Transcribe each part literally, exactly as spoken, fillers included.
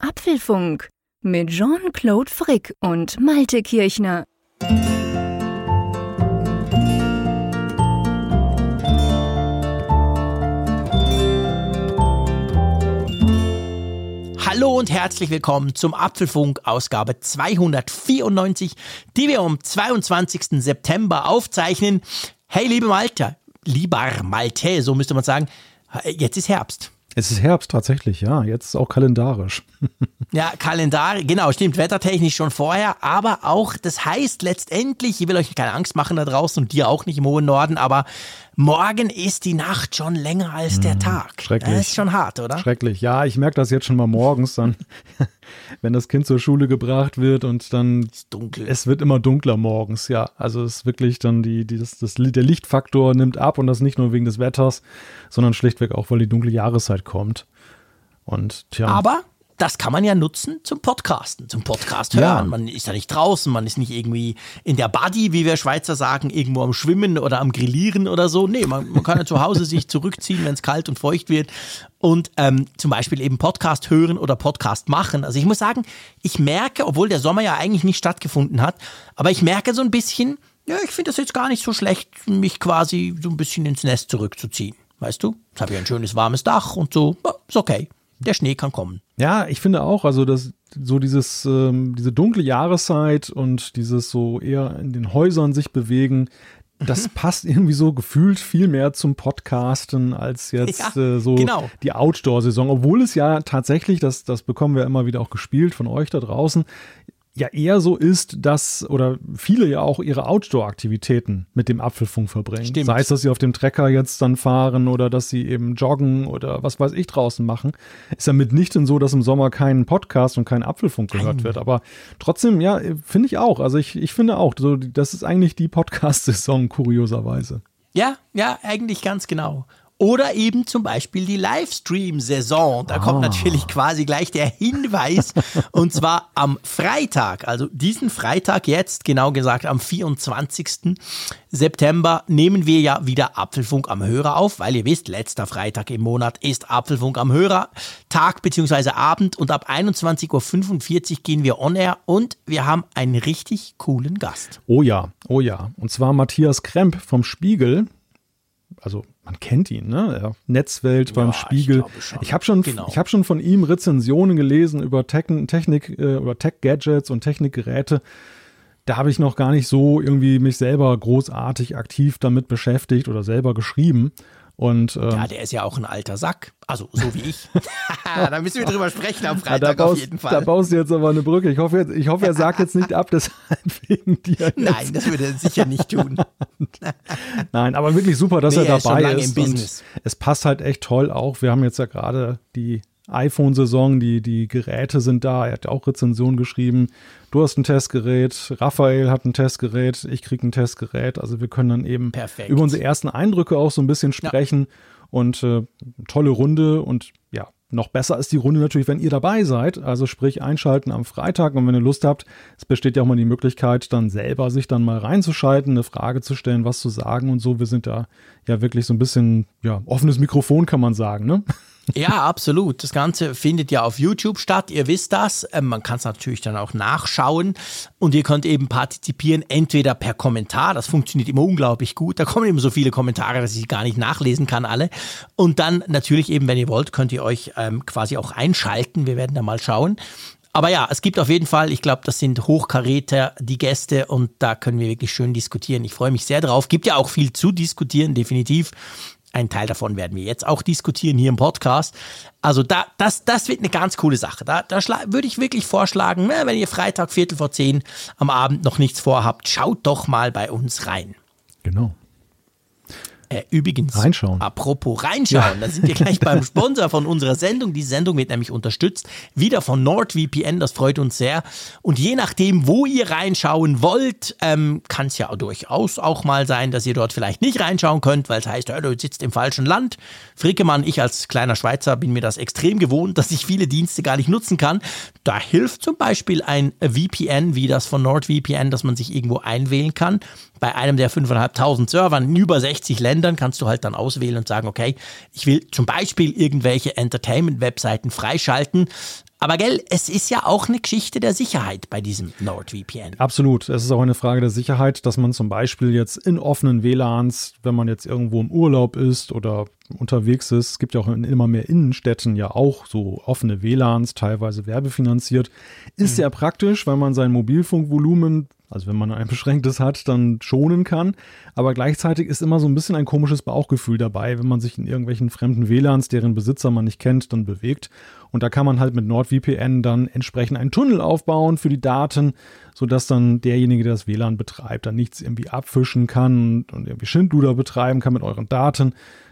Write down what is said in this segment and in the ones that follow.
Apfelfunk mit Jean-Claude Frick und Malte Kirchner. Hallo und herzlich willkommen zum Apfelfunk Ausgabe zweihundertvierundneunzig, die wir am zweiundzwanzigsten September aufzeichnen. Hey, liebe Malte, lieber Malte, so müsste man sagen, jetzt ist Herbst. Es ist Herbst tatsächlich, ja, jetzt auch kalendarisch. Ja, Kalendar, genau, stimmt, wettertechnisch schon vorher, aber auch, das heißt letztendlich, ich will euch keine Angst machen da draußen und dir auch nicht im hohen Norden, aber morgen ist die Nacht schon länger als der Tag. Schrecklich. Das ist schon hart, oder? Schrecklich, ja, ich merke das jetzt schon mal morgens, dann, wenn das Kind zur Schule gebracht wird und dann, ist dunkel. Es wird immer dunkler morgens, ja, also es ist wirklich dann die, die das, das, der Lichtfaktor nimmt ab und das nicht nur wegen des Wetters, sondern schlichtweg auch, weil die dunkle Jahreszeit kommt. Und tja. Aber das kann man ja nutzen zum Podcasten, zum Podcast hören. Ja. Man ist ja nicht draußen, man ist nicht irgendwie in der Buddy, wie wir Schweizer sagen, irgendwo am Schwimmen oder am Grillieren oder so. Nee, man, man kann ja zu Hause sich zurückziehen, wenn es kalt und feucht wird und ähm, zum Beispiel eben Podcast hören oder Podcast machen. Also ich muss sagen, ich merke, obwohl der Sommer ja eigentlich nicht stattgefunden hat, aber ich merke so ein bisschen, ja, ich finde das jetzt gar nicht so schlecht, mich quasi so ein bisschen ins Nest zurückzuziehen. Weißt du, jetzt habe ich ein schönes warmes Dach und so, ist okay. Der Schnee kann kommen. Ja, ich finde auch, also das, so dieses, ähm, diese dunkle Jahreszeit und dieses so eher in den Häusern sich bewegen, das passt irgendwie so gefühlt viel mehr zum Podcasten als jetzt ja, äh, so genau. die Outdoor-Saison. Obwohl es ja tatsächlich, das, das bekommen wir immer wieder auch gespielt von euch da draußen, ja eher so ist, dass oder viele ja auch ihre Outdoor-Aktivitäten mit dem Apfelfunk verbringen. Stimmt. Sei es, dass sie auf dem Trecker jetzt dann fahren oder dass sie eben joggen oder was weiß ich draußen machen. Ist ja mitnichten so, dass im Sommer kein Podcast und kein Apfelfunk gehört Nein. wird. Aber trotzdem, ja, finde ich auch. Also ich, ich finde auch, so, das ist eigentlich die Podcast-Saison, kurioserweise. Ja, ja, eigentlich ganz genau. Oder eben zum Beispiel die Livestream-Saison. Da kommt Ah. natürlich quasi gleich der Hinweis. Und zwar am Freitag, also diesen Freitag jetzt, genau gesagt am vierundzwanzigsten September, nehmen wir ja wieder Apfelfunk am Hörer auf, weil ihr wisst, letzter Freitag im Monat ist Apfelfunk am Hörer Tag bzw. Abend und ab einundzwanzig Uhr fünfundvierzig gehen wir on air und wir haben einen richtig coolen Gast. Oh ja, oh ja. Und zwar Matthias Kremp vom Spiegel. Also man kennt ihn, ne? Ja, Netzwelt beim Ja, Spiegel. ich glaube schon. Ich habe schon, Genau. ich habe schon von ihm Rezensionen gelesen über Techn- Technik, äh, über Tech-Gadgets und Technikgeräte. Da habe ich noch gar nicht so irgendwie mich selber großartig aktiv damit beschäftigt oder selber geschrieben. Und, ähm, Ja, der ist ja auch ein alter Sack, also so wie ich. Da müssen wir drüber sprechen am ja, da Freitag baust, auf jeden Fall. Da baust du jetzt aber eine Brücke. Ich hoffe, jetzt, ich hoffe, er sagt jetzt nicht ab, deshalb wegen dir. Jetzt. Nein, das würde er sicher nicht tun. Nein, aber wirklich super, dass Nee, er er ist schon dabei lange ist. im Und Business. es passt halt echt toll auch. Wir haben jetzt ja gerade die iPhone-Saison, die, die Geräte sind da. Er hat auch Rezensionen geschrieben. Du hast ein Testgerät, Raphael hat ein Testgerät, ich kriege ein Testgerät. Also wir können dann eben Perfekt. über unsere ersten Eindrücke auch so ein bisschen sprechen. Und äh, tolle Runde und ja, noch besser ist die Runde natürlich, wenn ihr dabei seid, also sprich einschalten am Freitag und wenn ihr Lust habt, es besteht ja auch mal die Möglichkeit, dann selber sich dann mal reinzuschalten, eine Frage zu stellen, was zu sagen und so. Wir sind da ja wirklich so ein bisschen, ja, offenes Mikrofon kann man sagen, ne? Ja, absolut. Das Ganze findet ja auf YouTube statt. Ihr wisst das. Ähm, man kann es natürlich dann auch nachschauen. Und ihr könnt eben partizipieren, entweder per Kommentar. Das funktioniert immer unglaublich gut. Da kommen eben so viele Kommentare, dass ich sie gar nicht nachlesen kann, alle. Und dann natürlich eben, wenn ihr wollt, könnt ihr euch ähm, quasi auch einschalten. Wir werden da mal schauen. Aber ja, es gibt auf jeden Fall, ich glaube, das sind Hochkaräter, die Gäste. Und da können wir wirklich schön diskutieren. Ich freue mich sehr drauf. Gibt ja auch viel zu diskutieren, definitiv. Ein Teil davon werden wir jetzt auch diskutieren hier im Podcast. Also da, das, das wird eine ganz coole Sache. Da, da schla- würde ich wirklich vorschlagen, na, wenn ihr Freitag Viertel vor zehn am Abend noch nichts vorhabt, schaut doch mal bei uns rein. Genau. Äh, übrigens, Reinschauen. apropos reinschauen, da sind wir gleich beim Sponsor von unserer Sendung. Die Sendung wird nämlich unterstützt, wieder von NordVPN, das freut uns sehr. Und je nachdem, wo ihr reinschauen wollt, ähm, kann es ja durchaus auch mal sein, dass ihr dort vielleicht nicht reinschauen könnt, weil es heißt, oh, du sitzt im falschen Land. Frickemann, ich als kleiner Schweizer bin mir das extrem gewohnt, dass ich viele Dienste gar nicht nutzen kann. Da hilft zum Beispiel ein V P N, wie das von NordVPN, dass man sich irgendwo einwählen kann. Bei einem der fünftausendfünfhundert Servern in über sechzig Ländern kannst du halt dann auswählen und sagen, okay, ich will zum Beispiel irgendwelche Entertainment-Webseiten freischalten. Aber gell, es ist ja auch eine Geschichte der Sicherheit bei diesem NordVPN. Absolut. Es ist auch eine Frage der Sicherheit, dass man zum Beispiel jetzt in offenen W L A Ns, wenn man jetzt irgendwo im Urlaub ist oder unterwegs ist, es gibt ja auch in immer mehr Innenstädten ja auch so offene W L A Ns, teilweise werbefinanziert, ist mhm. sehr praktisch, weil man sein Mobilfunkvolumen, also wenn man ein beschränktes hat, dann schonen kann. Aber gleichzeitig ist immer so ein bisschen ein komisches Bauchgefühl dabei, wenn man sich in irgendwelchen fremden W L A Ns, deren Besitzer man nicht kennt, dann bewegt. Und da kann man halt mit NordVPN dann entsprechend einen Tunnel aufbauen für die Daten, sodass dann derjenige, der das W L A N betreibt, dann nichts irgendwie abfischen kann und irgendwie Schindluder betreiben kann mit euren Daten.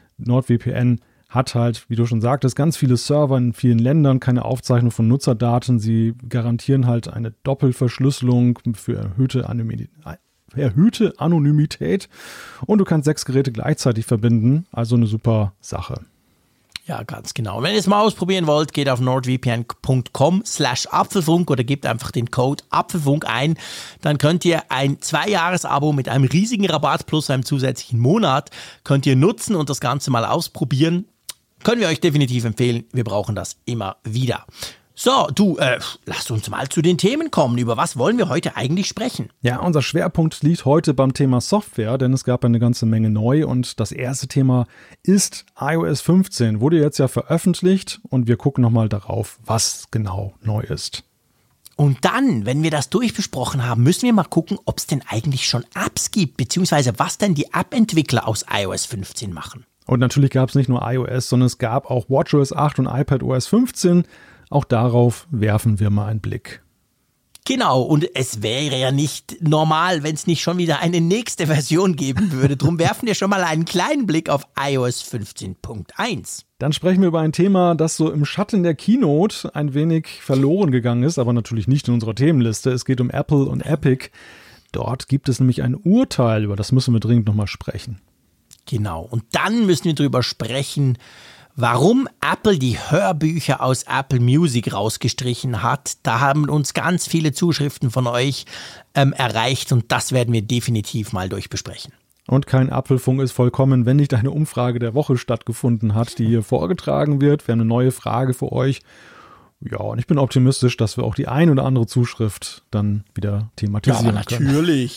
NordVPN hat halt, wie du schon sagtest, ganz viele Server in vielen Ländern, keine Aufzeichnung von Nutzerdaten. Sie garantieren halt eine Doppelverschlüsselung für erhöhte Anonymität. erhöhte Anonymität und du kannst sechs Geräte gleichzeitig verbinden, also eine super Sache. Ja, ganz genau. Wenn ihr es mal ausprobieren wollt, geht auf nordvpn.com slash Apfelfunk oder gebt einfach den Code Apfelfunk ein. Dann könnt ihr ein Zwei-Jahres-Abo mit einem riesigen Rabatt plus einem zusätzlichen Monat könnt ihr nutzen und das Ganze mal ausprobieren. Können wir euch definitiv empfehlen. Wir brauchen das immer wieder. So, du, äh, lass uns mal zu den Themen kommen. Über was wollen wir heute eigentlich sprechen? Ja, unser Schwerpunkt liegt heute beim Thema Software, denn es gab eine ganze Menge neu und das erste Thema ist i O S fünfzehn. Wurde jetzt ja veröffentlicht und wir gucken nochmal darauf, was genau neu ist. Und dann, wenn wir das durchbesprochen haben, müssen wir mal gucken, ob es denn eigentlich schon Apps gibt, beziehungsweise was denn die App-Entwickler aus i O S fünfzehn machen. Und natürlich gab es nicht nur iOS, sondern es gab auch WatchOS acht und iPadOS fünfzehn. Auch darauf werfen wir mal einen Blick. Genau, und es wäre ja nicht normal, wenn es nicht schon wieder eine nächste Version geben würde. Drum werfen wir schon mal einen kleinen Blick auf i O S fünfzehn Punkt eins. Dann sprechen wir über ein Thema, das so im Schatten der Keynote ein wenig verloren gegangen ist, aber natürlich nicht in unserer Themenliste. Es geht um Apple und Epic. Dort gibt es nämlich ein Urteil, über das müssen wir dringend nochmal sprechen. Genau, und dann müssen wir darüber sprechen, warum Apple die Hörbücher aus Apple Music rausgestrichen hat. Da haben uns ganz viele Zuschriften von euch ähm, erreicht und das werden wir definitiv mal durchbesprechen. Und kein Apfelfunk ist vollkommen, wenn nicht eine Umfrage der Woche stattgefunden hat, die hier vorgetragen wird. Wir haben eine neue Frage für euch. Ja, und ich bin optimistisch, dass wir auch die ein oder andere Zuschrift dann wieder thematisieren können. Ja, aber natürlich.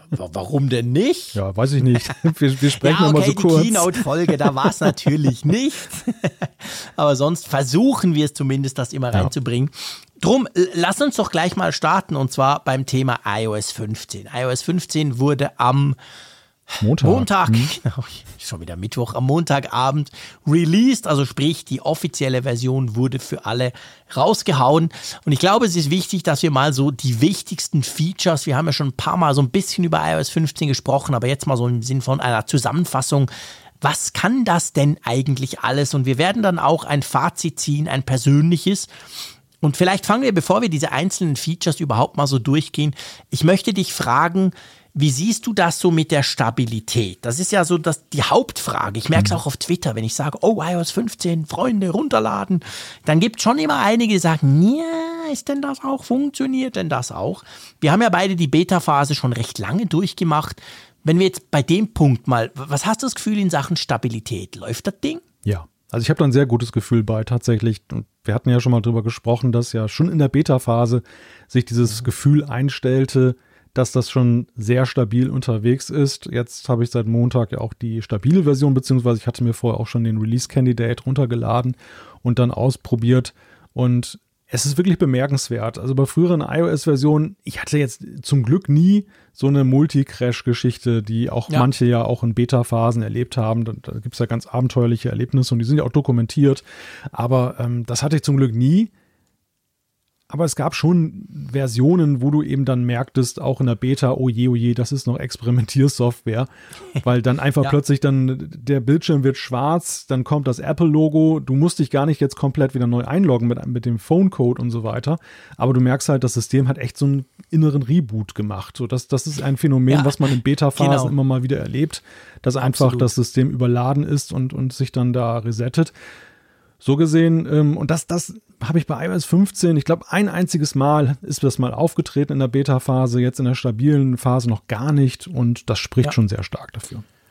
Warum denn nicht? Ja, weiß ich nicht. Wir, wir sprechen ja, okay, nochmal so kurz. Die Keynote-Folge, da war es natürlich nicht. Aber sonst versuchen wir es zumindest, das immer reinzubringen. Drum, lass uns doch gleich mal starten und zwar beim Thema i O S fünfzehn. i O S fünfzehn wurde am Montag, Montag hm. genau, schon wieder Mittwoch, am Montagabend released, also sprich, die offizielle Version wurde für alle rausgehauen. Und ich glaube, es ist wichtig, dass wir mal so die wichtigsten Features, wir haben ja schon ein paar Mal so ein bisschen über i O S fünfzehn gesprochen, aber jetzt mal so im Sinn von einer Zusammenfassung. Was kann das denn eigentlich alles? Und wir werden dann auch ein Fazit ziehen, ein persönliches. Und vielleicht fangen wir, bevor wir diese einzelnen Features überhaupt mal so durchgehen, ich möchte dich fragen, wie siehst du das so mit der Stabilität? Das ist ja so das, die Hauptfrage. Ich merke es auch auf Twitter, wenn ich sage, oh, i O S fünfzehn, Freunde, runterladen. Dann gibt es schon immer einige, die sagen, ja, ist denn das auch? Funktioniert denn das auch? Wir haben ja beide die Beta-Phase schon recht lange durchgemacht. Wenn wir jetzt bei dem Punkt mal, was hast du das Gefühl in Sachen Stabilität? Läuft das Ding? Ja, also ich habe da ein sehr gutes Gefühl bei tatsächlich. Und wir hatten ja schon mal drüber gesprochen, dass ja schon in der Beta-Phase sich dieses Gefühl einstellte, dass das schon sehr stabil unterwegs ist. Jetzt habe ich seit Montag ja auch die stabile Version, beziehungsweise ich hatte mir vorher auch schon den Release-Candidate runtergeladen und dann ausprobiert. Und es ist wirklich bemerkenswert. Also bei früheren iOS-Versionen, ich hatte jetzt zum Glück nie so eine Multi-Crash-Geschichte, die auch ja. manche ja auch in Beta-Phasen erlebt haben. Da, da gibt es ja ganz abenteuerliche Erlebnisse und die sind ja auch dokumentiert. Aber ähm, das hatte ich zum Glück nie. Aber es gab schon Versionen, wo du eben dann merktest, auch in der Beta, oh je, oh je, das ist noch Experimentiersoftware, weil dann einfach ja. plötzlich dann der Bildschirm wird schwarz, dann kommt das Apple-Logo, du musst dich gar nicht jetzt komplett wieder neu einloggen mit, mit dem Phone-Code und so weiter, aber du merkst halt, das System hat echt so einen inneren Reboot gemacht. So, das, das ist ein Phänomen, ja, was man in Beta-Phasen genau. immer mal wieder erlebt, dass einfach Absolut. das System überladen ist und, und sich dann da resettet. So gesehen, ähm, und das, das habe ich bei i O S fünfzehn, ich glaube, ein einziges Mal ist das mal aufgetreten in der Beta-Phase, jetzt in der stabilen Phase noch gar nicht und das spricht ja. schon sehr stark dafür.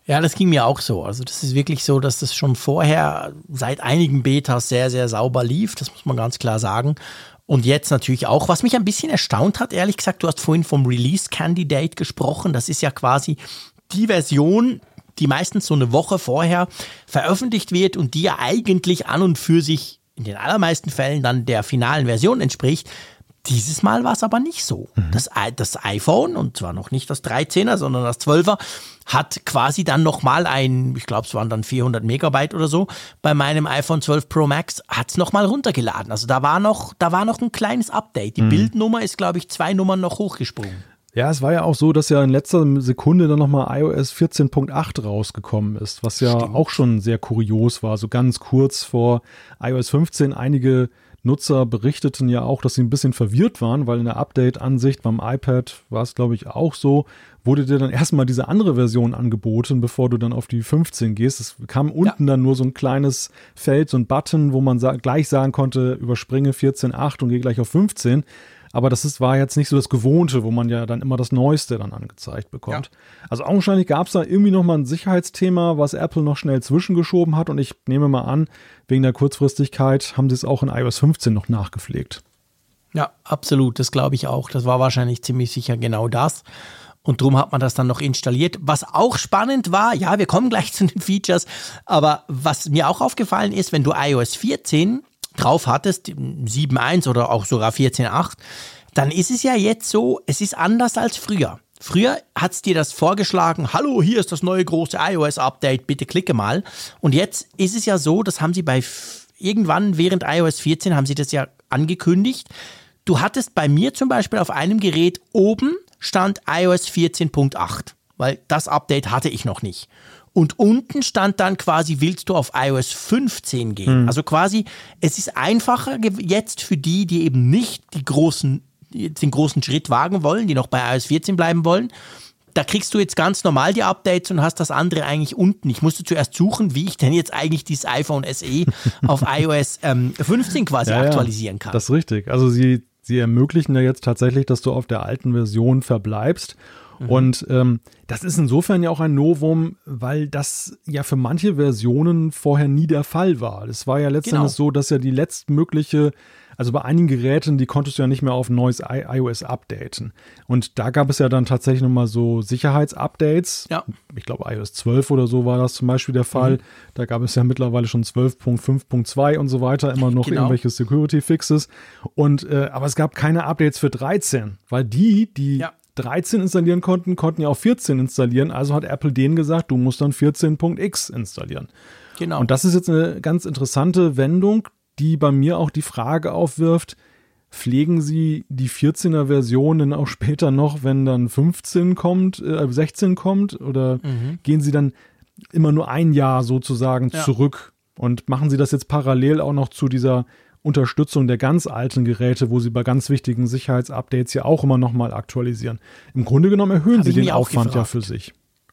Ja, das ging mir auch so. Also das ist wirklich so, dass das schon vorher seit einigen Betas sehr, sehr sauber lief. Das muss man ganz klar sagen. Und jetzt natürlich auch, was mich ein bisschen erstaunt hat, ehrlich gesagt, du hast vorhin vom Release Candidate gesprochen. Das ist ja quasi die Version, die meistens so eine Woche vorher veröffentlicht wird und die ja eigentlich an und für sich in den allermeisten Fällen dann der finalen Version entspricht. Dieses Mal war es aber nicht so. Mhm. Das, das iPhone, und zwar noch nicht das dreizehner, sondern das zwölfer, hat quasi dann nochmal ein, ich glaube es waren dann vierhundert Megabyte oder so, bei meinem iPhone zwölf Pro Max hat es nochmal runtergeladen. Also da war noch, da war noch ein kleines Update. Die mhm. Bildnummer ist, glaube ich, zwei Nummern noch hochgesprungen. Ja, es war ja auch so, dass ja in letzter Sekunde dann nochmal iOS vierzehn Punkt acht rausgekommen ist, was ja Stimmt. auch schon sehr kurios war. So ganz kurz vor iOS fünfzehn, einige Nutzer berichteten ja auch, dass sie ein bisschen verwirrt waren, weil in der Update-Ansicht beim iPad war es, glaube ich, auch so, wurde dir dann erstmal diese andere Version angeboten, bevor du dann auf die fünfzehn gehst. Es kam unten ja. dann nur so ein kleines Feld, so ein Button, wo man sa- gleich sagen konnte, überspringe vierzehn Punkt acht und gehe gleich auf fünfzehn. Aber das ist, war jetzt nicht so das Gewohnte, wo man ja dann immer das Neueste dann angezeigt bekommt. Ja. Also augenscheinlich gab es da irgendwie nochmal ein Sicherheitsthema, was Apple noch schnell zwischengeschoben hat. Und ich nehme mal an, wegen der Kurzfristigkeit haben sie es auch in iOS fünfzehn noch nachgepflegt. Ja, absolut. Das glaube ich auch. Das war wahrscheinlich ziemlich sicher genau das. Und darum hat man das dann noch installiert. Was auch spannend war, ja, wir kommen gleich zu den Features, aber was mir auch aufgefallen ist, wenn du iOS vierzehn drauf hattest, sieben Punkt eins oder auch sogar vierzehn Punkt acht, dann ist es ja jetzt so, es ist anders als früher. Früher hat es dir das vorgeschlagen, hallo, hier ist das neue große iOS-Update, bitte klicke mal. Und jetzt ist es ja so, das haben sie bei, irgendwann während iOS vierzehn haben sie das ja angekündigt. Du hattest bei mir zum Beispiel auf einem Gerät oben stand iOS vierzehn Punkt acht, weil das Update hatte ich noch nicht. Und unten stand dann quasi, willst du auf iOS fünfzehn gehen? Mhm. Also quasi, es ist einfacher jetzt für die, die eben nicht die großen, den großen Schritt wagen wollen, die noch bei iOS vierzehn bleiben wollen. Da kriegst du jetzt ganz normal die Updates und hast das andere eigentlich unten. Ich musste zuerst suchen, wie ich denn jetzt eigentlich dieses iPhone S E auf iOS ähm, fünfzehn quasi ja, aktualisieren kann. Ja, das ist richtig. Also sie, sie ermöglichen ja jetzt tatsächlich, dass du auf der alten Version verbleibst. Mhm. Und ähm, das ist insofern ja auch ein Novum, weil das ja für manche Versionen vorher nie der Fall war. Es war ja letztendlich genau. so, dass ja die letztmögliche, also bei einigen Geräten, die konntest du ja nicht mehr auf ein neues iOS updaten. Und da gab es ja dann tatsächlich nochmal so Sicherheitsupdates. Ja. Ich glaube iOS zwölf oder so war das zum Beispiel der Fall. Mhm. Da gab es ja mittlerweile schon zwölf Punkt fünf Punkt zwei und so weiter, immer noch genau. irgendwelche Security-Fixes. Und äh, aber es gab keine Updates für dreizehn, weil die, die ja. dreizehn installieren konnten, konnten ja auch vierzehn installieren. Also hat Apple denen gesagt, du musst dann vierzehn Punkt x installieren. Genau. Und das ist jetzt eine ganz interessante Wendung, die bei mir auch die Frage aufwirft, pflegen Sie die vierzehner Version dann auch später noch, wenn dann fünfzehn kommt, äh, sechzehn kommt? Oder mhm. gehen Sie dann immer nur ein Jahr sozusagen ja. zurück? Und machen Sie das jetzt parallel auch noch zu dieser Unterstützung der ganz alten Geräte, wo sie bei ganz wichtigen Sicherheitsupdates ja auch immer nochmal aktualisieren. Im Grunde genommen erhöhen sie den Aufwand ja für sich.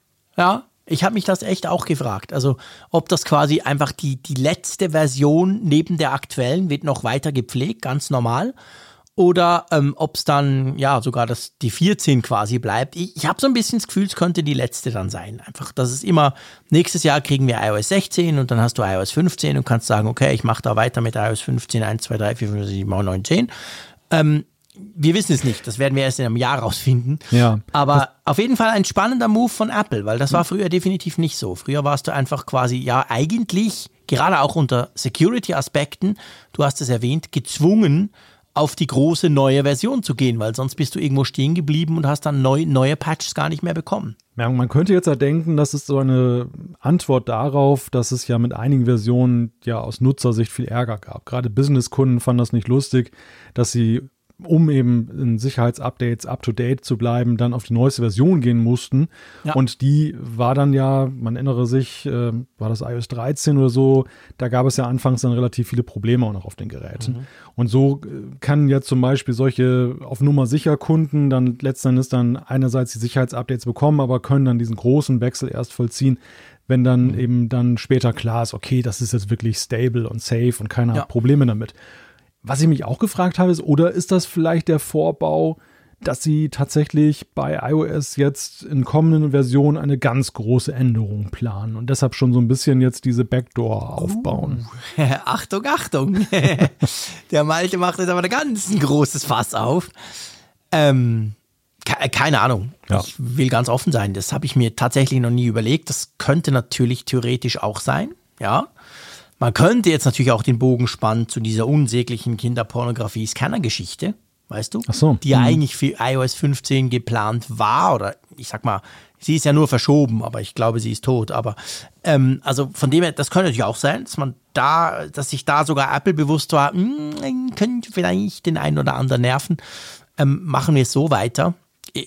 Ja, ich habe mich das echt auch gefragt. Also ob das quasi einfach die, die letzte Version neben der aktuellen wird noch weiter gepflegt, ganz normal. Oder ähm, ob es dann ja sogar das, die vierzehn quasi bleibt. Ich, ich habe so ein bisschen das Gefühl, es könnte die letzte dann sein. Einfach, dass es immer, nächstes Jahr kriegen wir iOS sechzehn und dann hast du iOS fünfzehn und kannst sagen, okay, ich mache da weiter mit iOS fünfzehn, eins, zwei, drei, vier, fünf, sechs, sieben, neun, zehn. Ähm, wir wissen es nicht, das werden wir erst in einem Jahr rausfinden. Ja. Aber auf jeden Fall ein spannender Move von Apple, weil das war früher definitiv nicht so. Früher warst du einfach quasi, ja eigentlich, gerade auch unter Security-Aspekten, du hast es erwähnt, gezwungen, auf die große neue Version zu gehen, weil sonst bist du irgendwo stehen geblieben und hast dann neu, neue Patches gar nicht mehr bekommen. Ja, man könnte jetzt ja denken, das ist so eine Antwort darauf, dass es ja mit einigen Versionen ja aus Nutzersicht viel Ärger gab. Gerade Businesskunden fanden das nicht lustig, dass sie, um eben in Sicherheitsupdates up-to-date zu bleiben, dann auf die neueste Version gehen mussten. Ja. Und die war dann ja, man erinnere sich, äh, war das iOS dreizehn oder so, da gab es ja anfangs dann relativ viele Probleme auch noch auf den Geräten. Mhm. Und so kann jetzt zum Beispiel solche auf Nummer sicher Kunden dann letzten Endes dann einerseits die Sicherheitsupdates bekommen, aber können dann diesen großen Wechsel erst vollziehen, wenn dann mhm. eben dann später klar ist, okay, das ist jetzt wirklich stable und safe und keiner ja. hat Probleme damit. Was ich mich auch gefragt habe, ist, oder ist das vielleicht der Vorbau dass sie tatsächlich bei iOS jetzt in kommenden Versionen eine ganz große Änderung planen und deshalb schon so ein bisschen jetzt diese Backdoor aufbauen. Uh, Achtung, Achtung. Der Malte macht jetzt aber ein ganz großes Fass auf. Ähm, ke- keine Ahnung. Ja. Ich will ganz offen sein. Das habe ich mir tatsächlich noch nie überlegt. Das könnte natürlich theoretisch auch sein. Ja. Man könnte jetzt natürlich auch den Bogen spannen zu dieser unsäglichen Kinderpornografie-Scanner-Geschichte. Weißt du? Ach so. Die ja mhm. eigentlich für iOS fünfzehn geplant war, oder ich sag mal, sie ist ja nur verschoben, aber ich glaube, sie ist tot. Aber ähm, also von dem her, das könnte natürlich auch sein, dass man da, dass sich da sogar Apple bewusst war, mh, könnte vielleicht den einen oder anderen nerven. Ähm, machen wir es so weiter.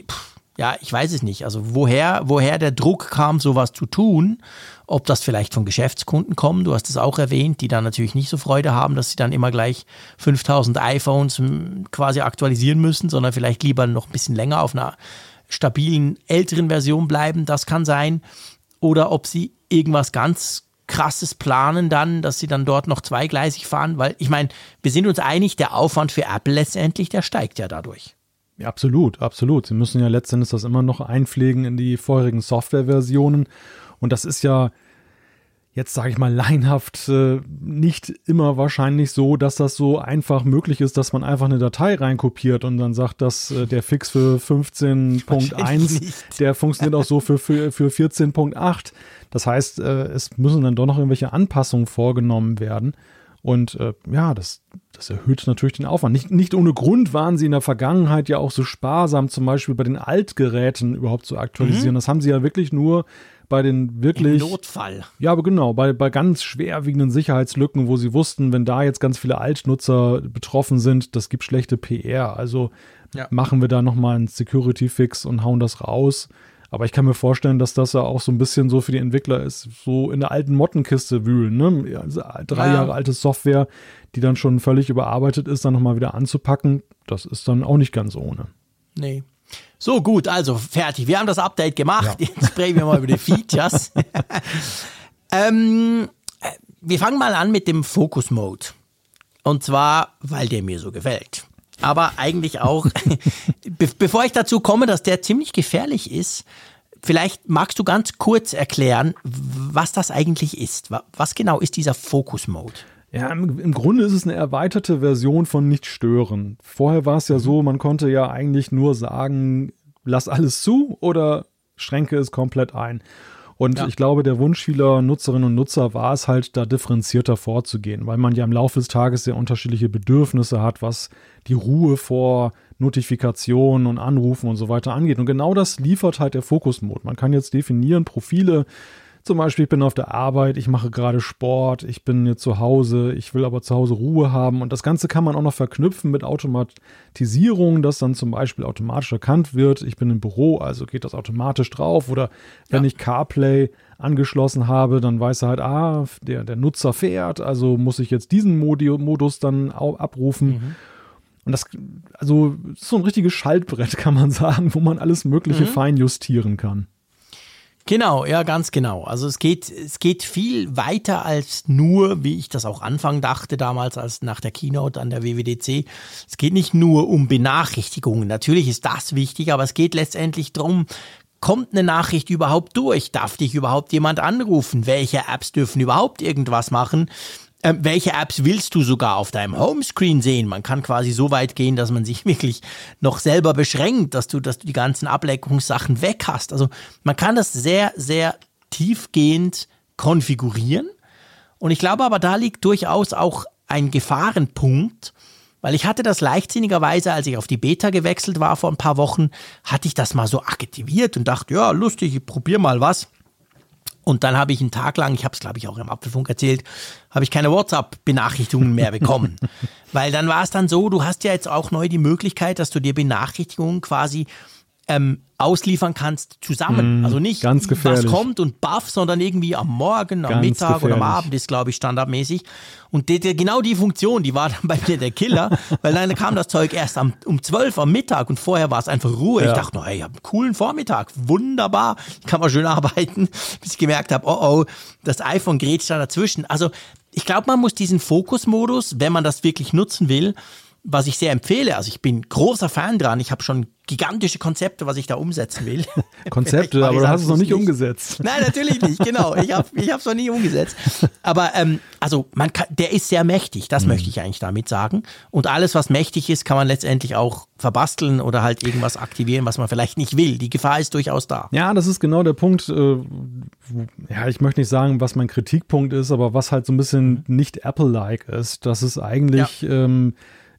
Ja, ich weiß es nicht. Also woher, woher der Druck kam, sowas zu tun, ob das vielleicht von Geschäftskunden kommt, du hast es auch erwähnt, die dann natürlich nicht so Freude haben, dass sie dann immer gleich fünftausend iPhones quasi aktualisieren müssen, sondern vielleicht lieber noch ein bisschen länger auf einer stabilen, älteren Version bleiben, das kann sein. Oder ob sie irgendwas ganz Krasses planen dann, dass sie dann dort noch zweigleisig fahren, weil ich meine, wir sind uns einig, der Aufwand für Apple letztendlich, der steigt ja dadurch. Ja, absolut, absolut. Sie müssen ja letztendlich das immer noch einpflegen in die vorherigen Softwareversionen. Und das ist ja jetzt, sage ich mal, laienhaft äh, nicht immer wahrscheinlich so, dass das so einfach möglich ist, dass man einfach eine Datei reinkopiert und dann sagt, dass äh, der Fix für fünfzehn Punkt eins, der funktioniert auch so für, für, für vierzehn Punkt acht. Das heißt, äh, es müssen dann doch noch irgendwelche Anpassungen vorgenommen werden. Und äh, ja, das, das erhöht natürlich den Aufwand. Nicht, nicht ohne Grund waren sie in der Vergangenheit ja auch so sparsam, zum Beispiel bei den Altgeräten überhaupt zu aktualisieren. Mhm. Das haben sie ja wirklich nur bei den wirklich... Im Notfall. Ja, aber genau, bei, bei ganz schwerwiegenden Sicherheitslücken, wo sie wussten, wenn da jetzt ganz viele Altnutzer betroffen sind, das gibt schlechte P R. Also ja. machen wir da nochmal einen Security-Fix und hauen das raus. Aber ich kann mir vorstellen, dass das ja auch so ein bisschen so für die Entwickler ist, so in der alten Mottenkiste wühlen, ne? Also drei ja. Jahre alte Software, die dann schon völlig überarbeitet ist, dann nochmal wieder anzupacken, das ist dann auch nicht ganz ohne. Nee. So, gut, also fertig. Wir haben das Update gemacht. Ja. Jetzt sprechen wir mal über die Features. ähm, wir fangen mal an mit dem Focus Mode. Und zwar, weil der mir so gefällt. Aber eigentlich auch, be- bevor ich dazu komme, dass der ziemlich gefährlich ist, vielleicht magst du ganz kurz erklären, was das eigentlich ist. Was genau ist dieser Focus Mode? Ja, im, im Grunde ist es eine erweiterte Version von Nicht-Stören. Vorher war es ja so, man konnte ja eigentlich nur sagen, lass alles zu oder schränke es komplett ein. Und ja. ich glaube, der Wunsch vieler Nutzerinnen und Nutzer war es halt, da differenzierter vorzugehen, weil man ja im Laufe des Tages sehr unterschiedliche Bedürfnisse hat, was die Ruhe vor Notifikationen und Anrufen und so weiter angeht. Und genau das liefert halt der Focus-Mode. Man kann jetzt definieren, Profile, zum Beispiel, ich bin auf der Arbeit, ich mache gerade Sport, ich bin jetzt zu Hause, ich will aber zu Hause Ruhe haben. Und das Ganze kann man auch noch verknüpfen mit Automatisierung, dass dann zum Beispiel automatisch erkannt wird, ich bin im Büro, also geht das automatisch drauf. Oder wenn ja. ich CarPlay angeschlossen habe, dann weiß er halt, ah, der, der Nutzer fährt, also muss ich jetzt diesen Modi- Modus dann auch abrufen. Mhm. Und das, also das ist so ein richtiges Schaltbrett, kann man sagen, wo man alles Mögliche mhm. fein justieren kann. Genau, ja, ganz genau. Also es geht, es geht viel weiter als nur, wie ich das auch Anfang dachte damals, als nach der Keynote an der W W D C. Es geht nicht nur um Benachrichtigungen. Natürlich ist das wichtig, aber es geht letztendlich darum, kommt eine Nachricht überhaupt durch? Darf dich überhaupt jemand anrufen? Welche Apps dürfen überhaupt irgendwas machen? Ähm, welche Apps willst du sogar auf deinem Homescreen sehen? Man kann quasi so weit gehen, dass man sich wirklich noch selber beschränkt, dass du, dass du die ganzen Ablenkungssachen weg hast. Also man kann das sehr, sehr tiefgehend konfigurieren. Und ich glaube aber, da liegt durchaus auch ein Gefahrenpunkt, weil ich hatte das leichtsinnigerweise, als ich auf die Beta gewechselt war vor ein paar Wochen, hatte ich das mal so aktiviert und dachte, ja, lustig, ich probiere mal was. Und dann habe ich einen Tag lang, ich habe es glaube ich auch im Apfelfunk erzählt, habe ich keine WhatsApp-Benachrichtigungen mehr bekommen. Weil dann war es dann so, du hast ja jetzt auch neu die Möglichkeit, dass du dir Benachrichtigungen quasi ähm, ausliefern kannst zusammen. Mm, also nicht, ganz gefährlich. Was kommt und baff, sondern irgendwie am Morgen, am ganz Mittag gefährlich. Oder am Abend ist, glaube ich, standardmäßig. Und die, die, genau die Funktion, die war dann bei mir der Killer, weil dann kam das Zeug erst am, um zwölf am Mittag und vorher war es einfach Ruhe. Ja. Ich dachte, hey, ich habe einen coolen Vormittag, wunderbar, kann man schön arbeiten, bis ich gemerkt habe, oh oh, das iPhone grätscht da dazwischen. Also ich glaube, man muss diesen Fokus-Modus, wenn man das wirklich nutzen will, was ich sehr empfehle, also ich bin großer Fan dran, ich habe schon gigantische Konzepte, was ich da umsetzen will. Konzepte, aber du hast es noch nicht, nicht umgesetzt. Nein, natürlich nicht, genau. Ich habe ich es noch nie umgesetzt. Aber ähm, also man kann, der ist sehr mächtig, das mhm. möchte ich eigentlich damit sagen. Und alles, was mächtig ist, kann man letztendlich auch verbasteln oder halt irgendwas aktivieren, was man vielleicht nicht will. Die Gefahr ist durchaus da. Ja, das ist genau der Punkt. Äh, ja, ich möchte nicht sagen, was mein Kritikpunkt ist, aber was halt so ein bisschen mhm. nicht Apple-like ist, dass es eigentlich ja. ähm,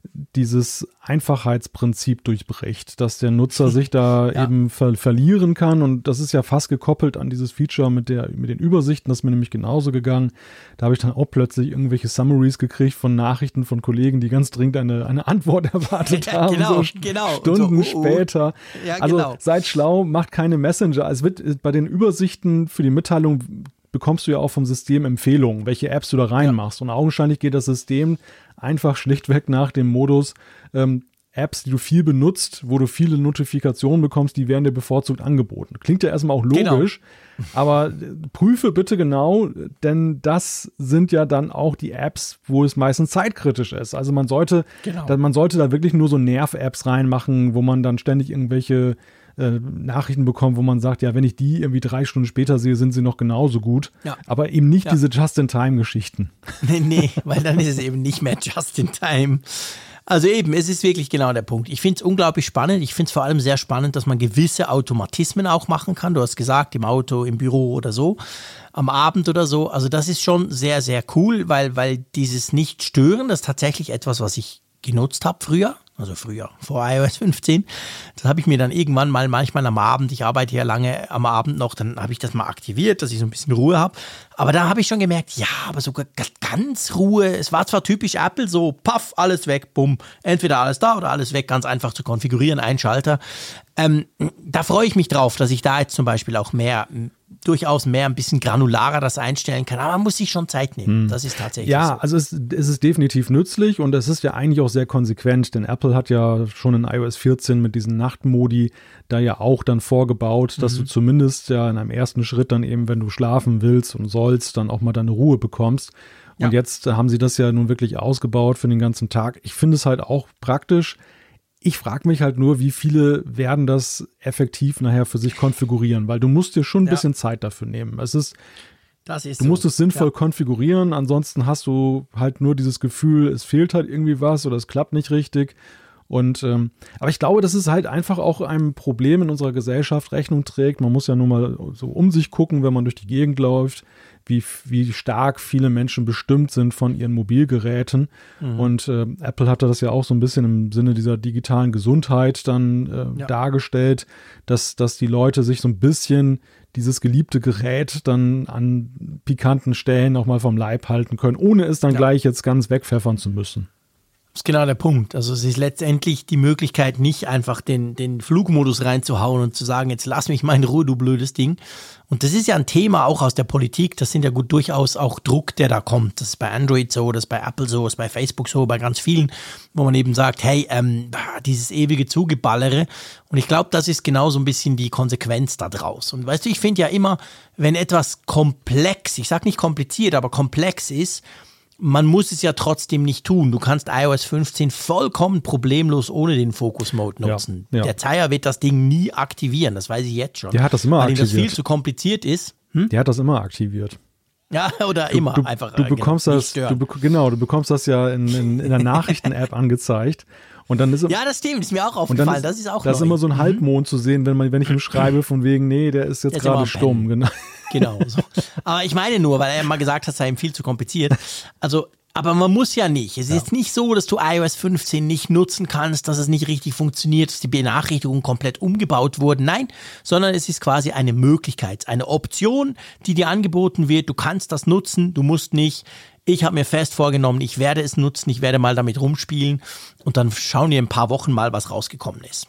dieses Einfachheitsprinzip durchbricht, dass der Nutzer sich da ja. eben ver- verlieren kann, und das ist ja fast gekoppelt an dieses Feature mit der mit den Übersichten, das ist mir nämlich genauso gegangen. Da habe ich dann auch plötzlich irgendwelche Summaries gekriegt von Nachrichten von Kollegen, die ganz dringend eine, eine Antwort erwartet ja, haben, genau, so genau. Stunden so, oh, oh. später. Ja, also genau. seid schlau, macht keine Messenger. Es wird bei den Übersichten für die Mitteilung bekommst du ja auch vom System Empfehlungen, welche Apps du da reinmachst. Ja. Und augenscheinlich geht das System einfach schlichtweg nach dem Modus, ähm, Apps, die du viel benutzt, wo du viele Notifikationen bekommst, die werden dir bevorzugt angeboten. Klingt ja erstmal auch logisch, genau. aber äh, prüfe bitte genau, denn das sind ja dann auch die Apps, wo es meistens zeitkritisch ist. Also man sollte, genau. da, man sollte da wirklich nur so Nerv-Apps reinmachen, wo man dann ständig irgendwelche Nachrichten bekommen, wo man sagt, ja, wenn ich die irgendwie drei Stunden später sehe, sind sie noch genauso gut. Ja. Aber eben nicht ja. diese Just-in-Time-Geschichten. Nee, nee, weil dann ist es eben nicht mehr Just-in-Time. Also eben, es ist wirklich genau der Punkt. Ich finde es unglaublich spannend. Ich finde es vor allem sehr spannend, dass man gewisse Automatismen auch machen kann. Du hast gesagt, im Auto, im Büro oder so, am Abend oder so. Also das ist schon sehr, sehr cool, weil, weil dieses Nicht-Stören, das ist tatsächlich etwas, was ich genutzt habe früher. Also früher, vor i O S fünfzehn. Das habe ich mir dann irgendwann mal, manchmal am Abend, ich arbeite ja lange am Abend noch, dann habe ich das mal aktiviert, dass ich so ein bisschen Ruhe habe. Aber da habe ich schon gemerkt, ja, aber sogar ganz Ruhe. Es war zwar typisch Apple, so paff, alles weg, bumm. Entweder alles da oder alles weg, ganz einfach zu konfigurieren, ein Schalter. Ähm, da freue ich mich drauf, dass ich da jetzt zum Beispiel auch mehr, durchaus mehr ein bisschen granularer das einstellen kann. Aber man muss sich schon Zeit nehmen. Das ist tatsächlich ja, so. Ja, also es, es ist definitiv nützlich und es ist ja eigentlich auch sehr konsequent, denn Apple hat ja schon in i O S vierzehn mit diesen Nachtmodi da ja auch dann vorgebaut, dass mhm. du zumindest ja in einem ersten Schritt dann eben, wenn du schlafen willst und sollst, dann auch mal deine Ruhe bekommst. Und ja. jetzt haben sie das ja nun wirklich ausgebaut für den ganzen Tag. Ich finde es halt auch praktisch. Ich frage mich halt nur, wie viele werden das effektiv nachher für sich konfigurieren, weil du musst dir schon ein ja. bisschen Zeit dafür nehmen. Es ist, das ist du so. musst es sinnvoll ja. konfigurieren, ansonsten hast du halt nur dieses Gefühl, es fehlt halt irgendwie was oder es klappt nicht richtig. Und ähm, aber ich glaube, dass es halt einfach auch einem Problem in unserer Gesellschaft Rechnung trägt. Man muss ja nur mal so um sich gucken, wenn man durch die Gegend läuft, wie, wie stark viele Menschen bestimmt sind von ihren Mobilgeräten. Mhm. Und äh, Apple hatte das ja auch so ein bisschen im Sinne dieser digitalen Gesundheit dann äh, ja. dargestellt, dass, dass die Leute sich so ein bisschen dieses geliebte Gerät dann an pikanten Stellen auch mal vom Leib halten können, ohne es dann ja. gleich jetzt ganz wegpfeffern zu müssen. Das ist genau der Punkt. Also es ist letztendlich die Möglichkeit, nicht einfach den, den Flugmodus reinzuhauen und zu sagen, jetzt lass mich mal in Ruhe, du blödes Ding. Und das ist ja ein Thema auch aus der Politik. Das sind ja gut durchaus auch Druck, der da kommt. Das ist bei Android so, das ist bei Apple so, das ist bei Facebook so, bei ganz vielen, wo man eben sagt, hey, ähm, dieses ewige Zugeballere. Und ich glaube, das ist genau so ein bisschen die Konsequenz da draus. Und weißt du, ich finde ja immer, wenn etwas komplex, ich sag nicht kompliziert, aber komplex ist, man muss es ja trotzdem nicht tun. Du kannst i O S fünfzehn vollkommen problemlos ohne den Focus-Mode nutzen. Ja, ja. Der Zeier wird das Ding nie aktivieren, das weiß ich jetzt schon. Der hat das immer weil aktiviert. Weil ihm das viel zu kompliziert ist. Hm? Der hat das immer aktiviert. Ja, oder du, immer du, einfach. Du bekommst genau, das, du, genau, du bekommst das ja in, in, in der Nachrichten-App angezeigt. Und dann ist, ja, das stimmt, ist mir auch aufgefallen. Ist, das ist auch Da ist immer so ein Halbmond zu sehen, wenn, man, wenn ich ihm schreibe, von wegen, nee, der ist jetzt gerade stumm. Genau. Genau so. Aber ich meine nur, weil er mal gesagt hat, es sei ihm viel zu kompliziert. Also, aber man muss ja nicht. Es ist ja. nicht so, dass du i O S fünfzehn nicht nutzen kannst, dass es nicht richtig funktioniert, dass die Benachrichtigungen komplett umgebaut wurden. Nein, sondern es ist quasi eine Möglichkeit, eine Option, die dir angeboten wird. Du kannst das nutzen, du musst nicht. Ich habe mir fest vorgenommen, ich werde es nutzen, ich werde mal damit rumspielen und dann schauen wir in ein paar Wochen mal, was rausgekommen ist.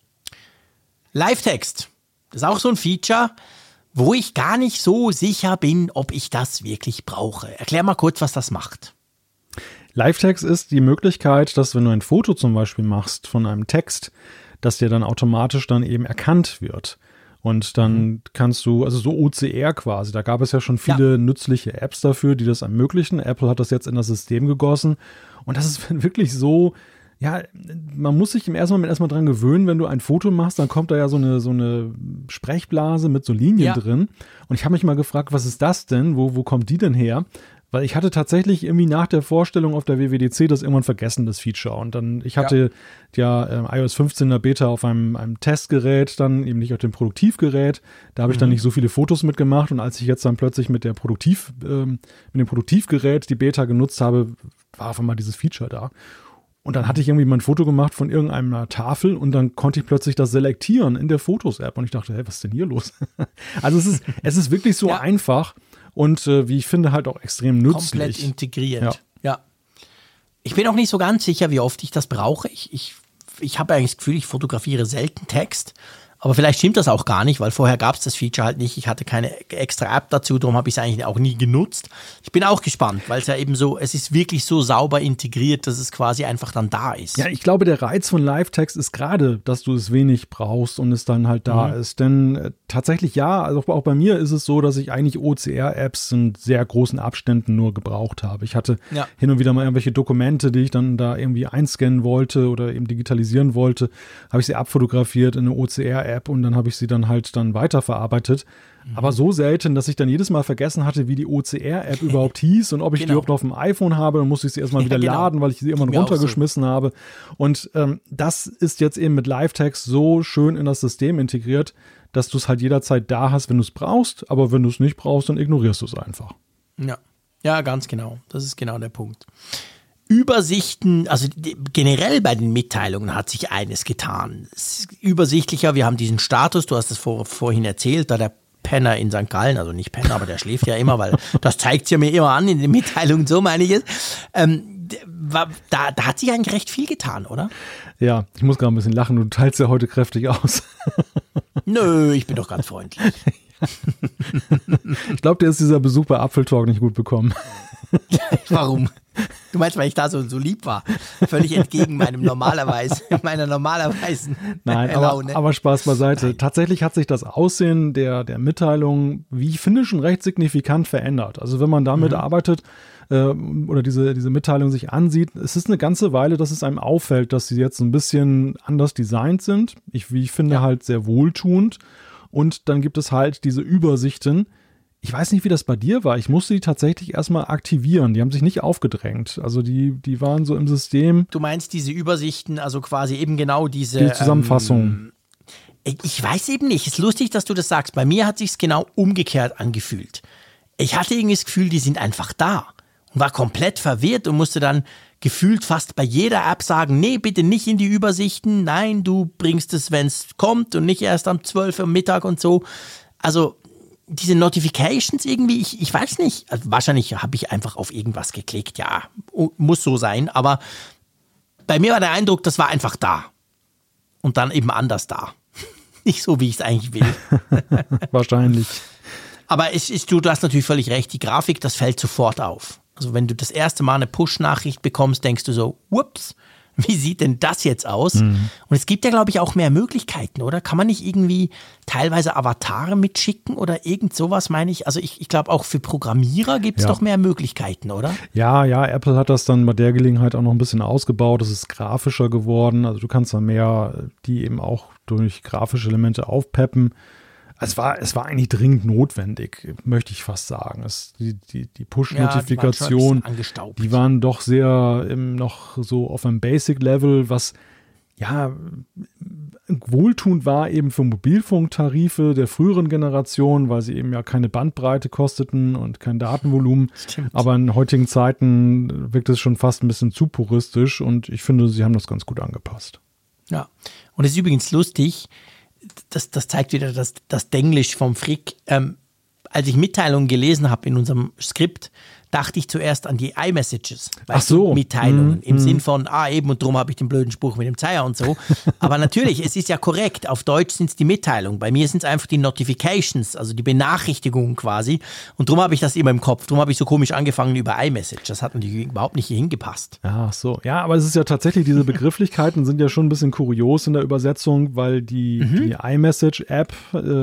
Live-Text, das ist auch so ein Feature, wo ich gar nicht so sicher bin, ob ich das wirklich brauche. Erklär mal kurz, was das macht. Live-Text ist die Möglichkeit, dass wenn du ein Foto zum Beispiel machst von einem Text, dass der dann automatisch dann eben erkannt wird. Und dann mhm. kannst du, also so O C R quasi, da gab es ja schon viele ja. nützliche Apps dafür, die das ermöglichen. Apple hat das jetzt in das System gegossen und das ist wirklich so, Ja, man muss sich im ersten Moment erstmal dran gewöhnen, wenn du ein Foto machst, dann kommt da ja so eine, so eine Sprechblase mit so Linien ja. drin. Und ich habe mich mal gefragt, was ist das denn? Wo, wo kommt die denn her? Weil ich hatte tatsächlich irgendwie nach der Vorstellung auf der W W D C das irgendwann vergessen, das Feature. Und dann, ich hatte ja, ja äh, i O S fünfzehner Beta auf einem, einem Testgerät, dann eben nicht auf dem Produktivgerät. Da habe ich mhm. dann nicht so viele Fotos mitgemacht. Und als ich jetzt dann plötzlich mit der Produktiv, äh, mit dem Produktivgerät die Beta genutzt habe, war auf einmal dieses Feature da. Und dann hatte ich irgendwie mal ein Foto gemacht von irgendeiner Tafel und dann konnte ich plötzlich das selektieren in der Fotos-App. Und ich dachte, hey, was ist denn hier los? Also es ist, es ist wirklich so ja. einfach. Und äh, wie ich finde, halt auch extrem nützlich. Komplett integriert, ja. ja. Ich bin auch nicht so ganz sicher, wie oft ich das brauche. Ich, ich, ich habe eigentlich das Gefühl, ich fotografiere selten Text. Aber vielleicht stimmt das auch gar nicht, weil vorher gab es das Feature halt nicht. Ich hatte keine extra App dazu, darum habe ich es eigentlich auch nie genutzt. Ich bin auch gespannt, weil es ja eben so, es ist wirklich so sauber integriert, dass es quasi einfach dann da ist. Ja, ich glaube, der Reiz von Live-Text ist gerade, dass du es wenig brauchst und es dann halt da mhm. ist. Denn äh, tatsächlich ja, also auch bei mir ist es so, dass ich eigentlich O C R-Apps in sehr großen Abständen nur gebraucht habe. Ich hatte ja. hin und wieder mal irgendwelche Dokumente, die ich dann da irgendwie einscannen wollte oder eben digitalisieren wollte, habe ich sie abfotografiert in eine O C R-App. Und dann habe ich sie dann halt dann weiterverarbeitet. Mhm. Aber so selten, dass ich dann jedes Mal vergessen hatte, wie die O C R-App überhaupt hieß und ob ich genau. die überhaupt auf dem iPhone habe. Dann musste ich sie erstmal wieder ja, genau. laden, weil ich sie irgendwann runtergeschmissen so. habe. Und ähm, das ist jetzt eben mit Live-Text so schön in das System integriert, dass du es halt jederzeit da hast, wenn du es brauchst. Aber wenn du es nicht brauchst, dann ignorierst du es einfach. Ja. ja, ganz genau. Das ist genau der Punkt. Übersichten, also generell bei den Mitteilungen hat sich eines getan. Es ist übersichtlicher, wir haben diesen Status, du hast es vor, vorhin erzählt, da der Penner in Sankt Gallen, also nicht Penner, aber der schläft ja immer, weil das zeigt es ja mir immer an in den Mitteilungen, so meine ich es. Ähm, da, da hat sich eigentlich recht viel getan, oder? Ja, ich muss gerade ein bisschen lachen, du teilst ja heute kräftig aus. Nö, ich bin doch ganz freundlich. Ich glaube, dir ist dieser Besuch bei Apfeltalk nicht gut bekommen. Warum? Du meinst, weil ich da so, so lieb war? Völlig entgegen meinem normalerweise, meiner normalerweise Nein, aber, aber Spaß beiseite. Nein. Tatsächlich hat sich das Aussehen der, der Mitteilung, wie ich finde, schon recht signifikant verändert. Also wenn man damit mhm. arbeitet äh, oder diese, diese Mitteilung sich ansieht, es ist eine ganze Weile, dass es einem auffällt, dass sie jetzt ein bisschen anders designt sind. Ich, wie ich finde, ja. halt sehr wohltuend. Und dann gibt es halt diese Übersichten. Ich weiß nicht, wie das bei dir war. Ich musste die tatsächlich erstmal aktivieren. Die haben sich nicht aufgedrängt. Also die, die waren so im System. Du meinst diese Übersichten, also quasi eben genau diese die Zusammenfassung. Ähm, ich weiß eben nicht. Es ist lustig, dass du das sagst. Bei mir hat sich's genau umgekehrt angefühlt. Ich hatte irgendwie das Gefühl, die sind einfach da. Und war komplett verwirrt und musste dann gefühlt fast bei jeder App sagen, nee, bitte nicht in die Übersichten. Nein, du bringst es, wenn es kommt und nicht erst am zwölf Uhr Mittag und so. Also diese Notifications irgendwie, ich, ich weiß nicht, also wahrscheinlich habe ich einfach auf irgendwas geklickt, ja, muss so sein, aber bei mir war der Eindruck, das war einfach da und dann eben anders da. Nicht so, wie ich es eigentlich will. Wahrscheinlich. Aber es ist, du, du hast natürlich völlig recht, die Grafik, das fällt sofort auf. Also wenn du das erste Mal eine Push-Nachricht bekommst, denkst du so, ups, wie sieht denn das jetzt aus? Mhm. Und es gibt ja, glaube ich, auch mehr Möglichkeiten, oder? Kann man nicht irgendwie teilweise Avatare mitschicken oder irgend sowas, meine ich? Also ich, ich glaube, auch für Programmierer gibt es ja. doch mehr Möglichkeiten, oder? Ja, ja, Apple hat das dann bei der Gelegenheit auch noch ein bisschen ausgebaut. Es ist grafischer geworden. Also du kannst dann mehr die eben auch durch grafische Elemente aufpeppen. Es war, es war eigentlich dringend notwendig, möchte ich fast sagen. Es, die die, die Push-Notifikation, ja, die, die waren doch sehr im, noch so auf einem Basic-Level, was ja wohltuend war eben für Mobilfunktarife der früheren Generation, weil sie eben ja keine Bandbreite kosteten und kein Datenvolumen. Stimmt. Aber in heutigen Zeiten wirkt es schon fast ein bisschen zu puristisch und ich finde, sie haben das ganz gut angepasst. Ja, und es ist übrigens lustig, Das, das zeigt wieder das, das Denglisch vom Frick. Ähm, als ich Mitteilungen gelesen habe in unserem Skript, dachte ich zuerst an die iMessages. Ach so. Du, Mitteilungen. Mm, Im mm. Sinn von, ah eben, und darum habe ich den blöden Spruch mit dem Zeiger und so. Aber natürlich, es ist ja korrekt. Auf Deutsch sind es die Mitteilungen. Bei mir sind es einfach die Notifications, also die Benachrichtigungen quasi. Und darum habe ich das immer im Kopf. Darum habe ich so komisch angefangen über iMessage. Das hat natürlich überhaupt nicht hier hingepasst. Ach so. Ja, aber es ist ja tatsächlich, diese Begrifflichkeiten sind ja schon ein bisschen kurios in der Übersetzung, weil die, mhm. die iMessage-App, äh,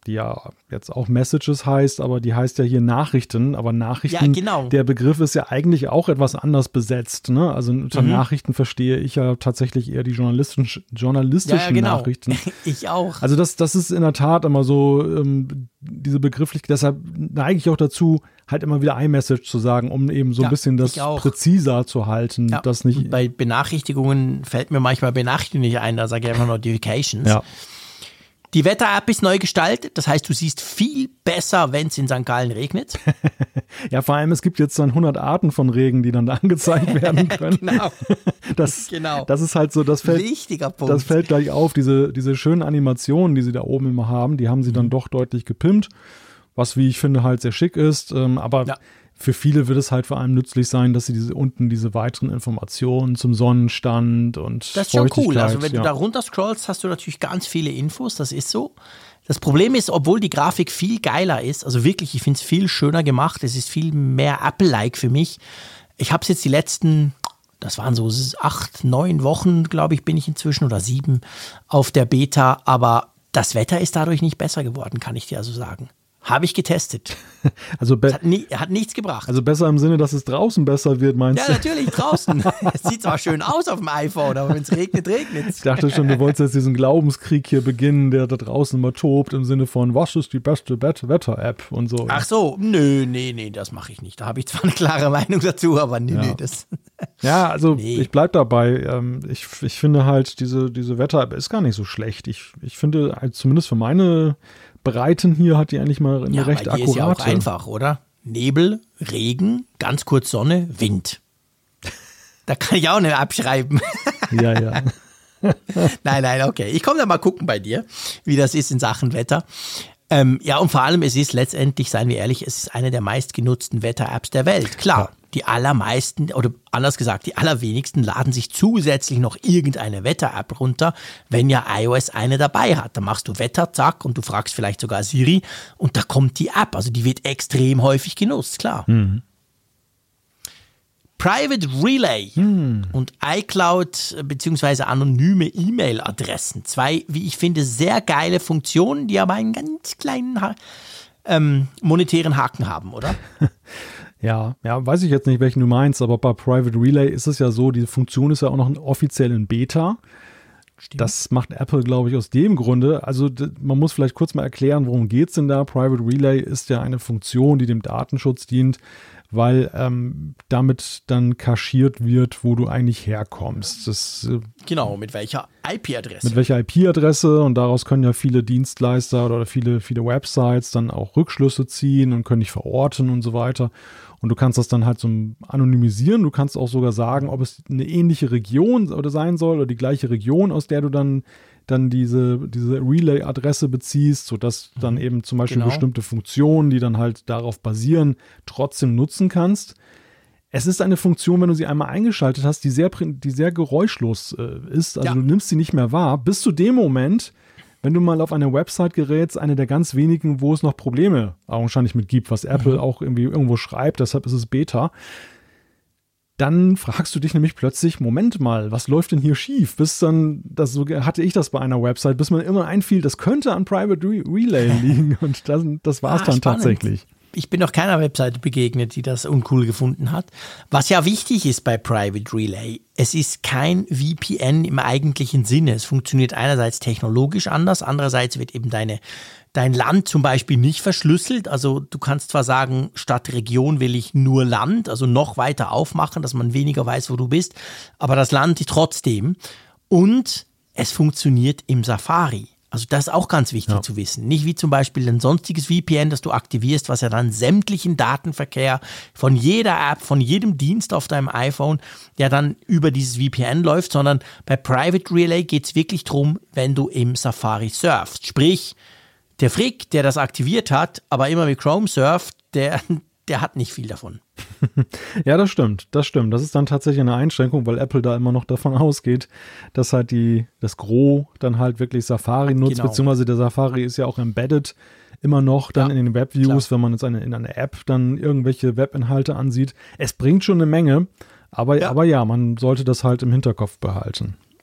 die ja jetzt auch Messages heißt, aber die heißt ja hier Nachrichten, aber Nachrichten, ja, genau. Der Begriff ist ja eigentlich auch etwas anders besetzt, ne? Also unter mhm. Nachrichten verstehe ich ja tatsächlich eher die journalistischen, journalistischen ja, ja, genau. Nachrichten. Ich auch. Also das, das ist in der Tat immer so, ähm, diese Begrifflichkeit, deshalb neige ich auch dazu, halt immer wieder iMessage zu sagen, um eben so ein ja, bisschen das präziser zu halten. Ja. Das nicht bei Benachrichtigungen fällt mir manchmal Benachrichtigungen nicht ein, da sage ich einfach Notifications. Ja. Die Wetter-App ist neu gestaltet, das heißt, du siehst viel besser, wenn es in Sankt Gallen regnet. Ja, vor allem, es gibt jetzt dann hundert Arten von Regen, die dann da angezeigt werden können. Genau. Das, genau. das ist halt so, das fällt, Wichtiger Punkt. Das fällt gleich auf, diese, diese schönen Animationen, die sie da oben immer haben, die haben sie dann doch deutlich gepimpt, was, wie ich finde, halt sehr schick ist, ähm, aber ja. Für viele wird es halt vor allem nützlich sein, dass sie diese unten diese weiteren Informationen zum Sonnenstand und das ist schon cool. Also wenn ja. du da runter scrollst, hast du natürlich ganz viele Infos, das ist so. Das Problem ist, obwohl die Grafik viel geiler ist, also wirklich, ich finde es viel schöner gemacht, es ist viel mehr Apple-like für mich. Ich habe es jetzt die letzten, das waren so acht, neun Wochen, glaube ich, bin ich inzwischen oder sieben auf der Beta, aber das Wetter ist dadurch nicht besser geworden, kann ich dir also sagen. Habe ich getestet. Also be- hat, nie, hat nichts gebracht. Also besser im Sinne, dass es draußen besser wird, meinst ja, du? Ja, natürlich, draußen. Es sieht zwar schön aus auf dem iPhone, aber wenn es regnet, regnet es. Ich dachte schon, du wolltest jetzt diesen Glaubenskrieg hier beginnen, der da draußen immer tobt, im Sinne von, was ist die beste Bet- Wetter-App und so. Ach so, nö, nee, nee, das mache ich nicht. Da habe ich zwar eine klare Meinung dazu, aber nee, ja. nee, das... Ja, also nee. ich bleib dabei. Ich, ich finde halt, diese, diese Wetter-App ist gar nicht so schlecht. Ich, ich finde, zumindest für meine Breiten hier hat die eigentlich mal eine ja, recht akkurate. Ja, ist ja auch einfach, oder? Nebel, Regen, ganz kurz Sonne, Wind. Da kann ich auch nicht abschreiben. Ja, ja. Nein, nein, okay. Ich komme da mal gucken bei dir, wie das ist in Sachen Wetter. Ähm, ja, und vor allem, es ist letztendlich, seien wir ehrlich, es ist eine der meistgenutzten Wetter-Apps der Welt. Klar, ja. Die allermeisten, oder anders gesagt, die allerwenigsten laden sich zusätzlich noch irgendeine Wetter-App runter, wenn ja iOS eine dabei hat. Dann machst du Wetter, zack, und du fragst vielleicht sogar Siri und da kommt die App. Also die wird extrem häufig genutzt, klar. Mhm. Private Relay hm. und iCloud bzw. anonyme E-Mail-Adressen. Zwei, wie ich finde, sehr geile Funktionen, die aber einen ganz kleinen ha- ähm, monetären Haken haben, oder? Ja, ja, weiß ich jetzt nicht, welchen du meinst, aber bei Private Relay ist es ja so, diese Funktion ist ja auch noch offiziell in Beta. Stimmt. Das macht Apple, glaube ich, aus dem Grunde. Also d- man muss vielleicht kurz mal erklären, worum geht es denn da? Private Relay ist ja eine Funktion, die dem Datenschutz dient, weil ähm, damit dann kaschiert wird, wo du eigentlich herkommst. Das, äh, genau, mit welcher I P-Adresse. Mit welcher I P-Adresse und daraus können ja viele Dienstleister oder viele, viele Websites dann auch Rückschlüsse ziehen und können dich verorten und so weiter. Und du kannst das dann halt so anonymisieren. Du kannst auch sogar sagen, ob es eine ähnliche Region oder sein soll oder die gleiche Region, aus der du dann, dann diese, diese Relay-Adresse beziehst, sodass du dann eben zum Beispiel genau. bestimmte Funktionen, die dann halt darauf basieren, trotzdem nutzen kannst. Es ist eine Funktion, wenn du sie einmal eingeschaltet hast, die sehr, die sehr geräuschlos äh, ist. Also ja. du nimmst sie nicht mehr wahr. Bis zu dem Moment, wenn du mal auf eine Website gerätst, eine der ganz wenigen, wo es noch Probleme augenscheinlich mit gibt, was Apple mhm. auch irgendwie irgendwo schreibt, deshalb ist es Beta, dann fragst du dich nämlich plötzlich, Moment mal, was läuft denn hier schief? Bis dann, das so hatte ich das bei einer Website, bis mir immer einfiel, das könnte an Private Re- Relay liegen und das, das war es ah, dann spannend. Tatsächlich. Ich bin noch keiner Webseite begegnet, die das uncool gefunden hat. Was ja wichtig ist bei Private Relay, es ist kein V P N im eigentlichen Sinne. Es funktioniert einerseits technologisch anders, andererseits wird eben deine, dein Land zum Beispiel nicht verschlüsselt. Also du kannst zwar sagen, statt Region will ich nur Land, also noch weiter aufmachen, dass man weniger weiß, wo du bist, aber das Land trotzdem. Und es funktioniert im Safari. Also das ist auch ganz wichtig ja. zu wissen. Nicht wie zum Beispiel ein sonstiges V P N, das du aktivierst, was ja dann sämtlichen Datenverkehr von jeder App, von jedem Dienst auf deinem iPhone, der dann über dieses V P N läuft, sondern bei Private Relay geht es wirklich drum, wenn du im Safari surfst. Sprich, der Frick, der das aktiviert hat, aber immer mit Chrome surft, der, der hat nicht viel davon. Ja, das stimmt, das stimmt. Das ist dann tatsächlich eine Einschränkung, weil Apple da immer noch davon ausgeht, dass halt die, das Gros dann halt wirklich Safari nutzt, genau. beziehungsweise der Safari ist ja auch embedded immer noch dann ja, in den Webviews, wenn man jetzt eine, in einer App dann irgendwelche Webinhalte ansieht. Es bringt schon eine Menge, aber ja. aber ja, man sollte das halt im Hinterkopf behalten.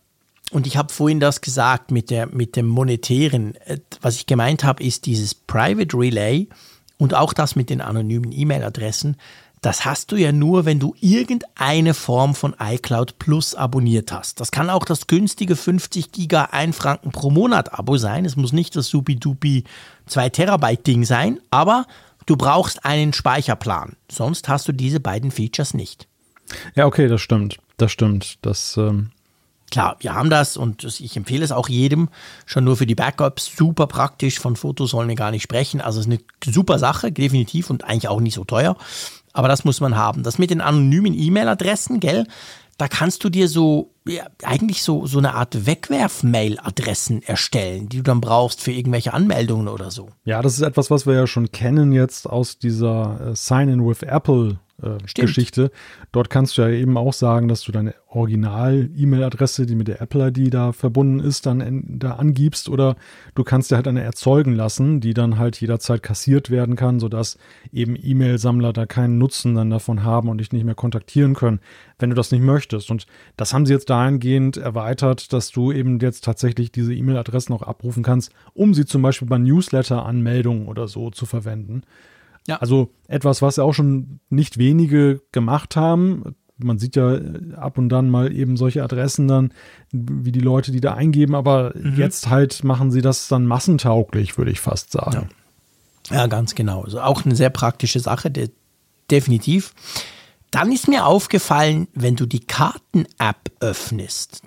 und ich habe vorhin das gesagt mit, der, mit dem Monetären. Was ich gemeint habe, ist dieses Private Relay und auch das mit den anonymen E-Mail-Adressen. Das hast du ja nur, wenn du irgendeine Form von iCloud Plus abonniert hast. Das kann auch das günstige fünfzig Giga ein Franken pro Monat Abo sein. Es muss nicht das supi-dupi zwei Terabyte Ding sein, aber du brauchst einen Speicherplan. Sonst hast du diese beiden Features nicht. Ja, okay, das stimmt. Das stimmt. Das, ähm Klar, wir haben das und ich empfehle es auch jedem, schon nur für die Backups, super praktisch, von Fotos sollen wir gar nicht sprechen, also es ist eine super Sache, definitiv und eigentlich auch nicht so teuer, aber das muss man haben. Das mit den anonymen E-Mail-Adressen, gell, da kannst du dir so, ja, eigentlich so, so eine Art Wegwerf-Mail-Adressen erstellen, die du dann brauchst für irgendwelche Anmeldungen oder so. Ja, das ist etwas, was wir ja schon kennen jetzt aus dieser äh, Sign-in with Apple Äh, Geschichte. Dort kannst du ja eben auch sagen, dass du deine Original-E-Mail-Adresse, die mit der Apple-I D da verbunden ist, dann in, da angibst oder du kannst dir halt eine erzeugen lassen, die dann halt jederzeit kassiert werden kann, sodass eben E-Mail-Sammler da keinen Nutzen dann davon haben und dich nicht mehr kontaktieren können, wenn du das nicht möchtest. Und das haben sie jetzt dahingehend erweitert, dass du eben jetzt tatsächlich diese E-Mail-Adressen auch abrufen kannst, um sie zum Beispiel bei Newsletter-Anmeldungen oder so zu verwenden. Ja. Also etwas, was ja auch schon nicht wenige gemacht haben. Man sieht ja ab und dann mal eben solche Adressen dann, wie die Leute, die da eingeben, aber mhm. jetzt halt machen sie das dann massentauglich, würde ich fast sagen. Ja, ja, ganz genau. Also auch eine sehr praktische Sache, de- definitiv. Dann ist mir aufgefallen, wenn du die Karten-App öffnest,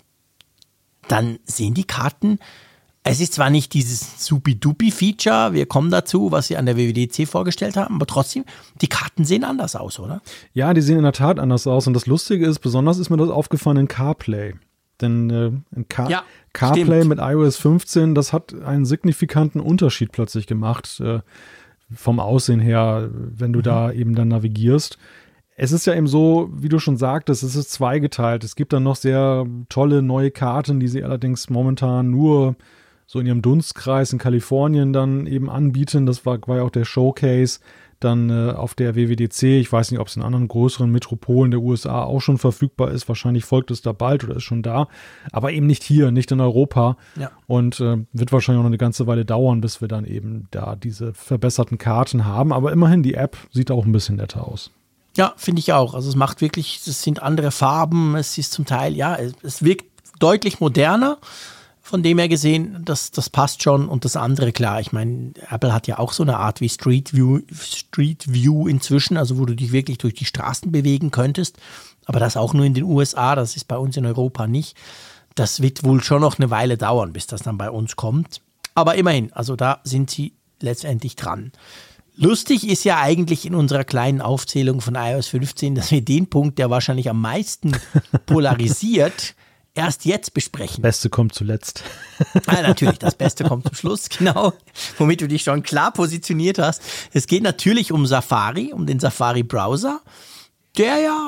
dann sehen die Karten. Es ist zwar nicht dieses Supi-Dupi-Feature, wir kommen dazu, was sie an der W W D C vorgestellt haben, aber trotzdem, die Karten sehen anders aus, oder? Ja, die sehen in der Tat anders aus und das Lustige ist, besonders ist mir das aufgefallen in CarPlay. Denn äh, in Car- ja, CarPlay stimmt. Mit i O S fünfzehn, das hat einen signifikanten Unterschied plötzlich gemacht, äh, vom Aussehen her, wenn du mhm. da eben dann navigierst. Es ist ja eben so, wie du schon sagtest, es ist zweigeteilt. Es gibt dann noch sehr tolle neue Karten, die sie allerdings momentan nur so in ihrem Dunstkreis in Kalifornien dann eben anbieten. Das war, war ja auch der Showcase dann äh, auf der W W D C. Ich weiß nicht, ob es in anderen größeren Metropolen der U S A auch schon verfügbar ist. Wahrscheinlich folgt es da bald oder ist schon da. Aber eben nicht hier, nicht in Europa. Ja. Und äh, wird wahrscheinlich auch noch eine ganze Weile dauern, bis wir dann eben da diese verbesserten Karten haben. Aber immerhin, die App sieht auch ein bisschen netter aus. Ja, finde ich auch. Also es macht wirklich, es sind andere Farben. Es ist zum Teil, ja, es, es wirkt deutlich moderner. Von dem her gesehen, das, das passt schon. Und das andere, klar, ich meine, Apple hat ja auch so eine Art wie Street View, Street View inzwischen, also wo du dich wirklich durch die Straßen bewegen könntest. Aber das auch nur in den U S A, das ist bei uns in Europa nicht. Das wird wohl schon noch eine Weile dauern, bis das dann bei uns kommt. Aber immerhin, also da sind sie letztendlich dran. Lustig ist ja eigentlich in unserer kleinen Aufzählung von i O S fünfzehn, dass wir den Punkt, der wahrscheinlich am meisten polarisiert, erst jetzt besprechen. Beste kommt zuletzt. Ja, natürlich, das Beste kommt zum Schluss, genau. Womit du dich schon klar positioniert hast. Es geht natürlich um Safari, um den Safari-Browser, der ja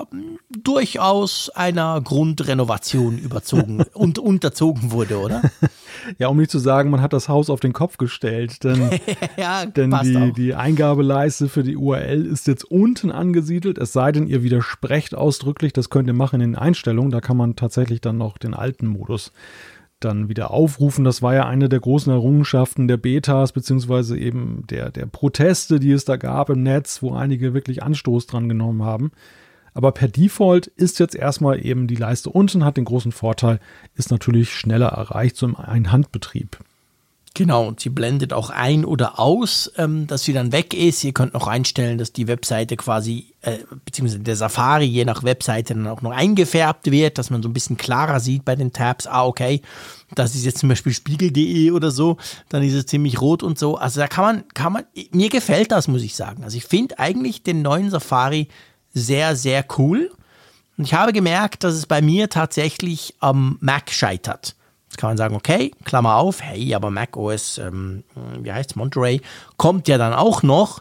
durchaus einer Grundrenovation überzogen und unterzogen wurde, oder? Ja, um nicht zu sagen, man hat das Haus auf den Kopf gestellt, denn, ja, denn die, die Eingabeleiste für die U R L ist jetzt unten angesiedelt, es sei denn, ihr widersprecht ausdrücklich, das könnt ihr machen in den Einstellungen, da kann man tatsächlich dann noch den alten Modus dann wieder aufrufen. Das war ja eine der großen Errungenschaften der Betas, beziehungsweise eben der, der Proteste, die es da gab im Netz, wo einige wirklich Anstoß dran genommen haben. Aber per Default ist jetzt erstmal eben die Leiste unten, hat den großen Vorteil, ist natürlich schneller erreicht, so im Einhandbetrieb. Genau, und sie blendet auch ein oder aus, ähm, dass sie dann weg ist. Ihr könnt noch einstellen, dass die Webseite quasi, äh, beziehungsweise der Safari je nach Webseite dann auch noch eingefärbt wird, dass man so ein bisschen klarer sieht bei den Tabs. Ah, okay, das ist jetzt zum Beispiel spiegel punkt de oder so, dann ist es ziemlich rot und so. Also da kann man, kann man, mir gefällt das, muss ich sagen. Also ich finde eigentlich den neuen Safari sehr, sehr cool. Und ich habe gemerkt, dass es bei mir tatsächlich am Mac scheitert. Jetzt kann man sagen, okay, Klammer auf, hey, aber macOS, ähm, wie heißt es, Monterey, kommt ja dann auch noch.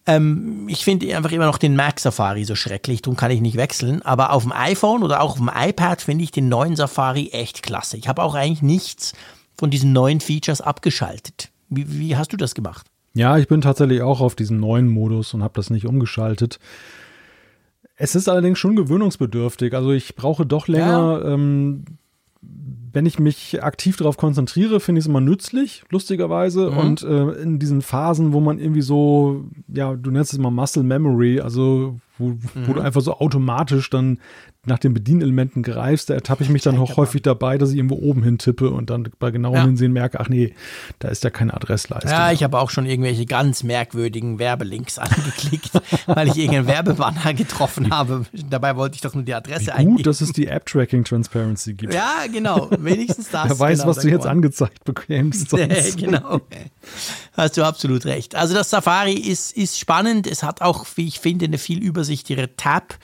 Ähm, ich finde einfach immer noch den Mac Safari so schrecklich, darum kann ich nicht wechseln. Aber auf dem iPhone oder auch auf dem iPad finde ich den neuen Safari echt klasse. Ich habe auch eigentlich nichts von diesen neuen Features abgeschaltet. Wie, wie hast du das gemacht? Ja, ich bin tatsächlich auch auf diesen neuen Modus und habe das nicht umgeschaltet. Es ist allerdings schon gewöhnungsbedürftig. Also ich brauche doch länger, ja. ähm, wenn ich mich aktiv darauf konzentriere, finde ich es immer nützlich, lustigerweise. Mhm. Und äh, in diesen Phasen, wo man irgendwie so, ja, du nennst es mal Muscle Memory, also wo, mhm. wo du einfach so automatisch dann nach den Bedienelementen greifst, da ertappe ich mich dann auch häufig dabei, dass ich irgendwo oben hin tippe und dann bei genauem ja. Hinsehen merke, ach nee, da ist ja keine Adressleiste. Ja, ich habe auch schon irgendwelche ganz merkwürdigen Werbelinks angeklickt, weil ich irgendeinen Werbebanner getroffen habe. Dabei wollte ich doch nur die Adresse eingeben. Gut, dass es die App-Tracking-Transparency gibt. Ja, genau, wenigstens das. Wer weiß, genau, was du jetzt angezeigt bekämst. Nee, genau, hast du absolut recht. Also das Safari ist, ist spannend, es hat auch, wie ich finde, eine viel übersichtigere Tab-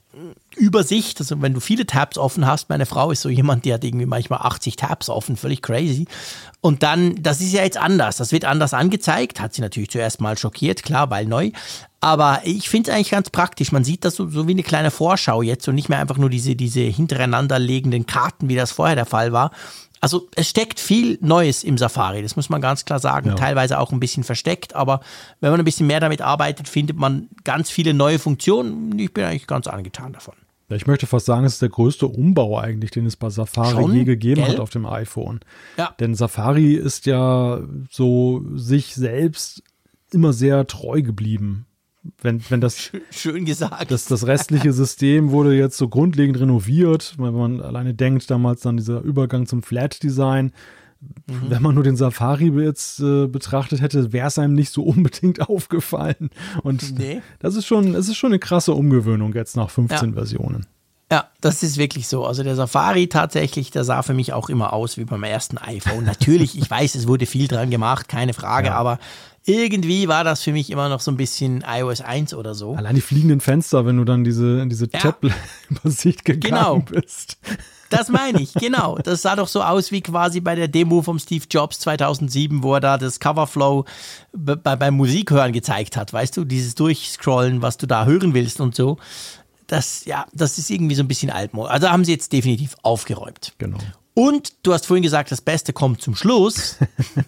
Übersicht, also wenn du viele Tabs offen hast, meine Frau ist so jemand, die hat irgendwie manchmal achtzig Tabs offen, völlig crazy. Und dann, das ist ja jetzt anders, das wird anders angezeigt, hat sie natürlich zuerst mal schockiert, klar, weil neu. Aber ich finde es eigentlich ganz praktisch, man sieht das so, so wie eine kleine Vorschau jetzt und nicht mehr einfach nur diese, diese hintereinander liegenden Karten, wie das vorher der Fall war. Also es steckt viel Neues im Safari, das muss man ganz klar sagen, ja. Teilweise auch ein bisschen versteckt, aber wenn man ein bisschen mehr damit arbeitet, findet man ganz viele neue Funktionen. Ich bin eigentlich ganz angetan davon. Ja, ich möchte fast sagen, es ist der größte Umbau eigentlich, den es bei Safari Schon? je gegeben Gell? hat auf dem iPhone. Ja. Denn Safari ist ja so sich selbst immer sehr treu geblieben. Wenn, wenn das, Schön gesagt. Das, das restliche System wurde jetzt so grundlegend renoviert, wenn man alleine denkt, damals dann dieser Übergang zum Flat-Design. Mhm. Wenn man nur den Safari jetzt äh, betrachtet hätte, wäre es einem nicht so unbedingt aufgefallen. Und nee. das ist schon, es ist schon eine krasse Umgewöhnung jetzt nach fünfzehn ja. Versionen. Ja, das ist wirklich so. Also der Safari tatsächlich, der sah für mich auch immer aus wie beim ersten iPhone. Natürlich, ich weiß, es wurde viel dran gemacht, keine Frage, ja. aber irgendwie war das für mich immer noch so ein bisschen i O S eins oder so. Allein die fliegenden Fenster, wenn du dann diese, in diese ja. Tab-Übersicht gegangen genau. bist. Das meine ich, genau. Das sah doch so aus wie quasi bei der Demo vom Steve Jobs zweitausendsieben, wo er da das Coverflow be- bei, beim Musikhören gezeigt hat. Weißt du, dieses Durchscrollen, was du da hören willst und so. Das, ja, das ist irgendwie so ein bisschen altmodisch. Also haben sie jetzt definitiv aufgeräumt. Genau. Und du hast vorhin gesagt, das Beste kommt zum Schluss.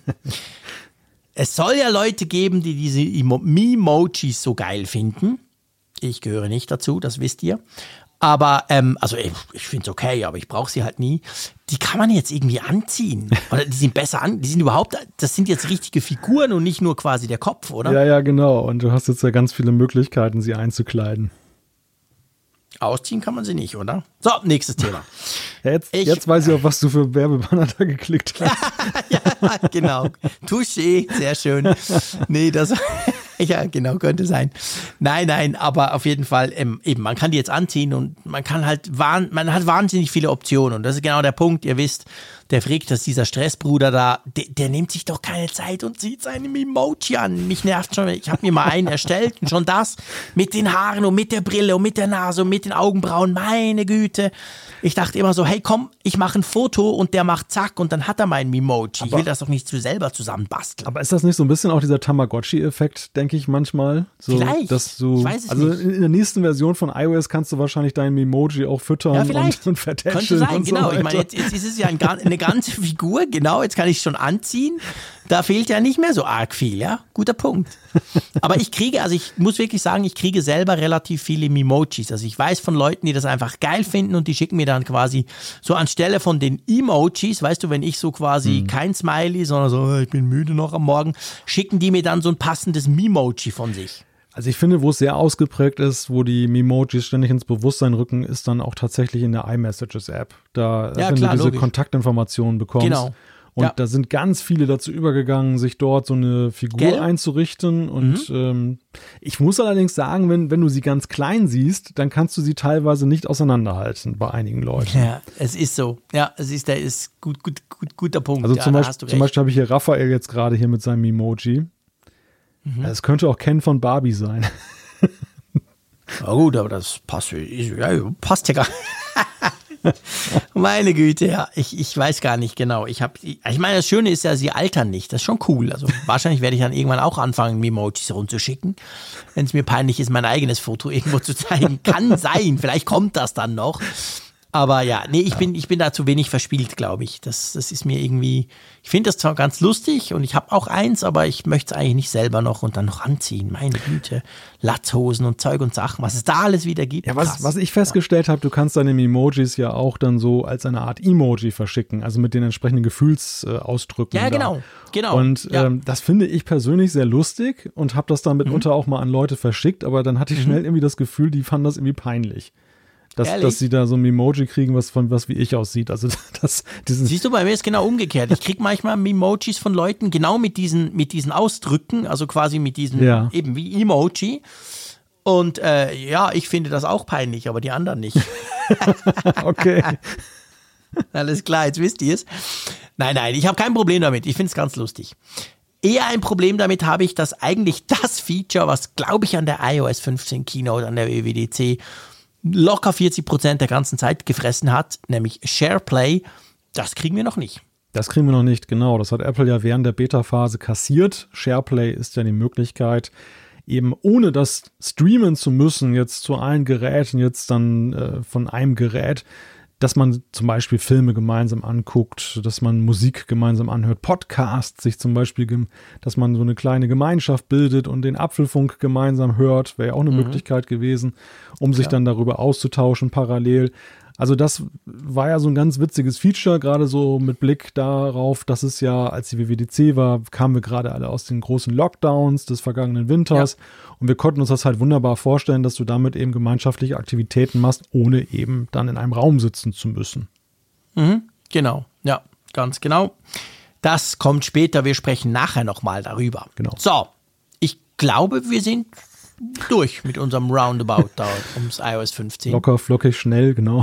Es soll ja Leute geben, die diese Memojis so geil finden. Ich gehöre nicht dazu, das wisst ihr. Aber, ähm, also ich, ich finde es okay, aber ich brauche sie halt nie. Die kann man jetzt irgendwie anziehen. Oder die sind besser an, die sind überhaupt, das sind jetzt richtige Figuren und nicht nur quasi der Kopf, oder? Ja, ja, genau. Und du hast jetzt ja ganz viele Möglichkeiten, sie einzukleiden. Ausziehen kann man sie nicht, oder? So, nächstes Thema. Ja, jetzt, ich, jetzt weiß ich auch, was du für Werbebanner da geklickt hast. Ja, genau. Touché, sehr schön. Nee, das... Ja, genau, könnte sein. Nein, nein, aber auf jeden Fall, ähm, eben, man kann die jetzt anziehen und man kann halt, man hat wahnsinnig viele Optionen und das ist genau der Punkt, ihr wisst, der Frick, dass dieser Stressbruder da, der, der nimmt sich doch keine Zeit und zieht seine Emoji an. Mich nervt schon, ich habe mir mal einen erstellt und schon das mit den Haaren und mit der Brille und mit der Nase und mit den Augenbrauen, meine Güte. Ich dachte immer so, hey komm, ich mache ein Foto und der macht zack und dann hat er mein Emoji. Aber ich will das doch nicht zu selber zusammenbasteln. Aber ist das nicht so ein bisschen auch dieser Tamagotchi-Effekt, denke ich manchmal? So, vielleicht, dass du, ich weiß es also nicht. In der nächsten Version von iOS kannst du wahrscheinlich deinen Emoji auch füttern ja, und, und vertätscheln. Könnte sein, und genau. So ich meine, jetzt, jetzt ist es ja ein, eine ganze Figur, genau, jetzt kann ich es schon anziehen. Da fehlt ja nicht mehr so arg viel, ja? Guter Punkt. Aber ich kriege, also ich muss wirklich sagen, ich kriege selber relativ viele Memojis. Also ich weiß von Leuten, die das einfach geil finden und die schicken mir dann quasi so anstelle von den Emojis, weißt du, wenn ich so quasi mhm. kein Smiley, sondern so, ich bin müde noch am Morgen, schicken die mir dann so ein passendes Memoji von sich. Also ich finde, wo es sehr ausgeprägt ist, wo die Memojis ständig ins Bewusstsein rücken, ist dann auch tatsächlich in der iMessages-App. Da, ja, wenn klar, du diese logisch. Kontaktinformationen bekommst. Genau. Und ja. da sind ganz viele dazu übergegangen, sich dort so eine Figur Gell? einzurichten. Und Mhm. ähm, ich muss allerdings sagen, wenn, wenn du sie ganz klein siehst, dann kannst du sie teilweise nicht auseinanderhalten bei einigen Leuten. Ja, es ist so. Ja, es ist, der ist gut, gut, gut, guter Punkt. Also ja, zum, da Beispiel, hast du zum Beispiel habe ich hier Raphael jetzt gerade hier mit seinem Emoji. Mhm. Es könnte auch Ken von Barbie sein. Na gut, aber das passt, ja, passt ja gar nicht. Meine Güte, ja, ich, ich weiß gar nicht genau. Ich, hab, ich meine, das Schöne ist ja, sie altern nicht. Das ist schon cool. Also wahrscheinlich werde ich dann irgendwann auch anfangen, Memojis rumzuschicken. Wenn es mir peinlich ist, mein eigenes Foto irgendwo zu zeigen. Kann sein, vielleicht kommt das dann noch. Aber ja, nee, ich, ja. bin, ich bin da zu wenig verspielt, glaube ich. Das, das ist mir irgendwie, ich finde das zwar ganz lustig und ich habe auch eins, aber ich möchte es eigentlich nicht selber noch und dann noch anziehen. Meine Güte, Latzhosen und Zeug und Sachen, was es da alles wieder gibt. Ja, was, was ich festgestellt ja. habe, du kannst deine Emojis ja auch dann so als eine Art Emoji verschicken, also mit den entsprechenden Gefühlsausdrücken. Ja, da. genau, genau. Und ja. ähm, das finde ich persönlich sehr lustig und habe das dann mitunter mhm. auch mal an Leute verschickt, aber dann hatte ich schnell mhm. irgendwie das Gefühl, die fanden das irgendwie peinlich. Dass, dass sie da so ein Emoji kriegen, was von was wie ich aussieht. Also das, Siehst du, bei mir ist genau umgekehrt. Ich kriege manchmal Emojis von Leuten genau mit diesen, mit diesen Ausdrücken, also quasi mit diesen, ja. eben wie Emoji. Und äh, ja, ich finde das auch peinlich, aber die anderen nicht. Okay. Alles klar, jetzt wisst ihr es. Nein, nein, ich habe kein Problem damit. Ich finde es ganz lustig. Eher ein Problem damit habe ich, dass eigentlich das Feature, was, glaube ich, an der i O S fünfzehn Keynote, an der W W D C locker vierzig Prozent der ganzen Zeit gefressen hat, nämlich SharePlay, das kriegen wir noch nicht. Das kriegen wir noch nicht, genau. Das hat Apple ja während der Beta-Phase kassiert. SharePlay ist ja die Möglichkeit, eben ohne das streamen zu müssen, jetzt zu allen Geräten, jetzt dann äh, von einem Gerät, dass man zum Beispiel Filme gemeinsam anguckt, dass man Musik gemeinsam anhört, Podcasts sich zum Beispiel, dass man so eine kleine Gemeinschaft bildet und den Apfelfunk gemeinsam hört, wäre ja auch eine mhm. Möglichkeit gewesen, um sich ja. dann darüber auszutauschen parallel. Also das war ja so ein ganz witziges Feature, gerade so mit Blick darauf, dass es ja, als die W W D C war, kamen wir gerade alle aus den großen Lockdowns des vergangenen Winters ja. und wir konnten uns das halt wunderbar vorstellen, dass du damit eben gemeinschaftliche Aktivitäten machst, ohne eben dann in einem Raum sitzen zu müssen. Mhm, genau, ja, ganz genau. Das kommt später, wir sprechen nachher nochmal darüber. Genau. So, ich glaube, wir sind durch mit unserem Roundabout da ums i O S fünfzehn. Locker, flockig, schnell, genau.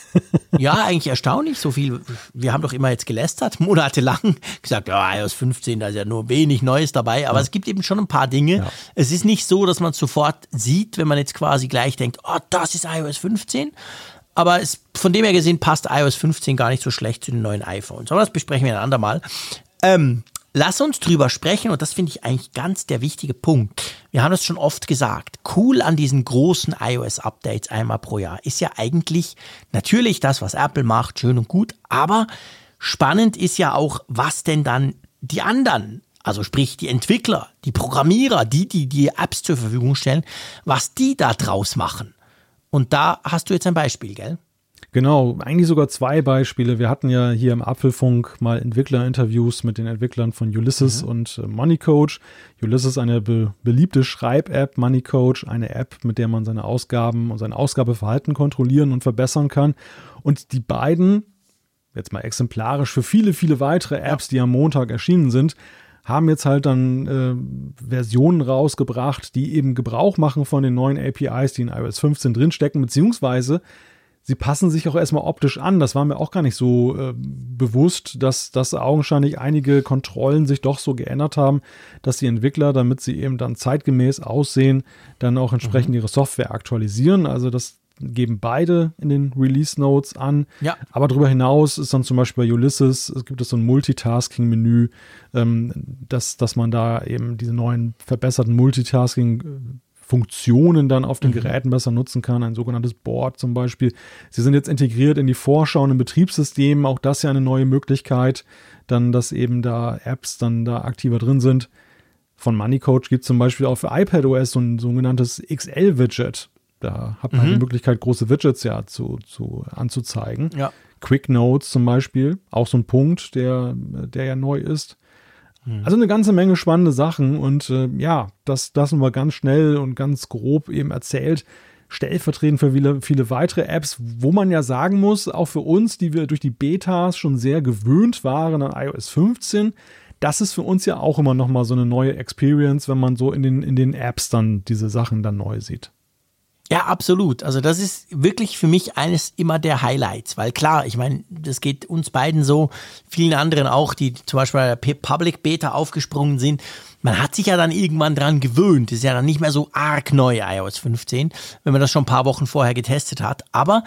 Ja, eigentlich erstaunlich, so viel. Wir haben doch immer jetzt gelästert, monatelang gesagt, ja, i O S fünfzehn, da ist ja nur wenig Neues dabei, aber ja. es gibt eben schon ein paar Dinge. Ja. Es ist nicht so, dass man es sofort sieht, wenn man jetzt quasi gleich denkt, oh, das ist i O S fünfzehn. Aber es, von dem her gesehen passt i O S fünfzehn gar nicht so schlecht zu den neuen iPhones. Aber das besprechen wir ein andermal. Ähm, Lass uns drüber sprechen und das finde ich eigentlich ganz der wichtige Punkt. Wir haben das schon oft gesagt. Cool an diesen großen iOS-Updates einmal pro Jahr ist ja eigentlich natürlich das, was Apple macht, schön und gut. Aber spannend ist ja auch, was denn dann die anderen, also sprich die Entwickler, die Programmierer, die, die die Apps zur Verfügung stellen, was die da draus machen. Und da hast du jetzt ein Beispiel, gell? Genau, eigentlich sogar zwei Beispiele. Wir hatten ja hier im Apfelfunk mal Entwicklerinterviews mit den Entwicklern von Ulysses mhm. und äh, Moneycoach. Ulysses eine be- beliebte Schreib-App, Moneycoach eine App, mit der man seine Ausgaben und sein Ausgabeverhalten kontrollieren und verbessern kann. Und die beiden, jetzt mal exemplarisch für viele, viele weitere Apps, die am Montag erschienen sind, haben jetzt halt dann äh, Versionen rausgebracht, die eben Gebrauch machen von den neuen A P Is, die in i O S fünfzehn drinstecken, beziehungsweise sie passen sich auch erstmal optisch an. Das war mir auch gar nicht so äh, bewusst, dass, dass augenscheinlich einige Kontrollen sich doch so geändert haben, dass die Entwickler, damit sie eben dann zeitgemäß aussehen, dann auch entsprechend mhm. ihre Software aktualisieren. Also das geben beide in den Release Notes an. Ja. Aber darüber hinaus ist dann zum Beispiel bei Ulysses, es gibt es so ein Multitasking-Menü, ähm, dass, dass man da eben diese neuen verbesserten Multitasking Funktionen dann auf den Geräten besser nutzen kann, ein sogenanntes Board zum Beispiel. Sie sind jetzt integriert in die vorschauenden Betriebssystemen, auch das ja eine neue Möglichkeit, dann, dass eben da Apps dann da aktiver drin sind. Von Moneycoach gibt es zum Beispiel auch für iPadOS so ein sogenanntes X L-Widget. Da hat man mhm. die Möglichkeit, große Widgets ja zu, zu anzuzeigen. Ja. Quick Notes zum Beispiel, auch so ein Punkt, der, der ja neu ist. Also eine ganze Menge spannende Sachen und äh, ja, das lassen wir ganz schnell und ganz grob eben erzählt, stellvertretend für viele, viele weitere Apps, wo man ja sagen muss, auch für uns, die wir durch die Betas schon sehr gewöhnt waren an i O S fünfzehn, das ist für uns ja auch immer nochmal so eine neue Experience, wenn man so in den, in den Apps dann diese Sachen dann neu sieht. Ja, absolut. Also das ist wirklich für mich eines immer der Highlights, weil klar, ich meine, das geht uns beiden so, vielen anderen auch, die zum Beispiel bei der Public Beta aufgesprungen sind. Man hat sich ja dann irgendwann dran gewöhnt. Das ist ja dann nicht mehr so arg neu, i O S fünfzehn, wenn man das schon ein paar Wochen vorher getestet hat. Aber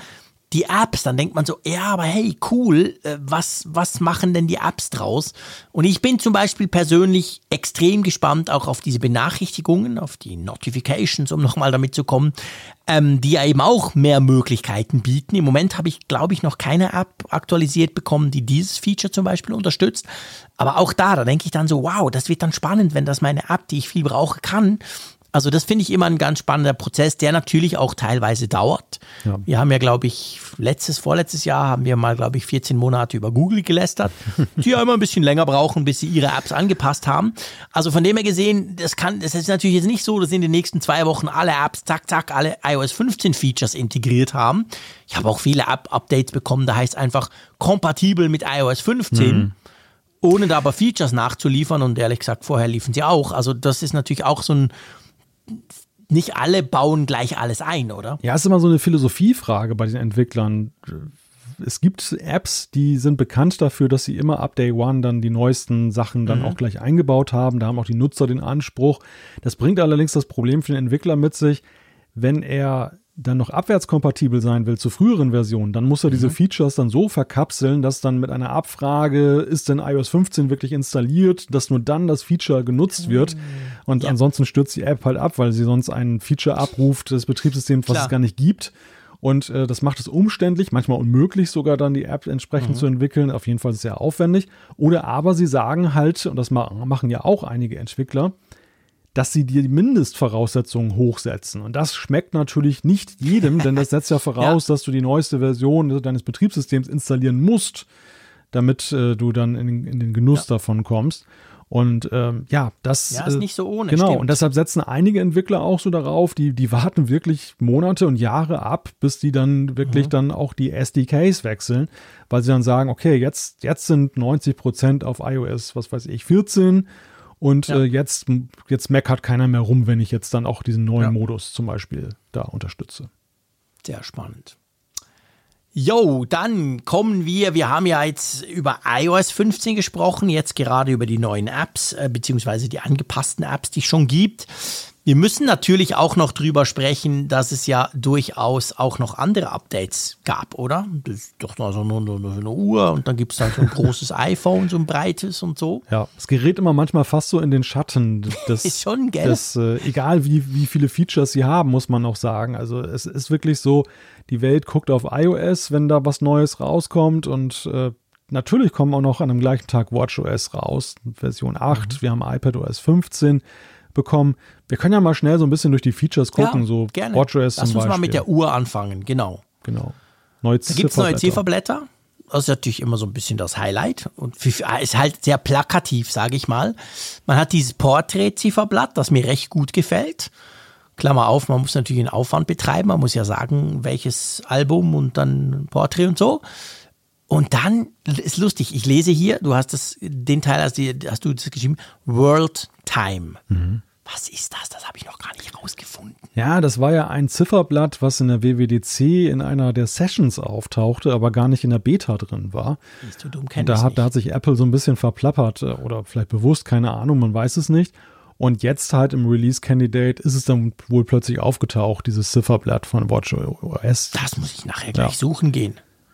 die Apps, dann denkt man so, ja, aber hey, cool, äh, was, was machen denn die Apps draus? Und ich bin zum Beispiel persönlich extrem gespannt auch auf diese Benachrichtigungen, auf die Notifications, um nochmal damit zu kommen, ähm, die ja eben auch mehr Möglichkeiten bieten. Im Moment habe ich, glaube ich, noch keine App aktualisiert bekommen, die dieses Feature zum Beispiel unterstützt. Aber auch da, da denke ich dann so, wow, das wird dann spannend, wenn das meine App, die ich viel brauche, kann. Also das finde ich immer ein ganz spannender Prozess, der natürlich auch teilweise dauert. Ja. Wir haben ja, glaube ich, letztes, vorletztes Jahr haben wir mal, glaube ich, vierzehn Monate über Google gelästert, die ja immer ein bisschen länger brauchen, bis sie ihre Apps angepasst haben. Also von dem her gesehen, das kann, das ist natürlich jetzt nicht so, dass in den nächsten zwei Wochen alle Apps, zack, zack, alle i O S fünfzehn Features integriert haben. Ich habe auch viele App-Updates bekommen, da heißt einfach kompatibel mit i O S fünfzehn. Mhm. Ohne da aber Features nachzuliefern und ehrlich gesagt, vorher liefen sie auch. Also das ist natürlich auch so ein, nicht alle bauen gleich alles ein, oder? Ja, es ist immer so eine Philosophiefrage bei den Entwicklern. Es gibt Apps, die sind bekannt dafür, dass sie immer ab Day One dann die neuesten Sachen dann mhm. auch gleich eingebaut haben. Da haben auch die Nutzer den Anspruch. Das bringt allerdings das Problem für den Entwickler mit sich, wenn er dann noch abwärtskompatibel sein will zu früheren Versionen, dann muss er diese mhm. Features dann so verkapseln, dass dann mit einer Abfrage, ist denn i O S fünfzehn wirklich installiert, dass nur dann das Feature genutzt wird und ja. ansonsten stürzt die App halt ab, weil sie sonst ein Feature abruft des Betriebssystems, was Klar. es gar nicht gibt. Und äh, das macht es umständlich, manchmal unmöglich sogar dann die App entsprechend mhm. zu entwickeln. Auf jeden Fall ist es sehr aufwendig. Oder aber sie sagen halt, und das machen ja auch einige Entwickler, dass sie die Mindestvoraussetzungen hochsetzen. Und das schmeckt natürlich nicht jedem, denn das setzt ja voraus, ja. dass du die neueste Version deines Betriebssystems installieren musst, damit äh, du dann in, in den Genuss ja. davon kommst. Und ähm, ja, das ja, ist nicht so ohne. Genau, stimmt. Und deshalb setzen einige Entwickler auch so darauf, die, die warten wirklich Monate und Jahre ab, bis die dann wirklich mhm. dann auch die S D Ks wechseln, weil sie dann sagen, okay, jetzt, jetzt sind neunzig Prozent auf i O S, was weiß ich, vierzehn und ja. äh, jetzt, jetzt meckert keiner mehr rum, wenn ich jetzt dann auch diesen neuen ja. Modus zum Beispiel da unterstütze. Sehr spannend. Jo, dann kommen wir, wir haben ja jetzt über i O S fünfzehn gesprochen, jetzt gerade über die neuen Apps, äh, beziehungsweise die angepassten Apps, die es schon gibt. Wir müssen natürlich auch noch drüber sprechen, dass es ja durchaus auch noch andere Updates gab, oder? Das ist doch also nur, nur, nur eine Uhr und dann gibt es halt so ein großes iPhone, so ein breites und so. Ja, es gerät immer manchmal fast so in den Schatten. Das ist schon, gell? Das, äh, egal wie, wie viele Features sie haben, muss man auch sagen. Also es ist wirklich so, die Welt guckt auf iOS, wenn da was Neues rauskommt und äh, natürlich kommen auch noch an dem gleichen Tag WatchOS raus, Version acht, mhm. wir haben iPadOS fünfzehn bekommen. Wir können ja mal schnell so ein bisschen durch die Features gucken, ja, so gerne. WatchOS Lass zum Beispiel. Lass uns mal mit der Uhr anfangen, genau. Genau. Neue da gibt es neue Zifferblätter. Das ist natürlich immer so ein bisschen das Highlight und ist halt sehr plakativ, sage ich mal. Man hat dieses Portrait-Zifferblatt, das mir recht gut gefällt. Klammer auf, man muss natürlich einen Aufwand betreiben. Man muss ja sagen, welches Album und dann Porträt und so. Und dann ist lustig, ich lese hier, du hast das, den Teil hast du, hast du das geschrieben, World Time. Mhm. Was ist das? Das habe ich noch gar nicht rausgefunden. Ja, das war ja ein Zifferblatt, was in der W W D C in einer der Sessions auftauchte, aber gar nicht in der Beta drin war. Ist du dumm, kenn da, ich's hat, nicht. da hat sich Apple so ein bisschen verplappert oder vielleicht bewusst, keine Ahnung, man weiß es nicht. Und jetzt halt im Release Candidate ist es dann wohl plötzlich aufgetaucht, dieses Zifferblatt von WatchOS. Das muss ich nachher gleich ja. suchen gehen.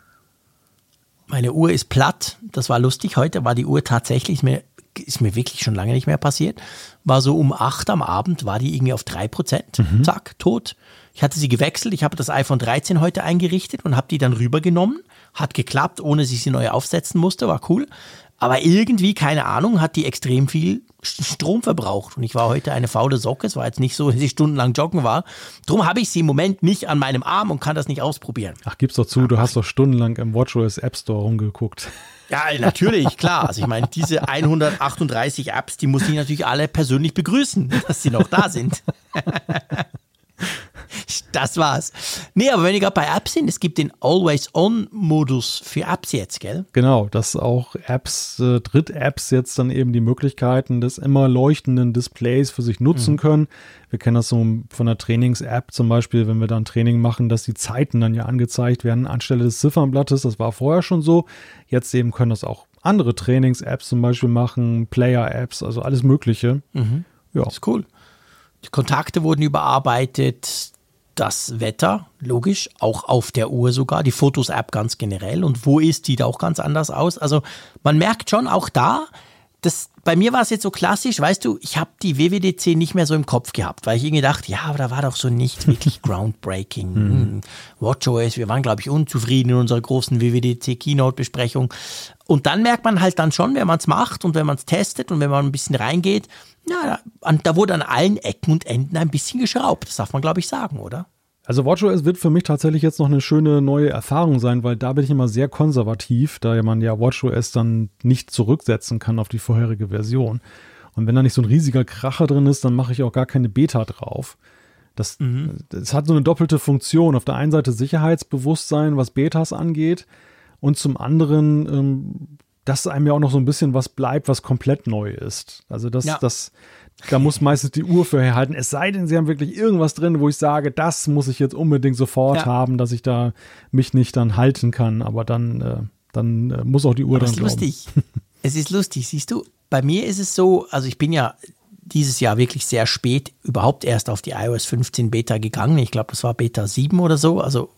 Meine Uhr ist platt. Das war lustig. Heute war die Uhr tatsächlich, mir, ist mir wirklich schon lange nicht mehr passiert. War so um acht am Abend, war die irgendwie auf drei Prozent. Mhm. Zack, tot. Ich hatte sie gewechselt. Ich habe das iPhone dreizehn heute eingerichtet und habe die dann rübergenommen. Hat geklappt, ohne dass ich sie neu aufsetzen musste. War cool. Aber irgendwie, keine Ahnung, hat die extrem viel Strom verbraucht. Und ich war heute eine faule Socke. Es war jetzt nicht so, dass ich stundenlang joggen war. Drum habe ich sie im Moment nicht an meinem Arm und kann das nicht ausprobieren. Ach, gib's doch zu, Aber du hast doch stundenlang im WatchOS App Store rumgeguckt. Ja, natürlich, klar. Also ich meine, diese hundertachtunddreißig Apps, die muss ich natürlich alle persönlich begrüßen, dass sie noch da sind. Das war's. Nee, aber wenn wir gerade bei Apps sind, es gibt den Always-On-Modus für Apps jetzt, gell? Genau, dass auch Apps, äh, Dritt-Apps jetzt dann eben die Möglichkeiten des immer leuchtenden Displays für sich nutzen mhm. können. Wir kennen das so von der Trainings-App zum Beispiel, wenn wir dann Training machen, dass die Zeiten dann ja angezeigt werden anstelle des Ziffernblattes. Das war vorher schon so. Jetzt eben können das auch andere Trainings-Apps zum Beispiel machen, Player-Apps, also alles Mögliche. Mhm. Ja. Das ist cool. Die Kontakte wurden überarbeitet. das Wetter, logisch, auch auf der Uhr sogar, die Fotos-App ganz generell und wo ist, sieht auch ganz anders aus. Also man merkt schon auch da, das, bei mir war es jetzt so klassisch, weißt du, ich habe die W W D C nicht mehr so im Kopf gehabt, weil ich irgendwie dachte, ja, aber da war doch so nicht wirklich groundbreaking. hm. WatchOS, wir waren, glaube ich, unzufrieden in unserer großen W W D C-Keynote-Besprechung. Und dann merkt man halt dann schon, wenn man es macht und wenn man es testet und wenn man ein bisschen reingeht, ja, da, da wurde an allen Ecken und Enden ein bisschen geschraubt. Das darf man, glaube ich, sagen, oder? Also WatchOS wird für mich tatsächlich jetzt noch eine schöne neue Erfahrung sein, weil da bin ich immer sehr konservativ, da man ja WatchOS dann nicht zurücksetzen kann auf die vorherige Version. Und wenn da nicht so ein riesiger Kracher drin ist, dann mache ich auch gar keine Beta drauf. Das, mhm. das hat so eine doppelte Funktion. Auf der einen Seite Sicherheitsbewusstsein, was Betas angeht, und zum anderen, ähm, dass einem ja auch noch so ein bisschen was bleibt, was komplett neu ist. Also das, ja. das, da muss meistens die Uhr für herhalten. Es sei denn, sie haben wirklich irgendwas drin, wo ich sage, das muss ich jetzt unbedingt sofort ja. haben, dass ich da mich nicht dann halten kann. Aber dann, äh, dann äh, muss auch die Uhr Aber dran glauben. Es ist lustig. Es ist lustig, siehst du. Bei mir ist es so, also ich bin ja dieses Jahr wirklich sehr spät überhaupt erst auf die iOS fünfzehn Beta gegangen. Ich glaube, das war Beta sieben oder so, also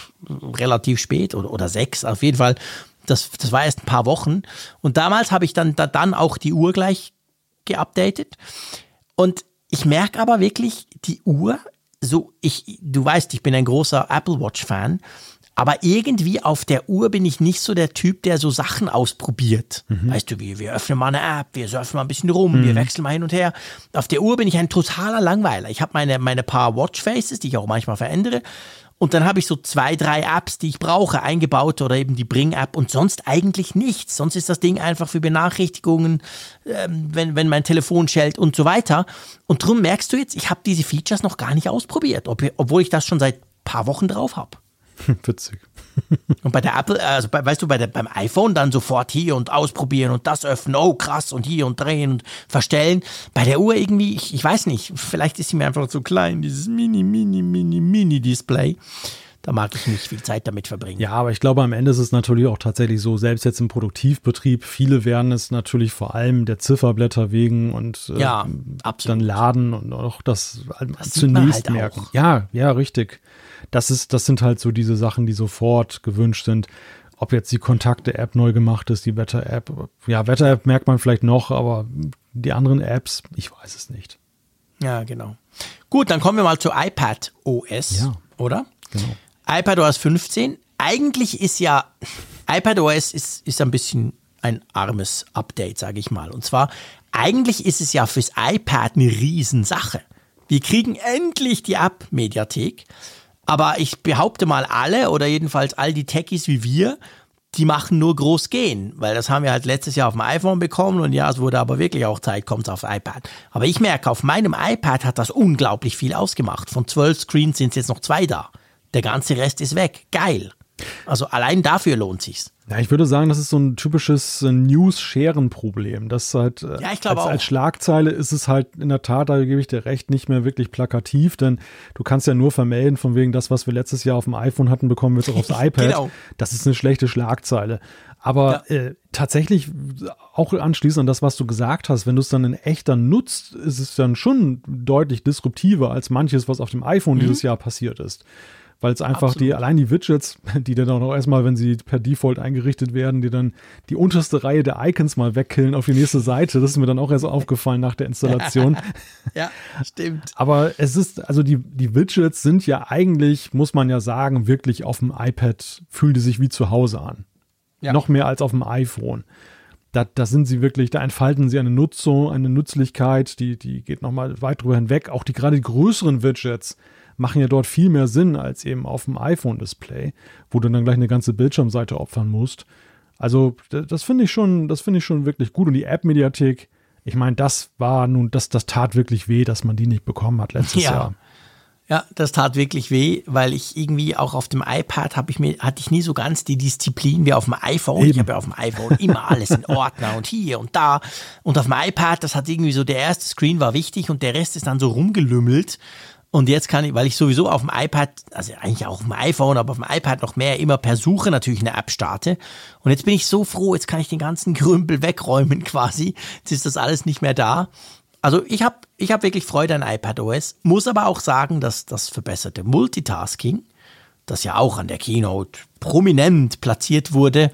relativ spät oder, oder sechs. Auf jeden Fall, das, das war erst ein paar Wochen. Und damals habe ich dann, da, dann auch die Uhr gleich geupdatet. Und ich merke aber wirklich, die Uhr, so ich, du weißt, ich bin ein großer Apple Watch-Fan, aber irgendwie auf der Uhr bin ich nicht so der Typ, der so Sachen ausprobiert. Mhm. Weißt du, wir, wir öffnen mal eine App, wir surfen mal ein bisschen rum, mhm. wir wechseln mal hin und her. Auf der Uhr bin ich ein totaler Langweiler. Ich habe meine, meine paar Watchfaces, die ich auch manchmal verändere. Und dann habe ich so zwei, drei Apps, die ich brauche, eingebaut oder eben die Bring-App und sonst eigentlich nichts. Sonst ist das Ding einfach für Benachrichtigungen, ähm, wenn, wenn mein Telefon schellt und so weiter. Und drum merkst du jetzt, ich habe diese Features noch gar nicht ausprobiert, ob, obwohl ich das schon seit ein paar Wochen drauf habe. Witzig. Und bei der Apple, also bei, weißt du, bei der, beim iPhone dann sofort hier und ausprobieren und das öffnen, oh krass und hier und drehen und verstellen. Bei der Uhr irgendwie, ich, ich weiß nicht, vielleicht ist sie mir einfach zu klein, dieses mini, mini, mini, mini Display. Da mag ich nicht viel Zeit damit verbringen. Ja, aber ich glaube, am Ende ist es natürlich auch tatsächlich so, selbst jetzt im Produktivbetrieb, viele werden es natürlich vor allem der Zifferblätter wegen und äh, ja, dann laden und auch das, das zunächst halt merken. Auch. Ja, ja, richtig. Das ist, das sind halt so diese Sachen, die sofort gewünscht sind. Ob jetzt die Kontakte-App neu gemacht ist, die Wetter-App. Ja, Wetter-App merkt man vielleicht noch, aber die anderen Apps, ich weiß es nicht. Ja, genau. Gut, dann kommen wir mal zu iPadOS, ja, oder? Genau. iPadOS fünfzehn. Eigentlich ist ja, iPadOS ist, ist ein bisschen ein armes Update, sage ich mal. Und zwar, eigentlich ist es ja fürs iPad eine Riesensache. Wir kriegen endlich die App-Mediathek. Aber ich behaupte mal, alle oder jedenfalls all die Techies wie wir, die machen nur groß gehen, weil das haben wir halt letztes Jahr auf dem iPhone bekommen und ja, es wurde aber wirklich auch Zeit, kommt es aufs iPad. Aber ich merke, auf meinem iPad hat das unglaublich viel ausgemacht. Von zwölf Screens sind es jetzt noch zwei da. Der ganze Rest ist weg. Geil. Also allein dafür lohnt sich's. Ja, ich würde sagen, das ist so ein typisches News-Scheren-Problem. Das halt, ja, ich glaube als, auch. als Schlagzeile ist es halt in der Tat, da gebe ich dir recht, nicht mehr wirklich plakativ, denn du kannst ja nur vermelden, von wegen das, was wir letztes Jahr auf dem iPhone hatten, bekommen wir jetzt auch aufs iPad. Genau. Das ist eine schlechte Schlagzeile. Aber ja. äh, tatsächlich auch anschließend an das, was du gesagt hast, wenn du es dann in echt dann nutzt, ist es dann schon deutlich disruptiver als manches, was auf dem iPhone mhm. dieses Jahr passiert ist. Weil es einfach Absolut. die, allein die Widgets, die dann auch noch erstmal, wenn sie per Default eingerichtet werden, die dann die unterste Reihe der Icons mal wegkillen auf die nächste Seite. Das ist mir dann auch erst aufgefallen nach der Installation. Ja, stimmt. Aber es ist, also die, die Widgets sind ja eigentlich, muss man ja sagen, wirklich auf dem iPad fühlen die sich wie zu Hause an. Ja. Noch mehr als auf dem iPhone. Da, da sind sie wirklich, da entfalten sie eine Nutzung, eine Nützlichkeit, die, die geht nochmal weit drüber hinweg. Auch die gerade die größeren Widgets machen ja dort viel mehr Sinn als eben auf dem iPhone-Display, wo du dann gleich eine ganze Bildschirmseite opfern musst. Also das finde ich schon, das finde ich schon wirklich gut. Und die App-Mediathek, ich meine, das war nun, das, das tat wirklich weh, dass man die nicht bekommen hat letztes ja. Jahr. Ja, das tat wirklich weh, weil ich irgendwie auch auf dem iPad habe ich mir, hatte ich nie so ganz die Disziplin wie auf dem iPhone. Eben. Ich habe ja auf dem iPhone immer alles in Ordner und hier und da. Und auf dem iPad, das hat irgendwie so, der erste Screen war wichtig und der Rest ist dann so rumgelümmelt. Und jetzt kann ich, weil ich sowieso auf dem iPad, also eigentlich auch auf dem iPhone, aber auf dem iPad noch mehr immer per Suche natürlich eine App starte. Und jetzt bin ich so froh, jetzt kann ich den ganzen Krümpel wegräumen quasi. Jetzt ist das alles nicht mehr da. Also ich habe ich hab wirklich Freude an iPadOS, muss aber auch sagen, dass das verbesserte Multitasking, das ja auch an der Keynote prominent platziert wurde,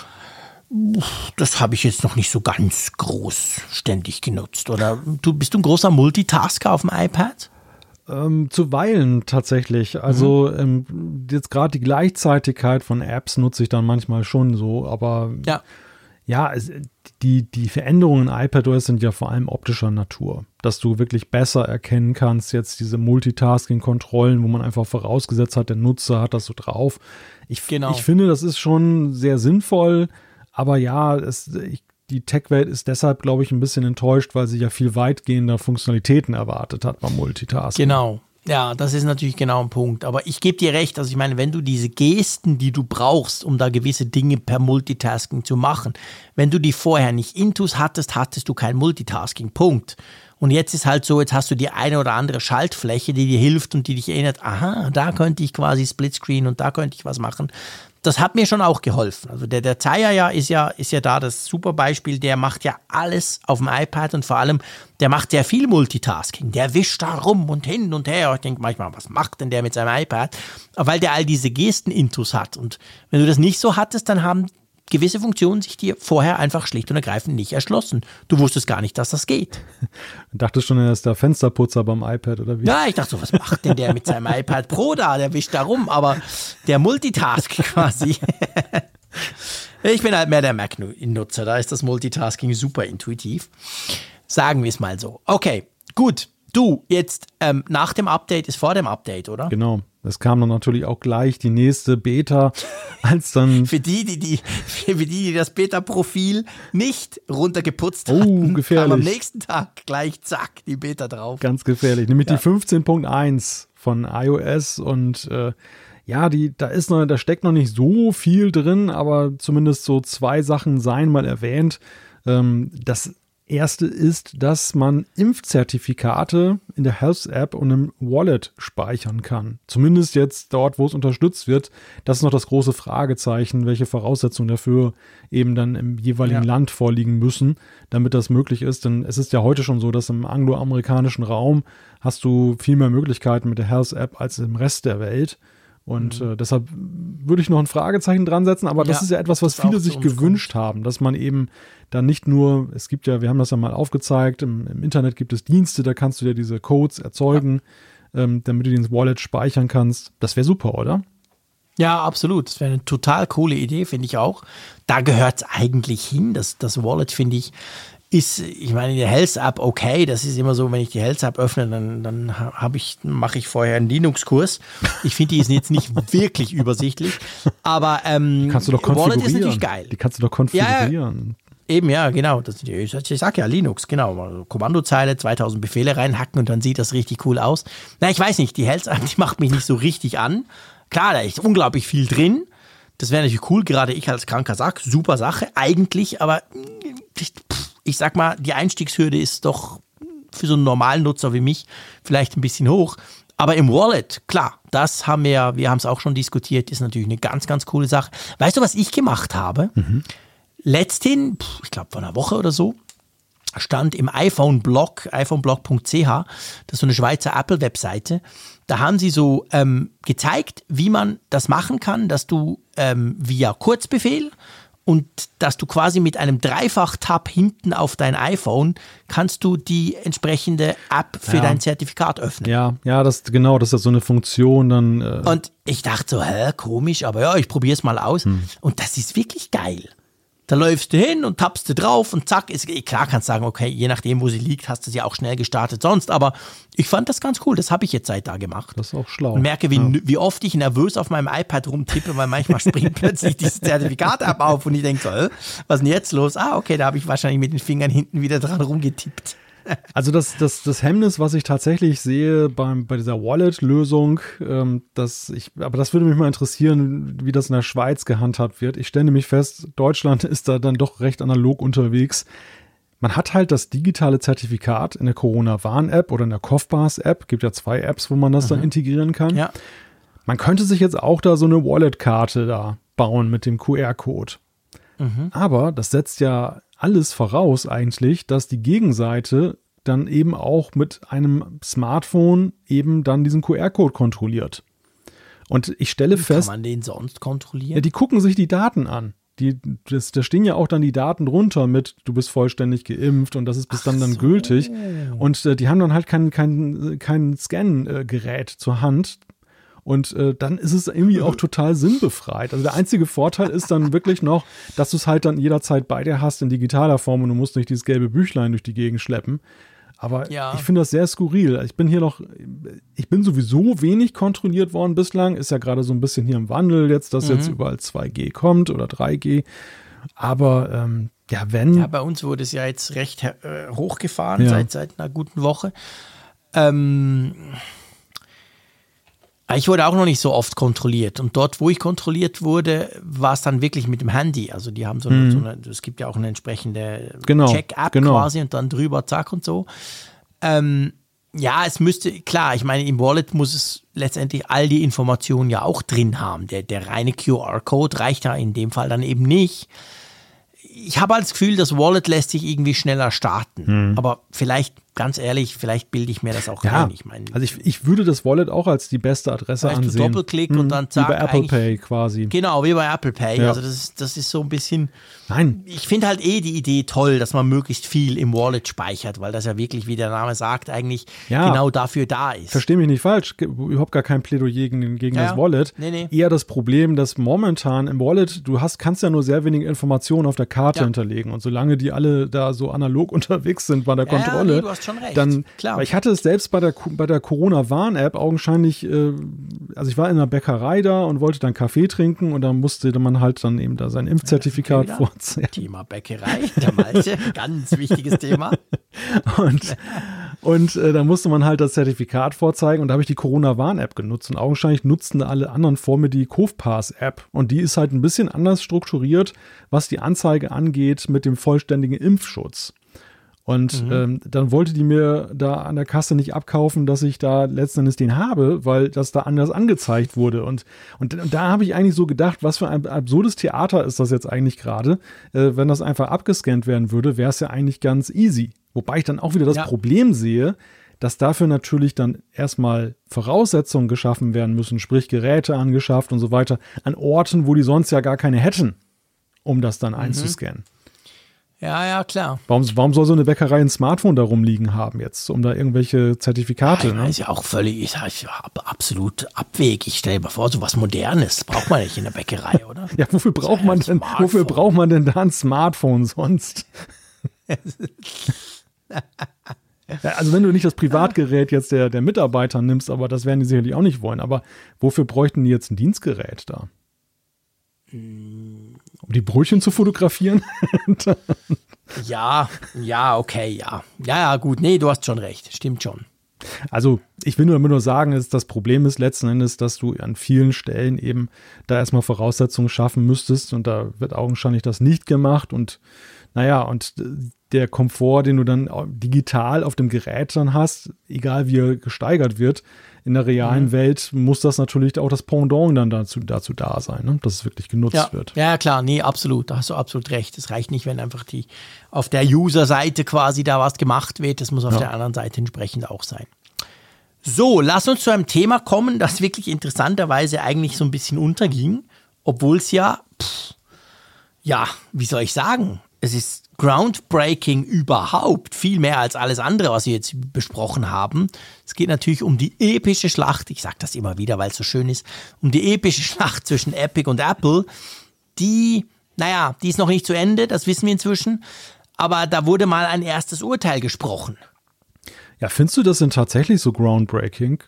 das habe ich jetzt noch nicht so ganz groß ständig genutzt. Oder du, bist du ein großer Multitasker auf dem iPad? Ähm, zuweilen tatsächlich. Also mhm. ähm, jetzt gerade die Gleichzeitigkeit von Apps nutze ich dann manchmal schon so, aber ja, ja es, die, die Veränderungen in iPadOS sind ja vor allem optischer Natur. Dass du wirklich besser erkennen kannst, jetzt diese Multitasking-Kontrollen, wo man einfach vorausgesetzt hat, der Nutzer hat das so drauf. Ich, genau. ich finde, das ist schon sehr sinnvoll, aber ja, es, ich, die Tech-Welt ist deshalb, glaube ich, ein bisschen enttäuscht, weil sie ja viel weitgehender Funktionalitäten erwartet hat beim Multitasking. Genau. Ja, das ist natürlich genau ein Punkt. Aber ich gebe dir recht, also ich meine, wenn du diese Gesten, die du brauchst, um da gewisse Dinge per Multitasking zu machen, wenn du die vorher nicht intus hattest, hattest du kein Multitasking. Punkt. Und jetzt ist halt so, jetzt hast du die eine oder andere Schaltfläche, die dir hilft und die dich erinnert, aha, da könnte ich quasi Splitscreen und da könnte ich was machen. Das hat mir schon auch geholfen. Also der, der Zaja ja ist ja ist ja da das super Beispiel, der macht ja alles auf dem iPad und vor allem, der macht sehr viel Multitasking. Der wischt da rum und hin und her. Ich denke manchmal, was macht denn der mit seinem iPad? Weil der all diese Gesten-Intus hat. Und wenn du das nicht so hattest, dann haben gewisse Funktionen sich dir vorher einfach schlicht und ergreifend nicht erschlossen. Du wusstest gar nicht, dass das geht. Du dachtest schon, er ist der Fensterputzer beim iPad oder wie? Ja, ich dachte so, was macht denn der mit seinem iPad Pro da? Der wischt da rum, aber der Multitask quasi. Ich bin halt mehr der Mac-Nutzer, da ist das Multitasking super intuitiv. Sagen wir es mal so. Okay, gut. Du, jetzt ähm, nach dem Update ist vor dem Update, oder? Genau. Es kam dann natürlich auch gleich die nächste Beta, als dann... für die, die, die, für die, die das Beta-Profil nicht runtergeputzt oh, hatten, gefährlich. kam am nächsten Tag gleich, zack, die Beta drauf. Ganz gefährlich. Nämlich ja. die fünfzehn Punkt eins von iOS und äh, ja, die, da ist noch, da steckt noch nicht so viel drin, aber zumindest so zwei Sachen seien mal erwähnt. Ähm, das erste ist, dass man Impfzertifikate in der Health-App und im Wallet speichern kann. Zumindest jetzt dort, wo es unterstützt wird. Das ist noch das große Fragezeichen, welche Voraussetzungen dafür eben dann im jeweiligen ja. Land vorliegen müssen, damit das möglich ist. Denn es ist ja heute schon so, dass im angloamerikanischen Raum hast du viel mehr Möglichkeiten mit der Health-App als im Rest der Welt. Und mhm. äh, deshalb würde ich noch ein Fragezeichen dran setzen, aber das ja, ist ja etwas, was viele sich gewünscht kommt. haben, dass man eben dann nicht nur, es gibt ja, wir haben das ja mal aufgezeigt, im, im Internet gibt es Dienste, da kannst du dir diese Codes erzeugen, ja. ähm, damit du die ins Wallet speichern kannst. Das wäre super, oder? Ja, absolut. Das wäre eine total coole Idee, finde ich auch. Da gehört es eigentlich hin. Das, das Wallet, finde ich, ist, ich meine, die Health-App okay, das ist immer so, wenn ich die Health-App öffne, dann, dann habe ich, mache ich vorher einen Linux-Kurs. Ich finde, die ist jetzt nicht wirklich übersichtlich, aber ähm, die kannst du doch konfigurieren. Wallet ist natürlich geil. Die kannst du doch konfigurieren. Ja, eben, ja, genau. Das, ich, ich sag ja Linux, genau. Also Kommandozeile, zweitausend Befehle reinhacken und dann sieht das richtig cool aus. Na, ich weiß nicht, die Health-App, die macht mich nicht so richtig an. Klar, da ist unglaublich viel drin. Das wäre natürlich cool, gerade ich als Kranker sag, super Sache, eigentlich, aber ich, ich sag mal, die Einstiegshürde ist doch für so einen normalen Nutzer wie mich vielleicht ein bisschen hoch. Aber im Wallet, klar, das haben wir ja, wir haben es auch schon diskutiert, ist natürlich eine ganz, ganz coole Sache. Weißt du, was ich gemacht habe? Mhm. Letzthin, ich glaube vor einer Woche oder so, stand im iPhone-Blog, iPhoneblog punkt c h, das ist so eine Schweizer Apple-Webseite, da haben sie so ähm, gezeigt, wie man das machen kann, dass du ähm, via Kurzbefehl und dass du quasi mit einem Dreifach-Tab hinten auf dein iPhone kannst du die entsprechende App für ja. dein Zertifikat öffnen. Ja, ja, das genau, das ist so eine Funktion dann. Äh und ich dachte so, hä, komisch, aber ja, ich probiere es mal aus. Hm. Und das ist wirklich geil. Da läufst du hin und tappst du drauf und zack, ist klar, kannst sagen, okay, je nachdem, wo sie liegt, hast du sie auch schnell gestartet sonst, aber ich fand das ganz cool, das habe ich jetzt seit da gemacht. Das ist auch schlau. Und merke, wie, ja. wie oft ich nervös auf meinem iPad rumtippe, weil manchmal springt plötzlich dieses Zertifikat-App auf und ich denke so, was ist denn jetzt los? Ah, okay, da habe ich wahrscheinlich mit den Fingern hinten wieder dran rumgetippt. Also das, das, das Hemmnis, was ich tatsächlich sehe beim, bei dieser Wallet-Lösung, ähm, dass ich, aber das würde mich mal interessieren, wie das in der Schweiz gehandhabt wird. Ich stelle nämlich fest, Deutschland ist da dann doch recht analog unterwegs. Man hat halt das digitale Zertifikat in der Corona-Warn-App oder in der Kofbars-App. Gibt ja zwei Apps, wo man das mhm. dann integrieren kann. Ja. Man könnte sich jetzt auch da so eine Wallet-Karte da bauen mit dem Q R-Code. Mhm. Aber das setzt ja alles voraus eigentlich, dass die Gegenseite dann eben auch mit einem Smartphone eben dann diesen Q R-Code kontrolliert. Und ich stelle Wie fest, kann man den sonst kontrollieren? ja, die gucken sich die Daten an. Die, das, da stehen ja auch dann die Daten drunter mit, du bist vollständig geimpft und das ist bis Ach dann dann so. gültig. Und äh, die haben dann halt kein, kein, kein Scan-Gerät zur Hand. Und äh, dann ist es irgendwie auch total sinnbefreit. Also der einzige Vorteil ist dann wirklich noch, dass du es halt dann jederzeit bei dir hast in digitaler Form und du musst nicht dieses gelbe Büchlein durch die Gegend schleppen. Aber ja. ich finde das sehr skurril. Ich bin hier noch, ich bin sowieso wenig kontrolliert worden bislang. Ist ja gerade so ein bisschen hier im Wandel jetzt, dass mhm. jetzt überall zwei G kommt oder drei G. Aber ähm, ja, wenn... Ja, bei uns wurde es ja jetzt recht äh, hochgefahren ja. seit, seit einer guten Woche. Ähm... Ich wurde auch noch nicht so oft kontrolliert und dort, wo ich kontrolliert wurde, war es dann wirklich mit dem Handy. Also die haben so eine, mhm. so eine es gibt ja auch eine entsprechende genau, Check-App genau. quasi und dann drüber, zack und so. Ähm, ja, es müsste, klar, ich meine, im Wallet muss es letztendlich all die Informationen ja auch drin haben. Der, der reine Q R-Code reicht ja in dem Fall dann eben nicht. Ich habe halt das Gefühl, das Wallet lässt sich irgendwie schneller starten. Mhm. Aber vielleicht, ganz ehrlich, vielleicht bilde ich mir das auch ja, ein. Ich meine, also ich, ich würde das Wallet auch als die beste Adresse ansehen. Du Doppelklick mhm. und dann zack. Wie bei Apple Pay quasi. Genau, wie bei Apple Pay. Ja. Also das ist, das ist so ein bisschen... Nein. Ich finde halt eh die Idee toll, dass man möglichst viel im Wallet speichert, weil das ja wirklich, wie der Name sagt, eigentlich ja. genau dafür da ist. Versteh mich nicht falsch, überhaupt gar kein Plädoyer gegen, gegen ja. das Wallet. Nee, nee. Eher das Problem, dass momentan im Wallet, du hast, kannst ja nur sehr wenige Informationen auf der Karte ja. hinterlegen und solange die alle da so analog unterwegs sind bei der ja, Kontrolle, nee, du hast schon recht. dann, Klar. weil ich hatte es selbst bei der, bei der Corona-Warn-App augenscheinlich, äh, also ich war in einer Bäckerei da und wollte dann Kaffee trinken und dann musste man halt dann eben da sein Impfzertifikat ja, vorzeigen. Thema Bäckerei, der Malte, ganz wichtiges Thema. Und, und äh, da musste man halt das Zertifikat vorzeigen und da habe ich die Corona-Warn-App genutzt und augenscheinlich nutzten alle anderen vor mir die Covpass-App und die ist halt ein bisschen anders strukturiert, was die Anzeige angeht mit dem vollständigen Impfschutz. Und mhm. ähm, dann wollte die mir da an der Kasse nicht abkaufen, dass ich da letzten Endes den habe, weil das da anders angezeigt wurde. Und, und, und da habe ich eigentlich so gedacht, was für ein absurdes Theater ist das jetzt eigentlich gerade. Äh, wenn das einfach abgescannt werden würde, wäre es ja eigentlich ganz easy. Wobei ich dann auch wieder das ja. Problem sehe, dass dafür natürlich dann erstmal Voraussetzungen geschaffen werden müssen, sprich Geräte angeschafft und so weiter, an Orten, wo die sonst ja gar keine hätten, um das dann mhm. einzuscannen. Ja, ja, klar. Warum, warum soll so eine Bäckerei ein Smartphone da rumliegen haben jetzt, um da irgendwelche Zertifikate? Ja, ne? ist ja auch völlig, ist ja absolut abwegig. Ich stelle mir vor, so was Modernes braucht man nicht in der Bäckerei, oder? Ja, wofür braucht man denn, wofür braucht man denn da ein Smartphone sonst? Ja, also wenn du nicht das Privatgerät jetzt der, der Mitarbeiter nimmst, aber das werden die sicherlich auch nicht wollen, aber wofür bräuchten die jetzt ein Dienstgerät da? Um die Brötchen zu fotografieren? ja, ja, okay, ja. Ja, ja, gut, nee, du hast schon recht, stimmt schon. Also ich will nur, nur sagen, dass das Problem ist letzten Endes, dass du an vielen Stellen eben da erstmal Voraussetzungen schaffen müsstest und da wird augenscheinlich das nicht gemacht und naja, und der Komfort, den du dann digital auf dem Gerät dann hast, egal wie er gesteigert wird, in der realen mhm. Welt muss das natürlich auch das Pendant dann dazu, dazu da sein, ne? Dass es wirklich genutzt ja. wird. Ja, klar, nee, absolut, da hast du absolut recht. Es reicht nicht, wenn einfach die auf der User-Seite quasi da was gemacht wird, das muss auf ja. der anderen Seite entsprechend auch sein. So, lass uns zu einem Thema kommen, das wirklich interessanterweise eigentlich so ein bisschen unterging, obwohl es ja, pff, ja, wie soll ich sagen, es ist groundbreaking überhaupt, viel mehr als alles andere, was wir jetzt besprochen haben. Es geht natürlich um die epische Schlacht, ich sage das immer wieder, weil es so schön ist, um die epische Schlacht zwischen Epic und Apple, die, naja, die ist noch nicht zu Ende, das wissen wir inzwischen, aber da wurde mal ein erstes Urteil gesprochen. Ja, findest du das denn tatsächlich so groundbreaking?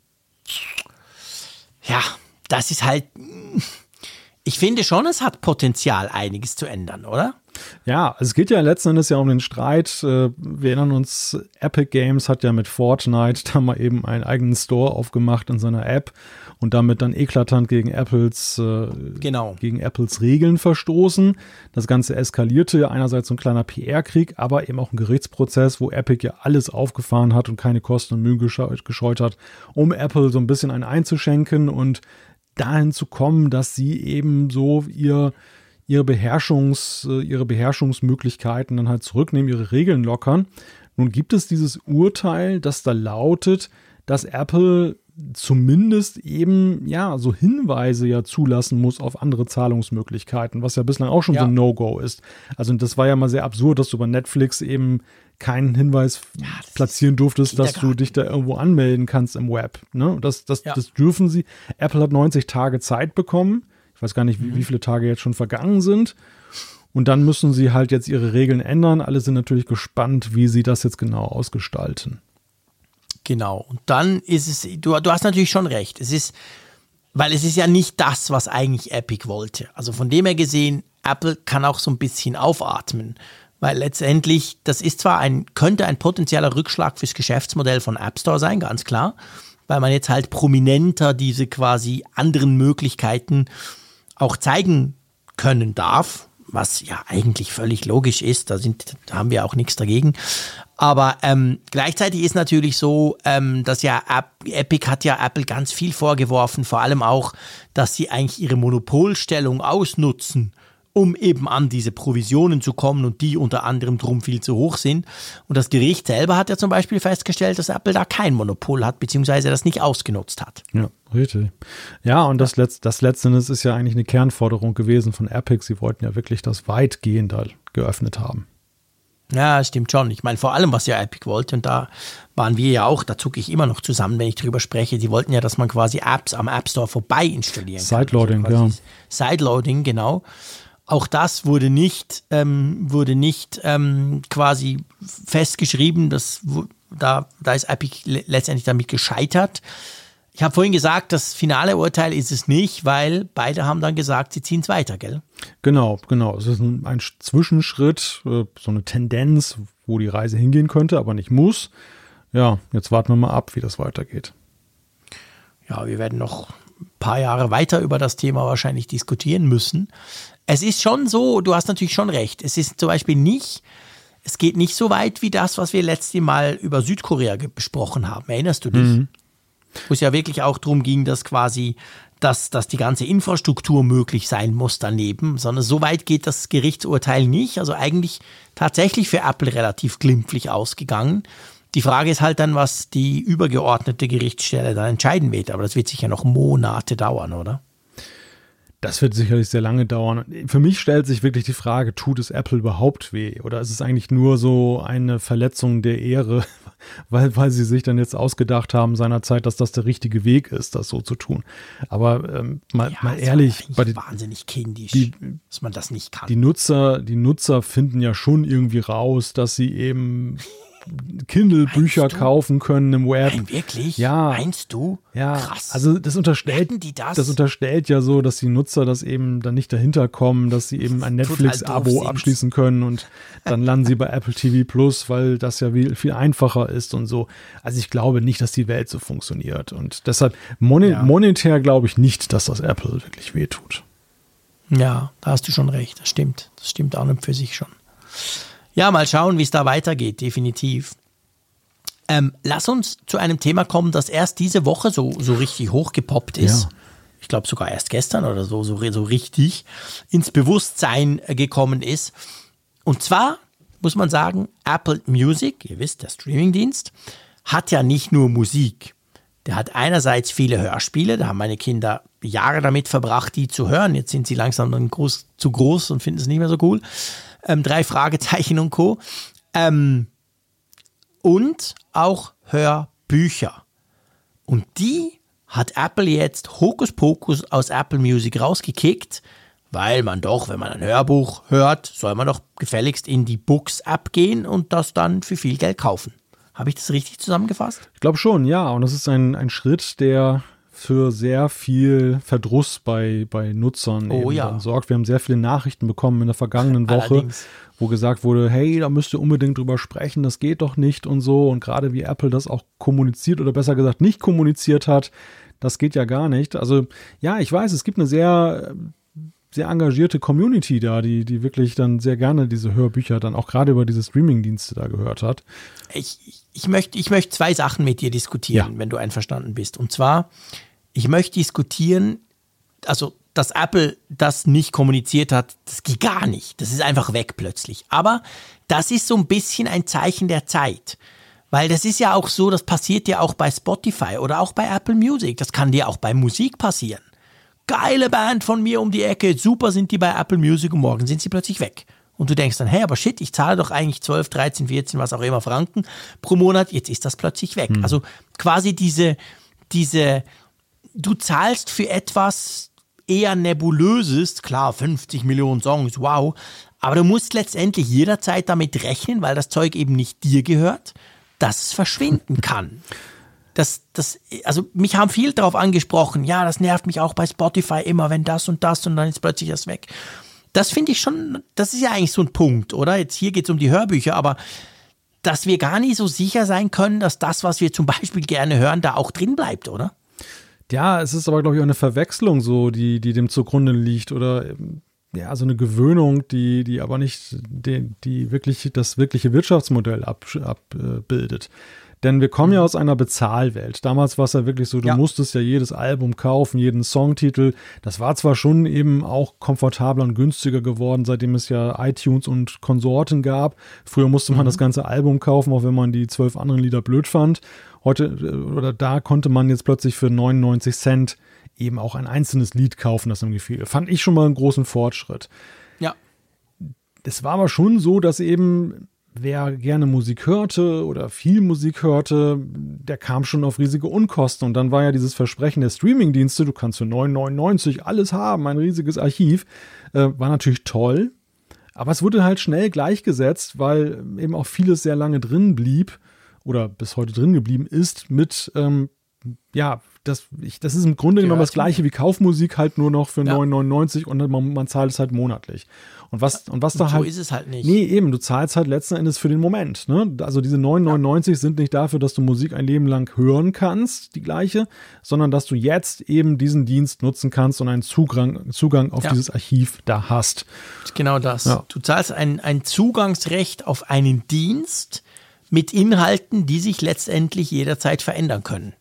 Ja, das ist halt, ich finde schon, es hat Potenzial, einiges zu ändern, oder? Ja, also es geht ja letzten Endes ja um den Streit. Wir erinnern uns, Epic Games hat ja mit Fortnite da mal eben einen eigenen Store aufgemacht in seiner App und damit dann eklatant gegen Apples, genau. gegen Apples Regeln verstoßen. Das Ganze eskalierte, einerseits so ein kleiner P R-Krieg, aber eben auch ein Gerichtsprozess, wo Epic ja alles aufgefahren hat und keine Kosten und Mühen gescheut hat, um Apple so ein bisschen einen einzuschenken und dahin zu kommen, dass sie eben so ihr ihre Beherrschungs, ihre Beherrschungsmöglichkeiten dann halt zurücknehmen, ihre Regeln lockern. Nun gibt es dieses Urteil, das da lautet, dass Apple zumindest eben, ja, so Hinweise ja zulassen muss auf andere Zahlungsmöglichkeiten, was ja bislang auch schon ja. so ein No-Go ist. Also das war ja mal sehr absurd, dass du bei Netflix eben keinen Hinweis ja, platzieren durftest, dass du dich da irgendwo anmelden kannst im Web. Ne? Das, das, ja. das dürfen sie. Apple hat neunzig Tage Zeit bekommen. Ich weiß gar nicht, wie, mhm. wie viele Tage jetzt schon vergangen sind. Und dann müssen sie halt jetzt ihre Regeln ändern. Alle sind natürlich gespannt, wie sie das jetzt genau ausgestalten. Genau. Und dann ist es, du, du hast natürlich schon recht. Es ist, weil es ist ja nicht das, was eigentlich Epic wollte. Also von dem her gesehen, Apple kann auch so ein bisschen aufatmen. Weil letztendlich, das ist zwar ein, könnte ein potenzieller Rückschlag fürs Geschäftsmodell von App Store sein, ganz klar. Weil man jetzt halt prominenter diese quasi anderen Möglichkeiten auch zeigen können darf. Was ja eigentlich völlig logisch ist, da, sind, da haben wir auch nichts dagegen. Aber ähm, gleichzeitig ist natürlich so, ähm, dass ja App, Epic hat ja Apple ganz viel vorgeworfen, vor allem auch, dass sie eigentlich ihre Monopolstellung ausnutzen, um eben an diese Provisionen zu kommen und die unter anderem drum viel zu hoch sind. Und das Gericht selber hat ja zum Beispiel festgestellt, dass Apple da kein Monopol hat, beziehungsweise das nicht ausgenutzt hat. Ja, richtig. Ja, und das, Letz-, das Letzteres ist ja eigentlich eine Kernforderung gewesen von Epic. Sie wollten ja wirklich das weitgehend da geöffnet haben. Ja, stimmt schon. Ich meine, vor allem, was ja Epic wollte, und da waren wir ja auch, da zucke ich immer noch zusammen, wenn ich drüber spreche, die wollten ja, dass man quasi Apps am App Store vorbei installieren kann. Sideloading, also ja. Sideloading, genau. Auch das wurde nicht, ähm, wurde nicht ähm, quasi festgeschrieben. Das, da, da ist Epic letztendlich damit gescheitert. Ich habe vorhin gesagt, das finale Urteil ist es nicht, weil beide haben dann gesagt, sie ziehen es weiter, gell? Genau, genau. Es ist ein, ein Zwischenschritt, äh, so eine Tendenz, wo die Reise hingehen könnte, aber nicht muss. Ja, jetzt warten wir mal ab, wie das weitergeht. Ja, wir werden noch ein paar Jahre weiter über das Thema wahrscheinlich diskutieren müssen. Es ist schon so, du hast natürlich schon recht, es ist zum Beispiel nicht, es geht nicht so weit wie das, was wir letztes Mal über Südkorea besprochen haben. Erinnerst du dich? Mhm. Wo es ja wirklich auch darum ging, dass quasi, dass, dass die ganze Infrastruktur möglich sein muss daneben, sondern so weit geht das Gerichtsurteil nicht. Also eigentlich tatsächlich für Apple relativ glimpflich ausgegangen. Die Frage ist halt dann, was die übergeordnete Gerichtsstelle dann entscheiden wird. Aber das wird sicher noch Monate dauern, oder? Das wird sicherlich sehr lange dauern. Für mich stellt sich wirklich die Frage, tut es Apple überhaupt weh? Oder ist es eigentlich nur so eine Verletzung der Ehre, weil, weil sie sich dann jetzt ausgedacht haben seinerzeit, dass das der richtige Weg ist, das so zu tun. Aber ähm, mal, ja, mal ehrlich, bei den, wahnsinnig kindisch, die, dass man das nicht kann. Die Nutzer, die Nutzer finden ja schon irgendwie raus, dass sie eben Kindle-Bücher kaufen können im Web. Nein, wirklich? Ja. Meinst du? Ja. Krass. Also das unterstellt, die das? das unterstellt ja so, dass die Nutzer das eben dann nicht dahinter kommen, dass sie eben ein Netflix-Abo abschließen können und dann landen sie bei Apple T V Plus, weil das ja viel, viel einfacher ist und so. Also ich glaube nicht, dass die Welt so funktioniert und deshalb mon- ja. monetär glaube ich nicht, dass das Apple wirklich wehtut. Ja, da hast du schon recht. Das stimmt. Das stimmt an und für sich schon. Ja, mal schauen, wie es da weitergeht, definitiv. Ähm, lass uns zu einem Thema kommen, das erst diese Woche so, so richtig hochgepoppt ist. Ja. Ich glaube sogar erst gestern oder so, so, so richtig ins Bewusstsein gekommen ist. Und zwar muss man sagen, Apple Music, ihr wisst, der Streamingdienst, hat ja nicht nur Musik. Der hat einerseits viele Hörspiele, da haben meine Kinder Jahre damit verbracht, die zu hören. Jetzt sind sie langsam dann groß, zu groß und finden es nicht mehr so cool. Ähm, drei Fragezeichen und Co. Ähm, und auch Hörbücher. Und die hat Apple jetzt Hokuspokus aus Apple Music rausgekickt, weil man doch, wenn man ein Hörbuch hört, soll man doch gefälligst in die Books-App gehen und das dann für viel Geld kaufen. Habe ich das richtig zusammengefasst? Ich glaube schon, ja. Und das ist ein, ein Schritt, der für sehr viel Verdruss bei, bei Nutzern oh, eben ja. dann sorgt. Wir haben sehr viele Nachrichten bekommen in der vergangenen Woche, Allerdings. wo gesagt wurde, hey, da müsst ihr unbedingt drüber sprechen, das geht doch nicht und so. Und gerade wie Apple das auch kommuniziert oder besser gesagt nicht kommuniziert hat, das geht ja gar nicht. Also ja, ich weiß, es gibt eine sehr, sehr engagierte Community da, die, die wirklich dann sehr gerne diese Hörbücher dann auch gerade über diese Streamingdienste da gehört hat. Ich, ich möchte ich möchte zwei Sachen mit dir diskutieren, ja. wenn du einverstanden bist. Und zwar, ich möchte diskutieren, also dass Apple das nicht kommuniziert hat, das geht gar nicht. Das ist einfach weg plötzlich. Aber das ist so ein bisschen ein Zeichen der Zeit. Weil das ist ja auch so, das passiert ja auch bei Spotify oder auch bei Apple Music. Das kann dir auch bei Musik passieren. Geile Band von mir um die Ecke, super sind die bei Apple Music und morgen sind sie plötzlich weg. Und du denkst dann, hey, aber shit, ich zahle doch eigentlich zwölf, dreizehn, vierzehn, was auch immer Franken pro Monat, jetzt ist das plötzlich weg. Hm. Also quasi diese, diese, du zahlst für etwas eher Nebulöses, klar, fünfzig Millionen Songs, wow, aber du musst letztendlich jederzeit damit rechnen, weil das Zeug eben nicht dir gehört, dass es verschwinden kann. Das, das, also mich haben viele darauf angesprochen, ja, das nervt mich auch bei Spotify immer, wenn das und das und dann ist plötzlich das weg. Das finde ich schon, das ist ja eigentlich so ein Punkt, oder? Jetzt hier geht es um die Hörbücher, aber dass wir gar nicht so sicher sein können, dass das, was wir zum Beispiel gerne hören, da auch drin bleibt, oder? Ja, es ist aber, glaube ich, auch eine Verwechslung so, die, die dem zugrunde liegt oder ja, so eine Gewöhnung, die, die aber nicht die, die wirklich, das wirkliche Wirtschaftsmodell abbildet. Denn wir kommen ja aus einer Bezahlwelt. Damals war es ja wirklich so, du ja. musstest ja jedes Album kaufen, jeden Songtitel. Das war zwar schon eben auch komfortabler und günstiger geworden, seitdem es ja iTunes und Konsorten gab. Früher musste man mhm. das ganze Album kaufen, auch wenn man die zwölf anderen Lieder blöd fand. Heute oder da konnte man jetzt plötzlich für neunundneunzig Cent eben auch ein einzelnes Lied kaufen, das einem gefiel. Fand ich schon mal einen großen Fortschritt. Ja. Es war aber schon so, dass eben wer gerne Musik hörte oder viel Musik hörte, der kam schon auf riesige Unkosten. Und dann war ja dieses Versprechen der Streamingdienste, du kannst für neun neunundneunzig alles haben, ein riesiges Archiv, äh, war natürlich toll. Aber es wurde halt schnell gleichgesetzt, weil eben auch vieles sehr lange drin blieb oder bis heute drin geblieben ist mit, ähm, ja, das, ich, das ist im Grunde genommen das gleiche wie Kaufmusik, halt nur noch für ja. neun neunundneunzig und man, man zahlt es halt monatlich. Und was, und was da so halt. So ist es halt nicht. Nee, eben, du zahlst halt letzten Endes für den Moment. Ne? Also diese neun neunundneunzig ja. sind nicht dafür, dass du Musik ein Leben lang hören kannst, die gleiche, sondern dass du jetzt eben diesen Dienst nutzen kannst und einen Zugang, Zugang auf ja. dieses Archiv da hast. Genau das. Ja. Du zahlst ein, ein Zugangsrecht auf einen Dienst mit Inhalten, die sich letztendlich jederzeit verändern können.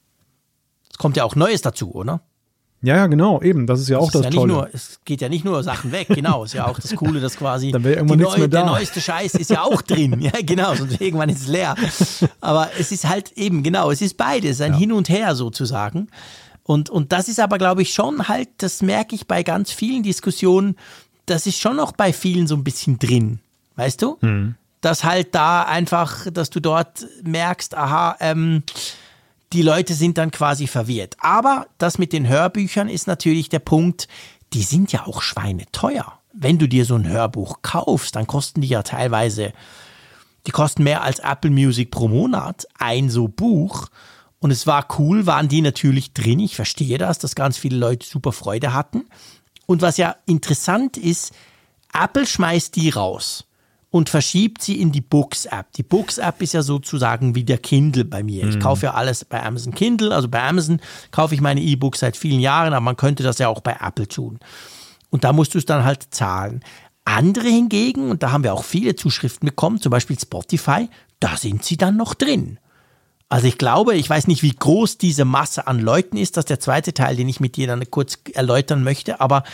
Es kommt ja auch Neues dazu, oder? Ja, ja, genau, eben, das ist ja das auch ist das ja nicht Tolle. Nur, es geht ja nicht nur Sachen weg, genau, ist ja auch das Coole, dass quasi Dann wäre irgendwann die nichts neu, mehr da. der neueste Scheiß ist ja auch drin, ja genau, sonst irgendwann ist es leer. Aber es ist halt eben, genau, es ist beides, ein ja. Hin und Her sozusagen. Und, und das ist aber, glaube ich, schon halt, das merke ich bei ganz vielen Diskussionen, das ist schon noch bei vielen so ein bisschen drin, weißt du? Hm. Dass halt da einfach, dass du dort merkst, aha, ähm, die Leute sind dann quasi verwirrt. Aber das mit den Hörbüchern ist natürlich der Punkt, die sind ja auch schweineteuer. Wenn du dir so ein Hörbuch kaufst, dann kosten die ja teilweise, die kosten mehr als Apple Music pro Monat, ein so Buch. Und es war cool, waren die natürlich drin. Ich verstehe das, dass ganz viele Leute super Freude hatten. Und was ja interessant ist, Apple schmeißt die raus und verschiebt sie in die Books-App. Die Books-App ist ja sozusagen wie der Kindle bei mir. Ich kaufe ja alles bei Amazon Kindle, also bei Amazon kaufe ich meine E-Books seit vielen Jahren, aber man könnte das ja auch bei Apple tun. Und da musst du es dann halt zahlen. Andere hingegen, und da haben wir auch viele Zuschriften bekommen, zum Beispiel Spotify, da sind sie dann noch drin. Also ich glaube, ich weiß nicht, wie groß diese Masse an Leuten ist, das ist der zweite Teil, den ich mit dir dann kurz erläutern möchte, aber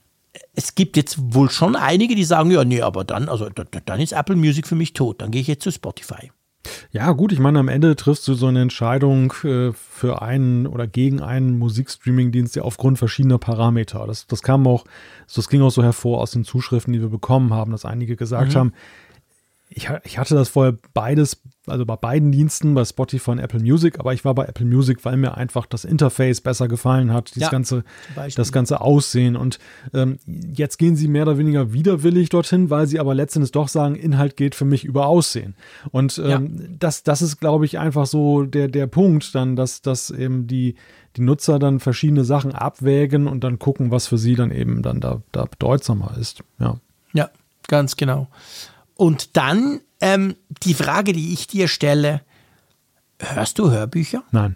es gibt jetzt wohl schon einige, die sagen, ja, nee, aber dann, also dann ist Apple Music für mich tot, dann gehe ich jetzt zu Spotify. Ja gut, ich meine, am Ende triffst du so eine Entscheidung äh, für einen oder gegen einen Musikstreaming-Dienst ja aufgrund verschiedener Parameter. Das, das kam auch, das ging auch so hervor aus den Zuschriften, die wir bekommen haben, dass einige gesagt mhm. haben, ich, ich hatte das vorher beides, also bei beiden Diensten, bei Spotify und Apple Music, aber ich war bei Apple Music, weil mir einfach das Interface besser gefallen hat, dieses ja, ganze, das ganze Aussehen. Und ähm, jetzt gehen sie mehr oder weniger widerwillig dorthin, weil sie aber letztendlich doch sagen, Inhalt geht für mich über Aussehen. Und ähm, ja. das, das ist, glaube ich, einfach so der, der Punkt dann, dass, dass eben die, die Nutzer dann verschiedene Sachen abwägen und dann gucken, was für sie dann eben dann da, da bedeutsamer ist. Ja, ja, ganz genau. Und dann ähm, die Frage, die ich dir stelle, hörst du Hörbücher? Nein.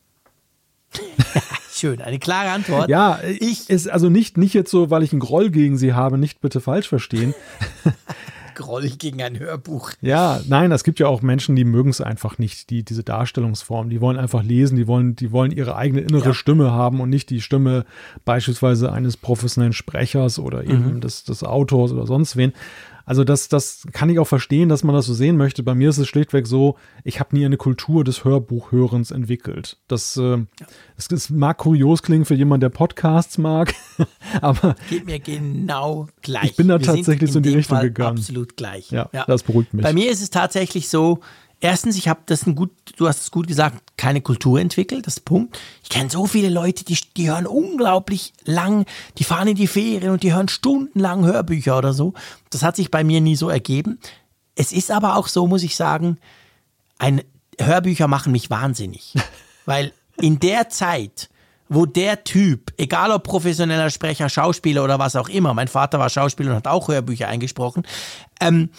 Schön, eine klare Antwort. Ja, ich ist also nicht, nicht jetzt so, weil ich einen Groll gegen sie habe, nicht bitte falsch verstehen. Groll gegen ein Hörbuch. Ja, nein, es gibt ja auch Menschen, die mögen es einfach nicht, die, diese Darstellungsform. Die wollen einfach lesen, die wollen, die wollen ihre eigene innere ja. Stimme haben und nicht die Stimme beispielsweise eines professionellen Sprechers oder eben mhm. des, des Autors oder sonst wen. Also das, das kann ich auch verstehen, dass man das so sehen möchte. Bei mir ist es schlichtweg so, ich habe nie eine Kultur des Hörbuchhörens entwickelt. Das, äh, ja. das, das mag kurios klingen für jemanden, der Podcasts mag, aber geht mir genau gleich. Ich bin da Wir tatsächlich so in die Richtung Fall gegangen. Absolut gleich. Ja, ja, das beruhigt mich. Bei mir ist es tatsächlich so, erstens, ich habe das ein gut, du hast es gut gesagt, keine Kultur entwickelt, das ist der Punkt. Ich kenne so viele Leute, die, die hören unglaublich lang, die fahren in die Ferien und die hören stundenlang Hörbücher oder so. Das hat sich bei mir nie so ergeben. Es ist aber auch so, muss ich sagen, ein, Hörbücher machen mich wahnsinnig. Weil in der Zeit, wo der Typ, egal ob professioneller Sprecher, Schauspieler oder was auch immer, mein Vater war Schauspieler und hat auch Hörbücher eingesprochen, ähm,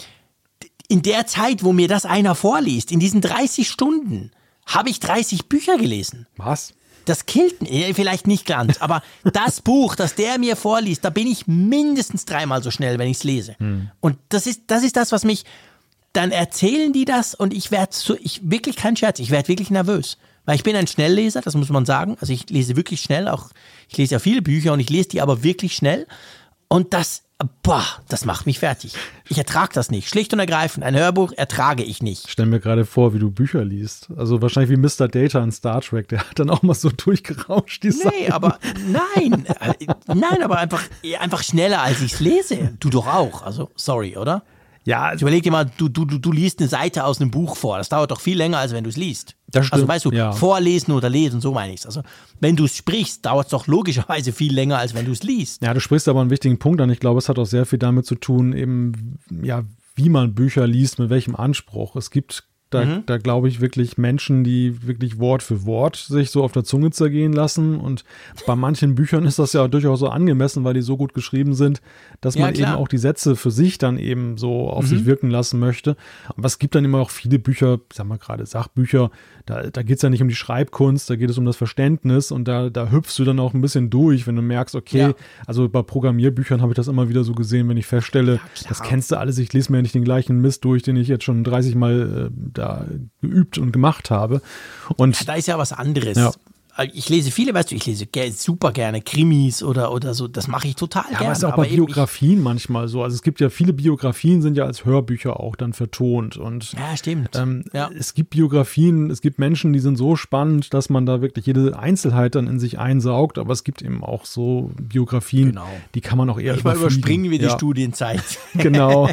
in der Zeit, wo mir das einer vorliest, in diesen dreißig Stunden, habe ich dreißig Bücher gelesen. Was? Das killt vielleicht nicht ganz, aber das Buch, das der mir vorliest, da bin ich mindestens dreimal so schnell, wenn ich es lese. Hm. Und das ist, das ist das, was mich, dann erzählen die das und ich werde so, ich wirklich kein Scherz, ich werde wirklich nervös. Weil ich bin ein Schnellleser, das muss man sagen. Also ich lese wirklich schnell, auch ich lese ja viele Bücher und ich lese die aber wirklich schnell. Und das, boah, das macht mich fertig. Ich ertrage das nicht. Schlicht und ergreifend, ein Hörbuch ertrage ich nicht. Ich stell mir gerade vor, wie du Bücher liest. Also wahrscheinlich wie Mister Data in Star Trek. Der hat dann auch mal so durchgerauscht, die Nee, Seiten. aber nein. Nein, aber einfach, einfach schneller, als ich es lese. Du doch auch. Also, sorry, oder? Ja, ich überleg dir mal, du, du, du liest eine Seite aus einem Buch vor. Das dauert doch viel länger, als wenn du es liest. Das stimmt. Also weißt du, ja. vorlesen oder lesen, so meine ich es. Also wenn du es sprichst, dauert es doch logischerweise viel länger, als wenn du es liest. Ja, du sprichst aber einen wichtigen Punkt an. Ich glaube, es hat auch sehr viel damit zu tun, eben, ja, wie man Bücher liest, mit welchem Anspruch. Es gibt da, mhm. da glaube ich wirklich Menschen, die wirklich Wort für Wort sich so auf der Zunge zergehen lassen. Und bei manchen Büchern ist das ja durchaus so angemessen, weil die so gut geschrieben sind, dass man ja, eben auch die Sätze für sich dann eben so auf mhm. sich wirken lassen möchte. Aber es gibt dann immer auch viele Bücher, sagen wir gerade Sachbücher, da, da geht es ja nicht um die Schreibkunst, da geht es um das Verständnis und da, da hüpfst du dann auch ein bisschen durch, wenn du merkst, okay, ja. also bei Programmierbüchern habe ich das immer wieder so gesehen, wenn ich feststelle, ja, das kennst du alles, ich lese mir ja nicht den gleichen Mist durch, den ich jetzt schon dreißig Mal äh, da geübt und gemacht habe. Und ja, da ist ja was anderes. Ja. Ich lese viele, weißt du, ich lese super gerne Krimis oder, oder so, das mache ich total ja, gerne. Aber es ist auch bei Biografien ich, manchmal so. Also es gibt ja viele Biografien, sind ja als Hörbücher auch dann vertont. Und, ja, stimmt. Ähm, ja. Es gibt Biografien, es gibt Menschen, die sind so spannend, dass man da wirklich jede Einzelheit dann in sich einsaugt. Aber es gibt eben auch so Biografien, genau. die kann man auch eher Manchmal überspringen wir die ja. Studienzeit. Genau.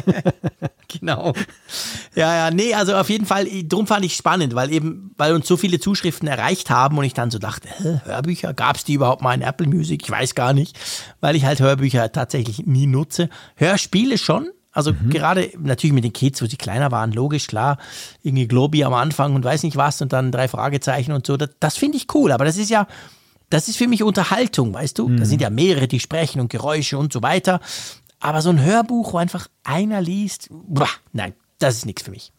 Genau. Ja, ja, nee, also auf jeden Fall, drum fand ich spannend, weil eben, weil uns so viele Zuschriften erreicht haben und ich dann so dachte, hä, Hörbücher, gab es die überhaupt mal in Apple Music? Ich weiß gar nicht, weil ich halt Hörbücher tatsächlich nie nutze. Hörspiele schon, also mhm. gerade natürlich mit den Kids, wo sie kleiner waren, logisch, klar, irgendwie Globi am Anfang und weiß nicht was und dann drei Fragezeichen und so, das, das finde ich cool, aber das ist ja, das ist für mich Unterhaltung, weißt du? Mhm. Da sind ja mehrere, die sprechen und Geräusche und so weiter. Aber so ein Hörbuch, wo einfach einer liest, boah, nein, das ist nichts für mich.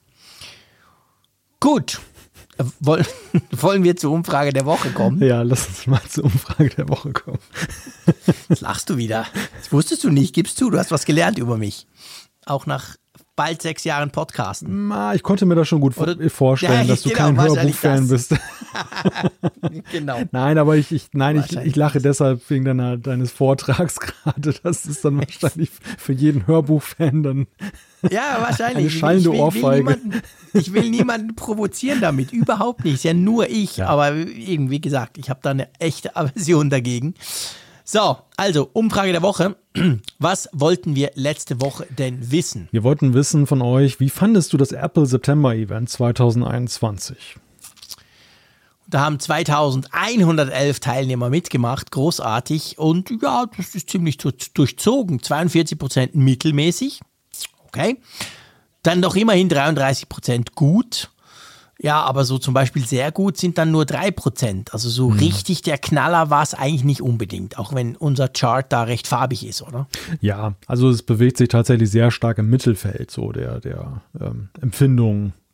Gut, Woll, wollen wir zur Umfrage der Woche kommen? Ja, lass uns mal zur Umfrage der Woche kommen. Jetzt lachst du wieder. Das wusstest du nicht, gibst zu, du hast was gelernt über mich. Auch nach bald sechs Jahren Podcasten. Na, ich konnte mir das schon gut Oder, vorstellen, ja, dass du genau, kein Hörbuchfan bist. Genau. Nein, aber ich, ich, nein, ich, ich lache deshalb wegen deiner, deines Vortrags gerade. Das ist dann wahrscheinlich für jeden Hörbuchfan dann ja, wahrscheinlich. eine schallende ich will, Ohrfeige. Will niemanden, ich will niemanden provozieren damit, überhaupt nicht. Ist ja nur ich. Ja. Aber eben, wie gesagt, ich habe da eine echte Aversion dagegen. So, also Umfrage der Woche. Was wollten wir letzte Woche denn wissen? Wir wollten wissen von euch, wie fandest du das Apple September Event zwanzig einundzwanzig? Da haben zweitausendeinhundertelf Teilnehmer mitgemacht, großartig. Und ja, das ist ziemlich durchzogen. zweiundvierzig Prozent mittelmäßig. Okay. Dann doch immerhin dreiunddreißig Prozent gut. Ja, aber so zum Beispiel sehr gut sind dann nur drei Prozent. Also so hm. richtig der Knaller war es eigentlich nicht unbedingt, auch wenn unser Chart da recht farbig ist, oder? Ja, also es bewegt sich tatsächlich sehr stark im Mittelfeld, so der, der ähm, Empfindungen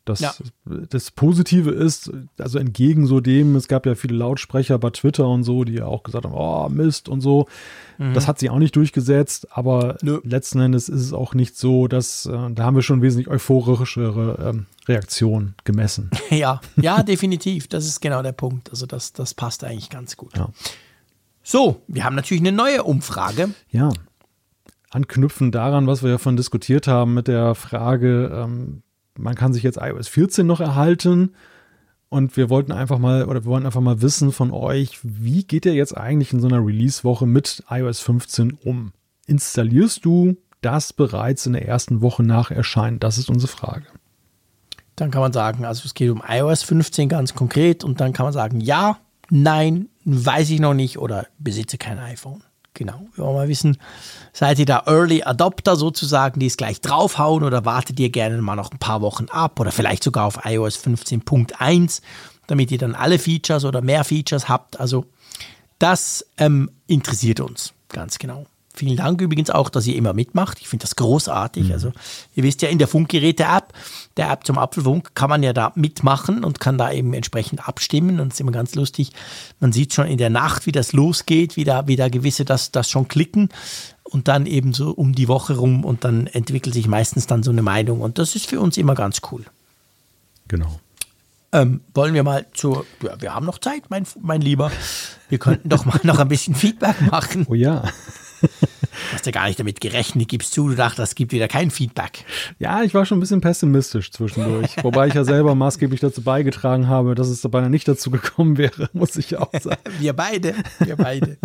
Das, ja. das Positive ist, also entgegen so dem, es gab ja viele Lautsprecher bei Twitter und so, die ja auch gesagt haben, oh Mist und so. Mhm. Das hat sich auch nicht durchgesetzt, aber Nö. letzten Endes ist es auch nicht so, dass, äh, da haben wir schon wesentlich euphorischere ähm, Reaktionen gemessen. Ja, ja, definitiv. Das ist genau der Punkt. Also das, das passt eigentlich ganz gut. Ja. So, wir haben natürlich eine neue Umfrage. Ja, anknüpfen daran, was wir ja von diskutiert haben mit der Frage, ähm, man kann sich jetzt i O S vierzehn noch erhalten und wir wollten einfach mal oder wir wollen einfach mal wissen von euch, wie geht ihr jetzt eigentlich in so einer Release-Woche mit i O S fünfzehn um? Installierst du das bereits in der ersten Woche nach Erscheinen? Das ist unsere Frage. Dann kann man sagen, also es geht um i O S fünfzehn ganz konkret und dann kann man sagen, ja, nein, weiß ich noch nicht oder besitze kein iPhone. Genau, wir wollen mal wissen, seid ihr da Early Adopter sozusagen, die es gleich draufhauen oder wartet ihr gerne mal noch ein paar Wochen ab oder vielleicht sogar auf i O S fünfzehn Punkt eins, damit ihr dann alle Features oder mehr Features habt. Also das ähm, interessiert uns ganz genau. Vielen Dank übrigens auch, dass ihr immer mitmacht. Ich finde das großartig. Mhm. Also ihr wisst ja, in der Funkgeräte-App, der App zum Apfelfunk, kann man ja da mitmachen und kann da eben entsprechend abstimmen. Und es ist immer ganz lustig. Man sieht schon in der Nacht, wie das losgeht, wie da, wie da gewisse das, das schon klicken und dann eben so um die Woche rum und dann entwickelt sich meistens dann so eine Meinung. Und das ist für uns immer ganz cool. Genau. Ähm, wollen wir mal zur, ja, wir haben noch Zeit, mein, mein Lieber. Wir könnten doch mal noch ein bisschen Feedback machen. Oh ja. Du hast ja gar nicht damit gerechnet, gibst zu, du dachtest, es gibt wieder kein Feedback. Ja, ich war schon ein bisschen pessimistisch zwischendurch, wobei ich ja selber maßgeblich dazu beigetragen habe, dass es dabei nicht dazu gekommen wäre, muss ich auch sagen. Wir beide, wir beide.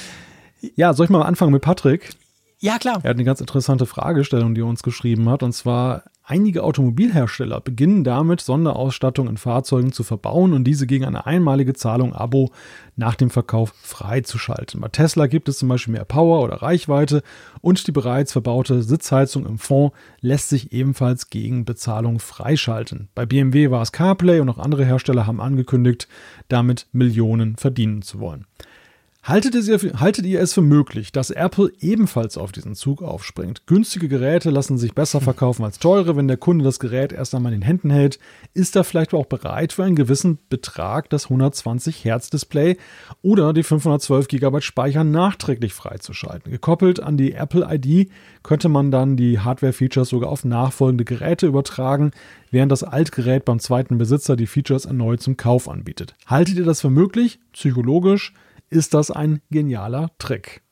Ja, soll ich mal anfangen mit Patrick? Ja, klar. Er hat eine ganz interessante Fragestellung, die er uns geschrieben hat, und zwar: Einige Automobilhersteller beginnen damit, Sonderausstattung in Fahrzeugen zu verbauen und diese gegen eine einmalige Zahlung Abo nach dem Verkauf freizuschalten. Bei Tesla gibt es zum Beispiel mehr Power oder Reichweite und die bereits verbaute Sitzheizung im Fond lässt sich ebenfalls gegen Bezahlung freischalten. Bei B M W war es CarPlay und auch andere Hersteller haben angekündigt, damit Millionen verdienen zu wollen. Haltet ihr, haltet ihr es für möglich, dass Apple ebenfalls auf diesen Zug aufspringt? Günstige Geräte lassen sich besser verkaufen als teure, wenn der Kunde das Gerät erst einmal in den Händen hält. Ist er vielleicht auch bereit, für einen gewissen Betrag das hundertzwanzig Hertz Display oder die fünfhundertzwölf Gigabyte Speicher nachträglich freizuschalten? Gekoppelt an die Apple I D könnte man dann die Hardware-Features sogar auf nachfolgende Geräte übertragen, während das Altgerät beim zweiten Besitzer die Features erneut zum Kauf anbietet. Haltet ihr das für möglich? Psychologisch ist das ein genialer Trick.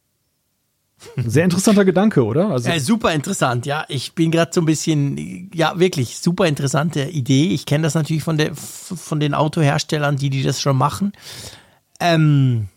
Sehr interessanter Gedanke, oder? Also ja, super interessant, ja. Ich bin gerade so ein bisschen, ja, wirklich super interessante Idee. Ich kenne das natürlich von, der, von den Autoherstellern, die, die das schon machen. Ähm,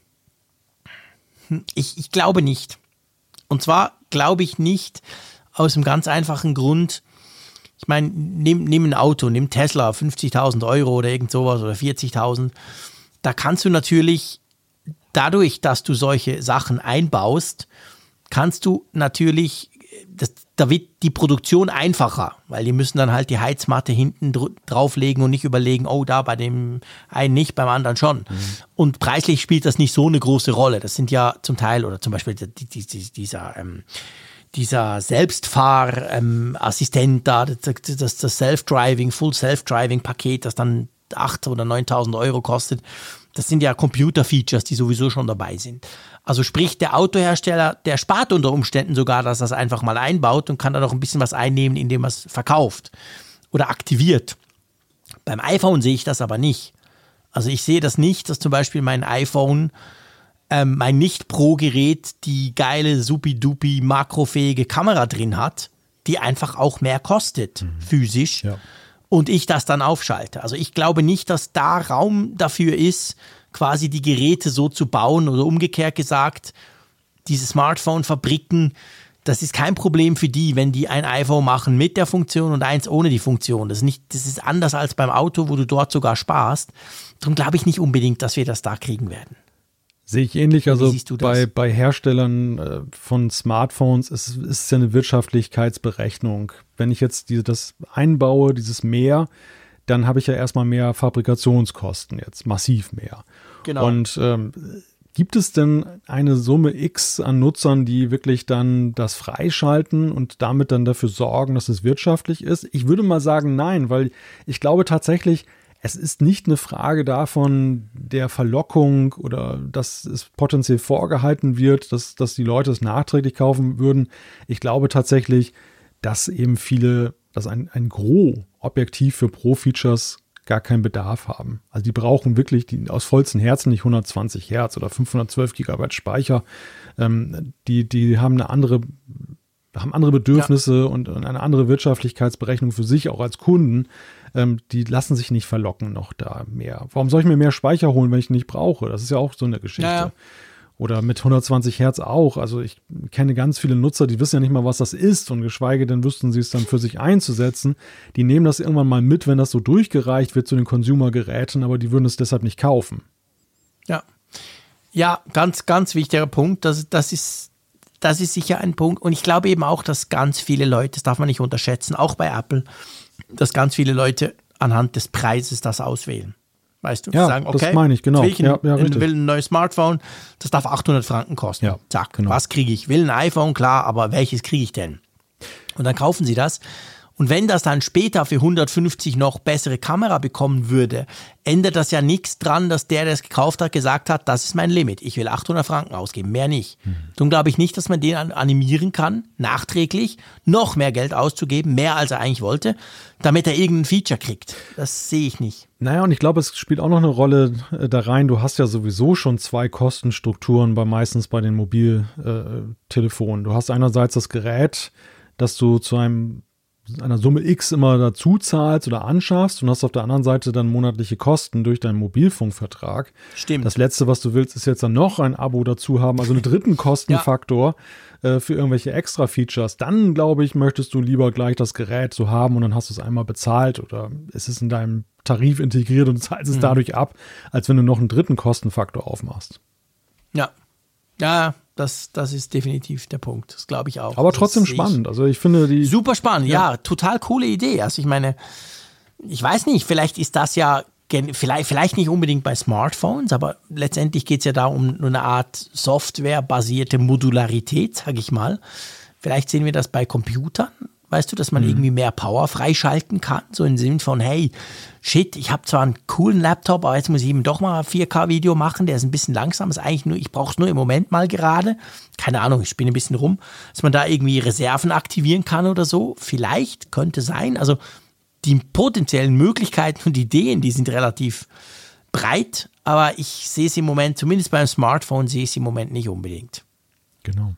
ich, ich glaube nicht. Und zwar glaube ich nicht aus einem ganz einfachen Grund. Ich meine, nimm, nimm ein Auto, nimm Tesla, fünfzigtausend Euro oder irgend sowas oder vierzigtausend. Da kannst du natürlich dadurch, dass du solche Sachen einbaust, kannst du natürlich, das, da wird die Produktion einfacher, weil die müssen dann halt die Heizmatte hinten dr- drauflegen und nicht überlegen, oh, da bei dem einen nicht, beim anderen schon. Mhm. Und preislich spielt das nicht so eine große Rolle. Das sind ja zum Teil, oder zum Beispiel die, die, die, dieser, ähm, dieser Selbstfahrassistent ähm, da, das, das, das Self-Driving, Full Self-Driving-Paket, das dann achttausend oder neuntausend Euro kostet. Das sind ja Computer-Features, die sowieso schon dabei sind. Also sprich, der Autohersteller, der spart unter Umständen sogar, dass er es einfach mal einbaut und kann dann noch ein bisschen was einnehmen, indem er es verkauft oder aktiviert. Beim iPhone sehe ich das aber nicht. Also ich sehe das nicht, dass zum Beispiel mein iPhone, ähm, mein Nicht-Pro-Gerät, die geile, supi-dupi, makrofähige Kamera drin hat, die einfach auch mehr kostet, mhm. physisch. Ja. Und ich das dann aufschalte. Also ich glaube nicht, dass da Raum dafür ist, quasi die Geräte so zu bauen oder umgekehrt gesagt, diese Smartphone-Fabriken, das ist kein Problem für die, wenn die ein iPhone machen mit der Funktion und eins ohne die Funktion. Das ist nicht, das ist anders als beim Auto, wo du dort sogar sparst. Darum glaube ich nicht unbedingt, dass wir das da kriegen werden. Sehe ich ähnlich. Also bei, bei Herstellern äh, von Smartphones ist es ja eine Wirtschaftlichkeitsberechnung. Wenn ich jetzt diese, das einbaue, dieses mehr, dann habe ich ja erstmal mehr Fabrikationskosten jetzt, massiv mehr. Genau. Und ähm, gibt es denn eine Summe X an Nutzern, die wirklich dann das freischalten und damit dann dafür sorgen, dass es wirtschaftlich ist? Ich würde mal sagen, nein, weil ich glaube tatsächlich, es ist nicht eine Frage davon, der Verlockung oder dass es potenziell vorgehalten wird, dass, dass die Leute es nachträglich kaufen würden. Ich glaube tatsächlich, dass eben viele, dass ein, ein Gros Objektiv für Pro-Features gar keinen Bedarf haben. Also die brauchen wirklich die, aus vollstem Herzen nicht hundertzwanzig Hertz oder fünfhundertzwölf Gigabyte Speicher. Ähm, die, die haben eine andere, haben andere Bedürfnisse ja. und eine andere Wirtschaftlichkeitsberechnung für sich, auch als Kunden. Ähm, die lassen sich nicht verlocken noch da mehr. Warum soll ich mir mehr Speicher holen, wenn ich ihn nicht brauche? Das ist ja auch so eine Geschichte. Ja, ja. Oder mit hundertzwanzig Hertz auch. Also ich kenne ganz viele Nutzer, die wissen ja nicht mal, was das ist und geschweige denn wüssten sie es dann für sich einzusetzen. Die nehmen das irgendwann mal mit, wenn das so durchgereicht wird zu den Consumer-Geräten, aber die würden es deshalb nicht kaufen. Ja, ja, ganz, ganz wichtiger Punkt. Das, das ist, das ist sicher ein Punkt. Und ich glaube eben auch, dass ganz viele Leute, das darf man nicht unterschätzen, auch bei Apple, dass ganz viele Leute anhand des Preises das auswählen. Weißt du, ja, sagen, okay, das meine ich, genau. Ich ja, ja, will ein neues Smartphone, das darf achthundert Franken kosten. Ja, Zack, genau. Was kriege ich? Will ein iPhone, klar, aber welches kriege ich denn? Und dann kaufen sie das. Und wenn das dann später für hundertfünfzig noch bessere Kamera bekommen würde, ändert das ja nichts dran, dass der, der es gekauft hat, gesagt hat, das ist mein Limit. Ich will achthundert Franken ausgeben, mehr nicht. Mhm. Darum glaube ich nicht, dass man den animieren kann, nachträglich noch mehr Geld auszugeben, mehr als er eigentlich wollte, damit er irgendein Feature kriegt. Das sehe ich nicht. Naja, und ich glaube, es spielt auch noch eine Rolle äh, da rein. Du hast ja sowieso schon zwei Kostenstrukturen, bei meistens bei den Mobiltelefonen. Äh, du hast einerseits das Gerät, das du zu einem einer Summe X immer dazu zahlst oder anschaffst und hast auf der anderen Seite dann monatliche Kosten durch deinen Mobilfunkvertrag. Stimmt. Das Letzte, was du willst, ist jetzt dann noch ein Abo dazu haben, also einen dritten Kostenfaktor ja. äh, für irgendwelche Extra-Features. Dann, glaube ich, möchtest du lieber gleich das Gerät so haben und dann hast du es einmal bezahlt oder es ist in deinem Tarif integriert und zahlst es mhm. dadurch ab, als wenn du noch einen dritten Kostenfaktor aufmachst. Ja, ja, Das, das ist definitiv der Punkt. Das glaube ich auch. Aber trotzdem das spannend. Also ich finde die super spannend. Ja. ja, total coole Idee. Also ich meine, ich weiß nicht, vielleicht ist das ja, vielleicht, vielleicht nicht unbedingt bei Smartphones, aber letztendlich geht es ja da um eine Art softwarebasierte Modularität, sage ich mal. Vielleicht sehen wir das bei Computern. Weißt du, dass man mhm. irgendwie mehr Power freischalten kann, so im Sinne von, hey, shit, ich habe zwar einen coolen Laptop, aber jetzt muss ich eben doch mal ein vier K-Video machen, der ist ein bisschen langsam, ist eigentlich nur, ich brauche es nur im Moment mal gerade, keine Ahnung, ich spinne ein bisschen rum, dass man da irgendwie Reserven aktivieren kann oder so, vielleicht, könnte sein, also die potenziellen Möglichkeiten und Ideen, die sind relativ breit, aber ich sehe es im Moment, zumindest beim Smartphone sehe ich es im Moment nicht unbedingt. Genau.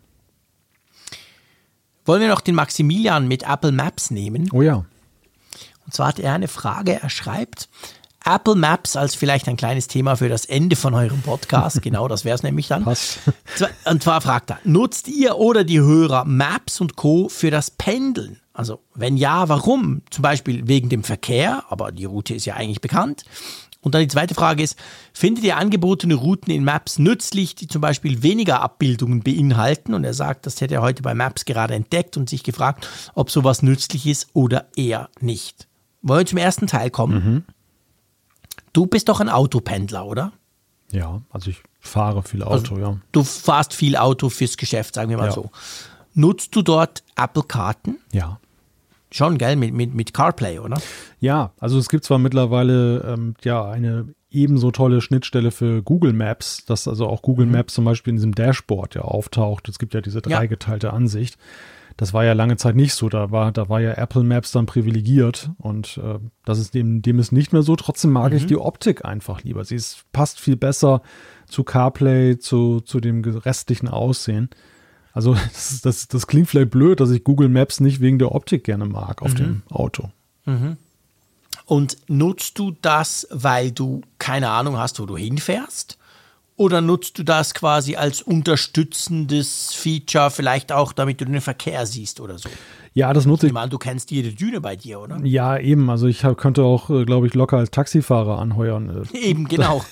Wollen wir noch den Maximilian mit Apple Maps nehmen? Oh ja. Und zwar hat er eine Frage, er schreibt, Apple Maps als vielleicht ein kleines Thema für das Ende von eurem Podcast, genau, das wäre es nämlich dann. Passt. Und zwar fragt er, nutzt ihr oder die Hörer Maps und Co. für das Pendeln? Also wenn ja, warum? Zum Beispiel wegen dem Verkehr, aber die Route ist ja eigentlich bekannt. Und dann die zweite Frage ist, findet ihr angebotene Routen in Maps nützlich, die zum Beispiel weniger Abbildungen beinhalten? Und er sagt, das hätte er heute bei Maps gerade entdeckt und sich gefragt, ob sowas nützlich ist oder eher nicht. Wollen wir zum ersten Teil kommen? Mhm. Du bist doch ein Autopendler, oder? Ja, also ich fahre viel Auto, also, ja. Du fährst viel Auto fürs Geschäft, sagen wir mal ja. so. Nutzt du dort Apple-Karten? Ja. Schon, gell, mit, mit, mit CarPlay, oder? Ja, also es gibt zwar mittlerweile ähm, ja eine ebenso tolle Schnittstelle für Google Maps, dass also auch Google mhm. Maps zum Beispiel in diesem Dashboard ja auftaucht. Es gibt ja diese dreigeteilte ja. Ansicht. Das war ja lange Zeit nicht so. Da war, da war ja Apple Maps dann privilegiert und äh, das ist dem, dem ist nicht mehr so. Trotzdem mag mhm. ich die Optik einfach lieber. Sie ist, passt viel besser zu CarPlay, zu, zu dem restlichen Aussehen. Also das, das, das klingt vielleicht blöd, dass ich Google Maps nicht wegen der Optik gerne mag auf mhm. dem Auto. Mhm. Und nutzt du das, weil du keine Ahnung hast, wo du hinfährst? Oder nutzt du das quasi als unterstützendes Feature, vielleicht auch, damit du den Verkehr siehst oder so? Ja, das nutze ich. Ich meine, du kennst jede Düne bei dir, oder? Ja, eben. Also ich hab, könnte auch, glaube ich, locker als Taxifahrer anheuern. Eben, genau.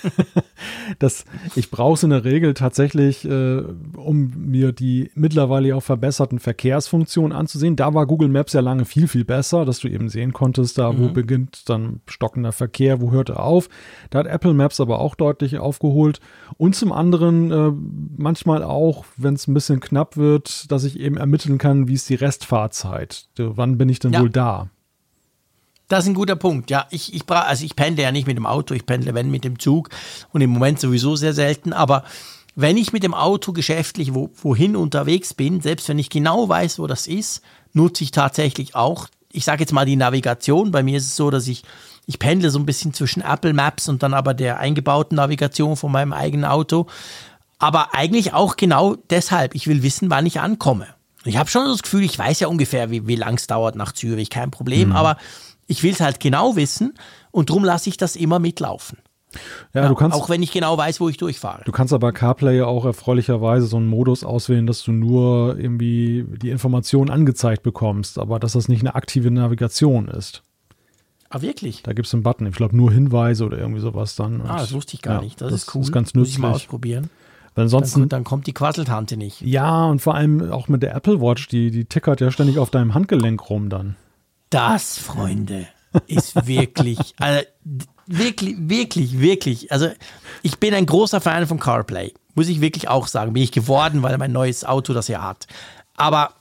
das, ich brauche es in der Regel tatsächlich, äh, um mir die mittlerweile auch verbesserten Verkehrsfunktionen anzusehen. Da war Google Maps ja lange viel, viel besser, dass du eben sehen konntest, da wo mhm. beginnt dann stockender Verkehr, wo hört er auf. Da hat Apple Maps aber auch deutlich aufgeholt. Und zum anderen äh, manchmal auch, wenn es ein bisschen knapp wird, dass ich eben ermitteln kann, wie ist die Restfahrzeit. Wann bin ich denn ja. wohl da? Das ist ein guter Punkt. Ja, ich, ich bra- also ich pendle ja nicht mit dem Auto, ich pendle wenn mit dem Zug und im Moment sowieso sehr selten. Aber wenn ich mit dem Auto geschäftlich wo, wohin unterwegs bin, selbst wenn ich genau weiß, wo das ist, nutze ich tatsächlich auch, ich sage jetzt mal die Navigation. Bei mir ist es so, dass ich, ich pendle so ein bisschen zwischen Apple Maps und dann aber der eingebauten Navigation von meinem eigenen Auto. Aber eigentlich auch genau deshalb, ich will wissen, wann ich ankomme. Ich habe schon das Gefühl, ich weiß ja ungefähr, wie, wie lang es dauert nach Zürich, kein Problem, mhm. aber ich will es halt genau wissen und darum lasse ich das immer mitlaufen. Ja, ja, du kannst, auch wenn ich genau weiß, wo ich durchfahre. Du kannst aber CarPlay auch erfreulicherweise so einen Modus auswählen, dass du nur irgendwie die Informationen angezeigt bekommst, aber dass das nicht eine aktive Navigation ist. Ah, wirklich? Da gibt es einen Button, ich glaube nur Hinweise oder irgendwie sowas dann. Ah, das wusste ich gar ja, nicht, das, das ist cool. Das ist ganz nützlich. Muss ich mal ausprobieren. Weil ansonsten, dann, dann kommt die Quasseltante nicht. Ja, und vor allem auch mit der Apple Watch, die, die tickert ja ständig auf deinem Handgelenk rum dann. Das, Freunde, ist wirklich, also wirklich, wirklich, wirklich, also ich bin ein großer Fan von CarPlay, muss ich wirklich auch sagen, bin ich geworden, weil mein neues Auto das ja hat. Aber,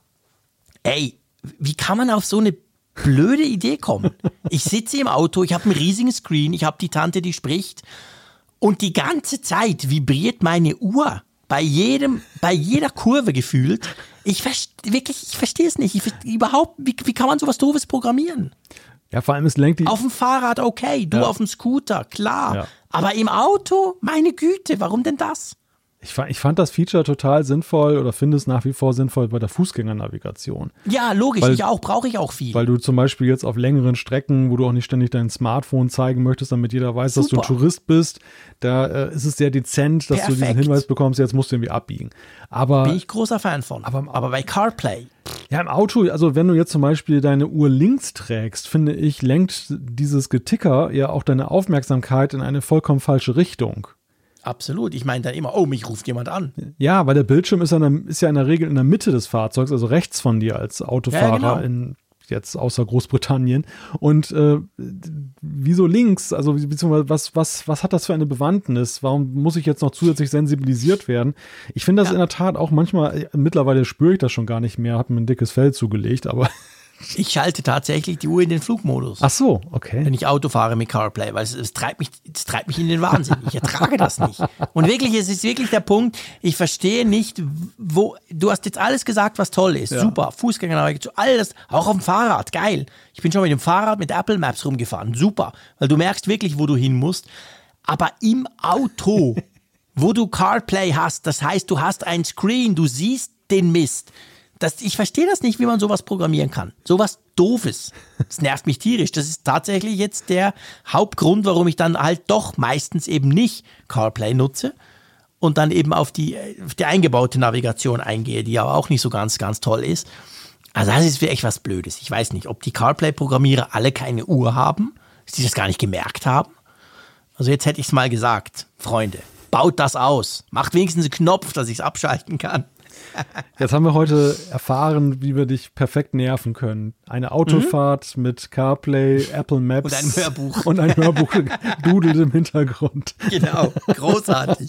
ey, wie kann man auf so eine blöde Idee kommen? Ich sitze im Auto, ich habe einen riesigen Screen, ich habe die Tante, die spricht. Und die ganze Zeit vibriert meine Uhr bei jedem, bei jeder Kurve gefühlt. Ich verstehe wirklich, ich verstehe es nicht. Ich verstehe überhaupt, wie, wie kann man sowas Doofes programmieren? Ja, vor allem es lenkt die. Auf dem Fahrrad okay, du ja. auf dem Scooter, klar. Ja. Aber im Auto, meine Güte, warum denn das? Ich fand, ich fand das Feature total sinnvoll oder finde es nach wie vor sinnvoll bei der Fußgängernavigation. Ja, logisch, weil, ich auch, brauche ich auch viel. Weil du zum Beispiel jetzt auf längeren Strecken, wo du auch nicht ständig dein Smartphone zeigen möchtest, damit jeder weiß, Super. dass du Tourist bist, da äh, ist es sehr dezent, dass Perfekt. du diesen Hinweis bekommst, jetzt musst du irgendwie abbiegen. Aber, Bin ich großer Fan von. Aber, aber bei CarPlay. Ja, im Auto, also wenn du jetzt zum Beispiel deine Uhr links trägst, finde ich, lenkt dieses Geticker ja auch deine Aufmerksamkeit in eine vollkommen falsche Richtung. Absolut. Ich meine dann immer, oh, mich ruft jemand an. Ja, weil der Bildschirm ist ja, in der, ist ja in der Regel in der Mitte des Fahrzeugs, also rechts von dir als Autofahrer, ja, genau. in, jetzt außer Großbritannien. Und äh, wieso links? Also beziehungsweise was, was, was hat das für eine Bewandtnis? Warum muss ich jetzt noch zusätzlich sensibilisiert werden? Ich finde das ja. in der Tat auch manchmal, mittlerweile spüre ich das schon gar nicht mehr, habe mir ein dickes Fell zugelegt, aber ich schalte tatsächlich die Uhr in den Flugmodus. Ach so, okay. Wenn ich Auto fahre mit CarPlay, weil es, es, treibt mich, es treibt mich in den Wahnsinn. Ich ertrage das nicht. Und wirklich, es ist wirklich der Punkt, ich verstehe nicht, wo, du hast jetzt alles gesagt, was toll ist. Ja. Super, Fußgängernavigation, alles, auch auf dem Fahrrad, geil. Ich bin schon mit dem Fahrrad mit Apple Maps rumgefahren, super. Weil du merkst wirklich, wo du hin musst. Aber im Auto, wo du CarPlay hast, das heißt, du hast ein Screen, du siehst den Mist. Das, ich verstehe das nicht, wie man sowas programmieren kann. Sowas Doofes. Das nervt mich tierisch. Das ist tatsächlich jetzt der Hauptgrund, warum ich dann halt doch meistens eben nicht CarPlay nutze und dann eben auf die, auf die eingebaute Navigation eingehe, die aber auch nicht so ganz, ganz toll ist. Also das ist echt was Blödes. Ich weiß nicht, ob die CarPlay-Programmierer alle keine Uhr haben, dass die das gar nicht gemerkt haben. Also jetzt hätte ich es mal gesagt. Freunde, baut das aus. Macht wenigstens einen Knopf, dass ich es abschalten kann. Jetzt haben wir heute erfahren, wie wir dich perfekt nerven können. Eine Autofahrt mhm. mit CarPlay, Apple Maps. Und ein Hörbuch. Und ein Hörbuch dudelt im Hintergrund. Genau, großartig.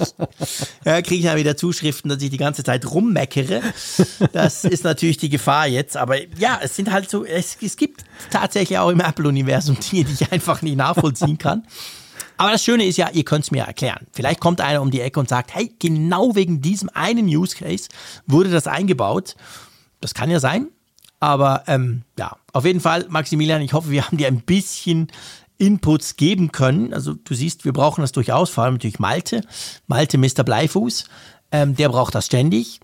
Ja, kriege ich ja wieder Zuschriften, dass ich die ganze Zeit rummeckere. Das ist natürlich die Gefahr jetzt. Aber ja, es sind halt so, es, es gibt tatsächlich auch im Apple-Universum Dinge, die ich einfach nicht nachvollziehen kann. Aber das Schöne ist ja, ihr könnt es mir erklären. Vielleicht kommt einer um die Ecke und sagt, hey, genau wegen diesem einen Use Case wurde das eingebaut. Das kann ja sein. Aber ähm, ja, auf jeden Fall, Maximilian, ich hoffe, wir haben dir ein bisschen Inputs geben können. Also du siehst, wir brauchen das durchaus, vor allem natürlich Malte. Malte, Mister Bleifuß, ähm, der braucht das ständig.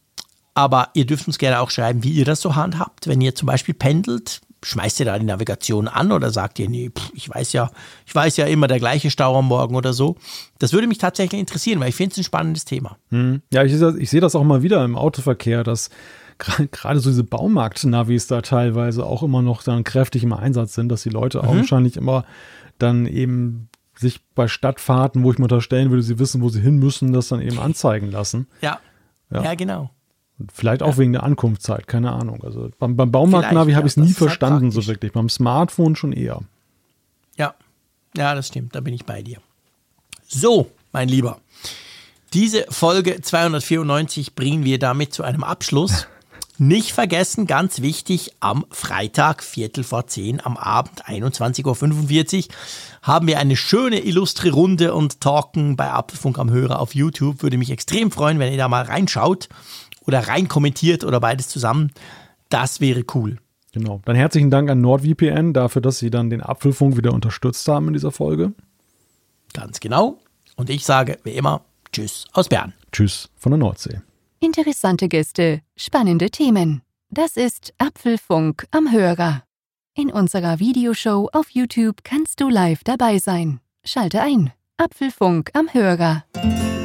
Aber ihr dürft uns gerne auch schreiben, wie ihr das so handhabt, wenn ihr zum Beispiel pendelt. Schmeißt ihr da die Navigation an oder sagt ihr, nee, pff, ich weiß ja, ich weiß ja immer der gleiche Stau am Morgen oder so. Das würde mich tatsächlich interessieren, weil ich finde es ein spannendes Thema. Hm. Ja, ich, ich sehe das auch mal wieder im Autoverkehr, dass gerade so diese Baumarkt-Navis da teilweise auch immer noch dann kräftig im Einsatz sind, dass die Leute mhm. augenscheinlich immer dann eben sich bei Stadtfahrten, wo ich mir unterstellen würde, sie wissen, wo sie hin müssen, das dann eben anzeigen lassen. Ja, ja, ja genau. Und vielleicht auch ja. wegen der Ankunftszeit, keine Ahnung. Also beim, beim Baumarkt-Navi habe ich es nie verstanden so wirklich, beim Smartphone schon eher. Ja, ja, das stimmt, da bin ich bei dir. So, mein Lieber, diese Folge zweihundertvierundneunzig bringen wir damit zu einem Abschluss. Nicht vergessen, ganz wichtig, am Freitag, Viertel vor zehn, am Abend, einundzwanzig Uhr fünfundvierzig, haben wir eine schöne, illustre Runde und talken bei Apfelfunk am Hörer auf YouTube. Würde mich extrem freuen, wenn ihr da mal reinschaut oder rein kommentiert oder beides zusammen. Das wäre cool. Genau. Dann herzlichen Dank an NordVPN dafür, dass sie dann den Apfelfunk wieder unterstützt haben in dieser Folge. Ganz genau. Und ich sage, wie immer, tschüss aus Bern. Tschüss von der Nordsee. Interessante Gäste, spannende Themen. Das ist Apfelfunk am Hörer. In unserer Videoshow auf YouTube kannst du live dabei sein. Schalte ein. Apfelfunk am Hörer.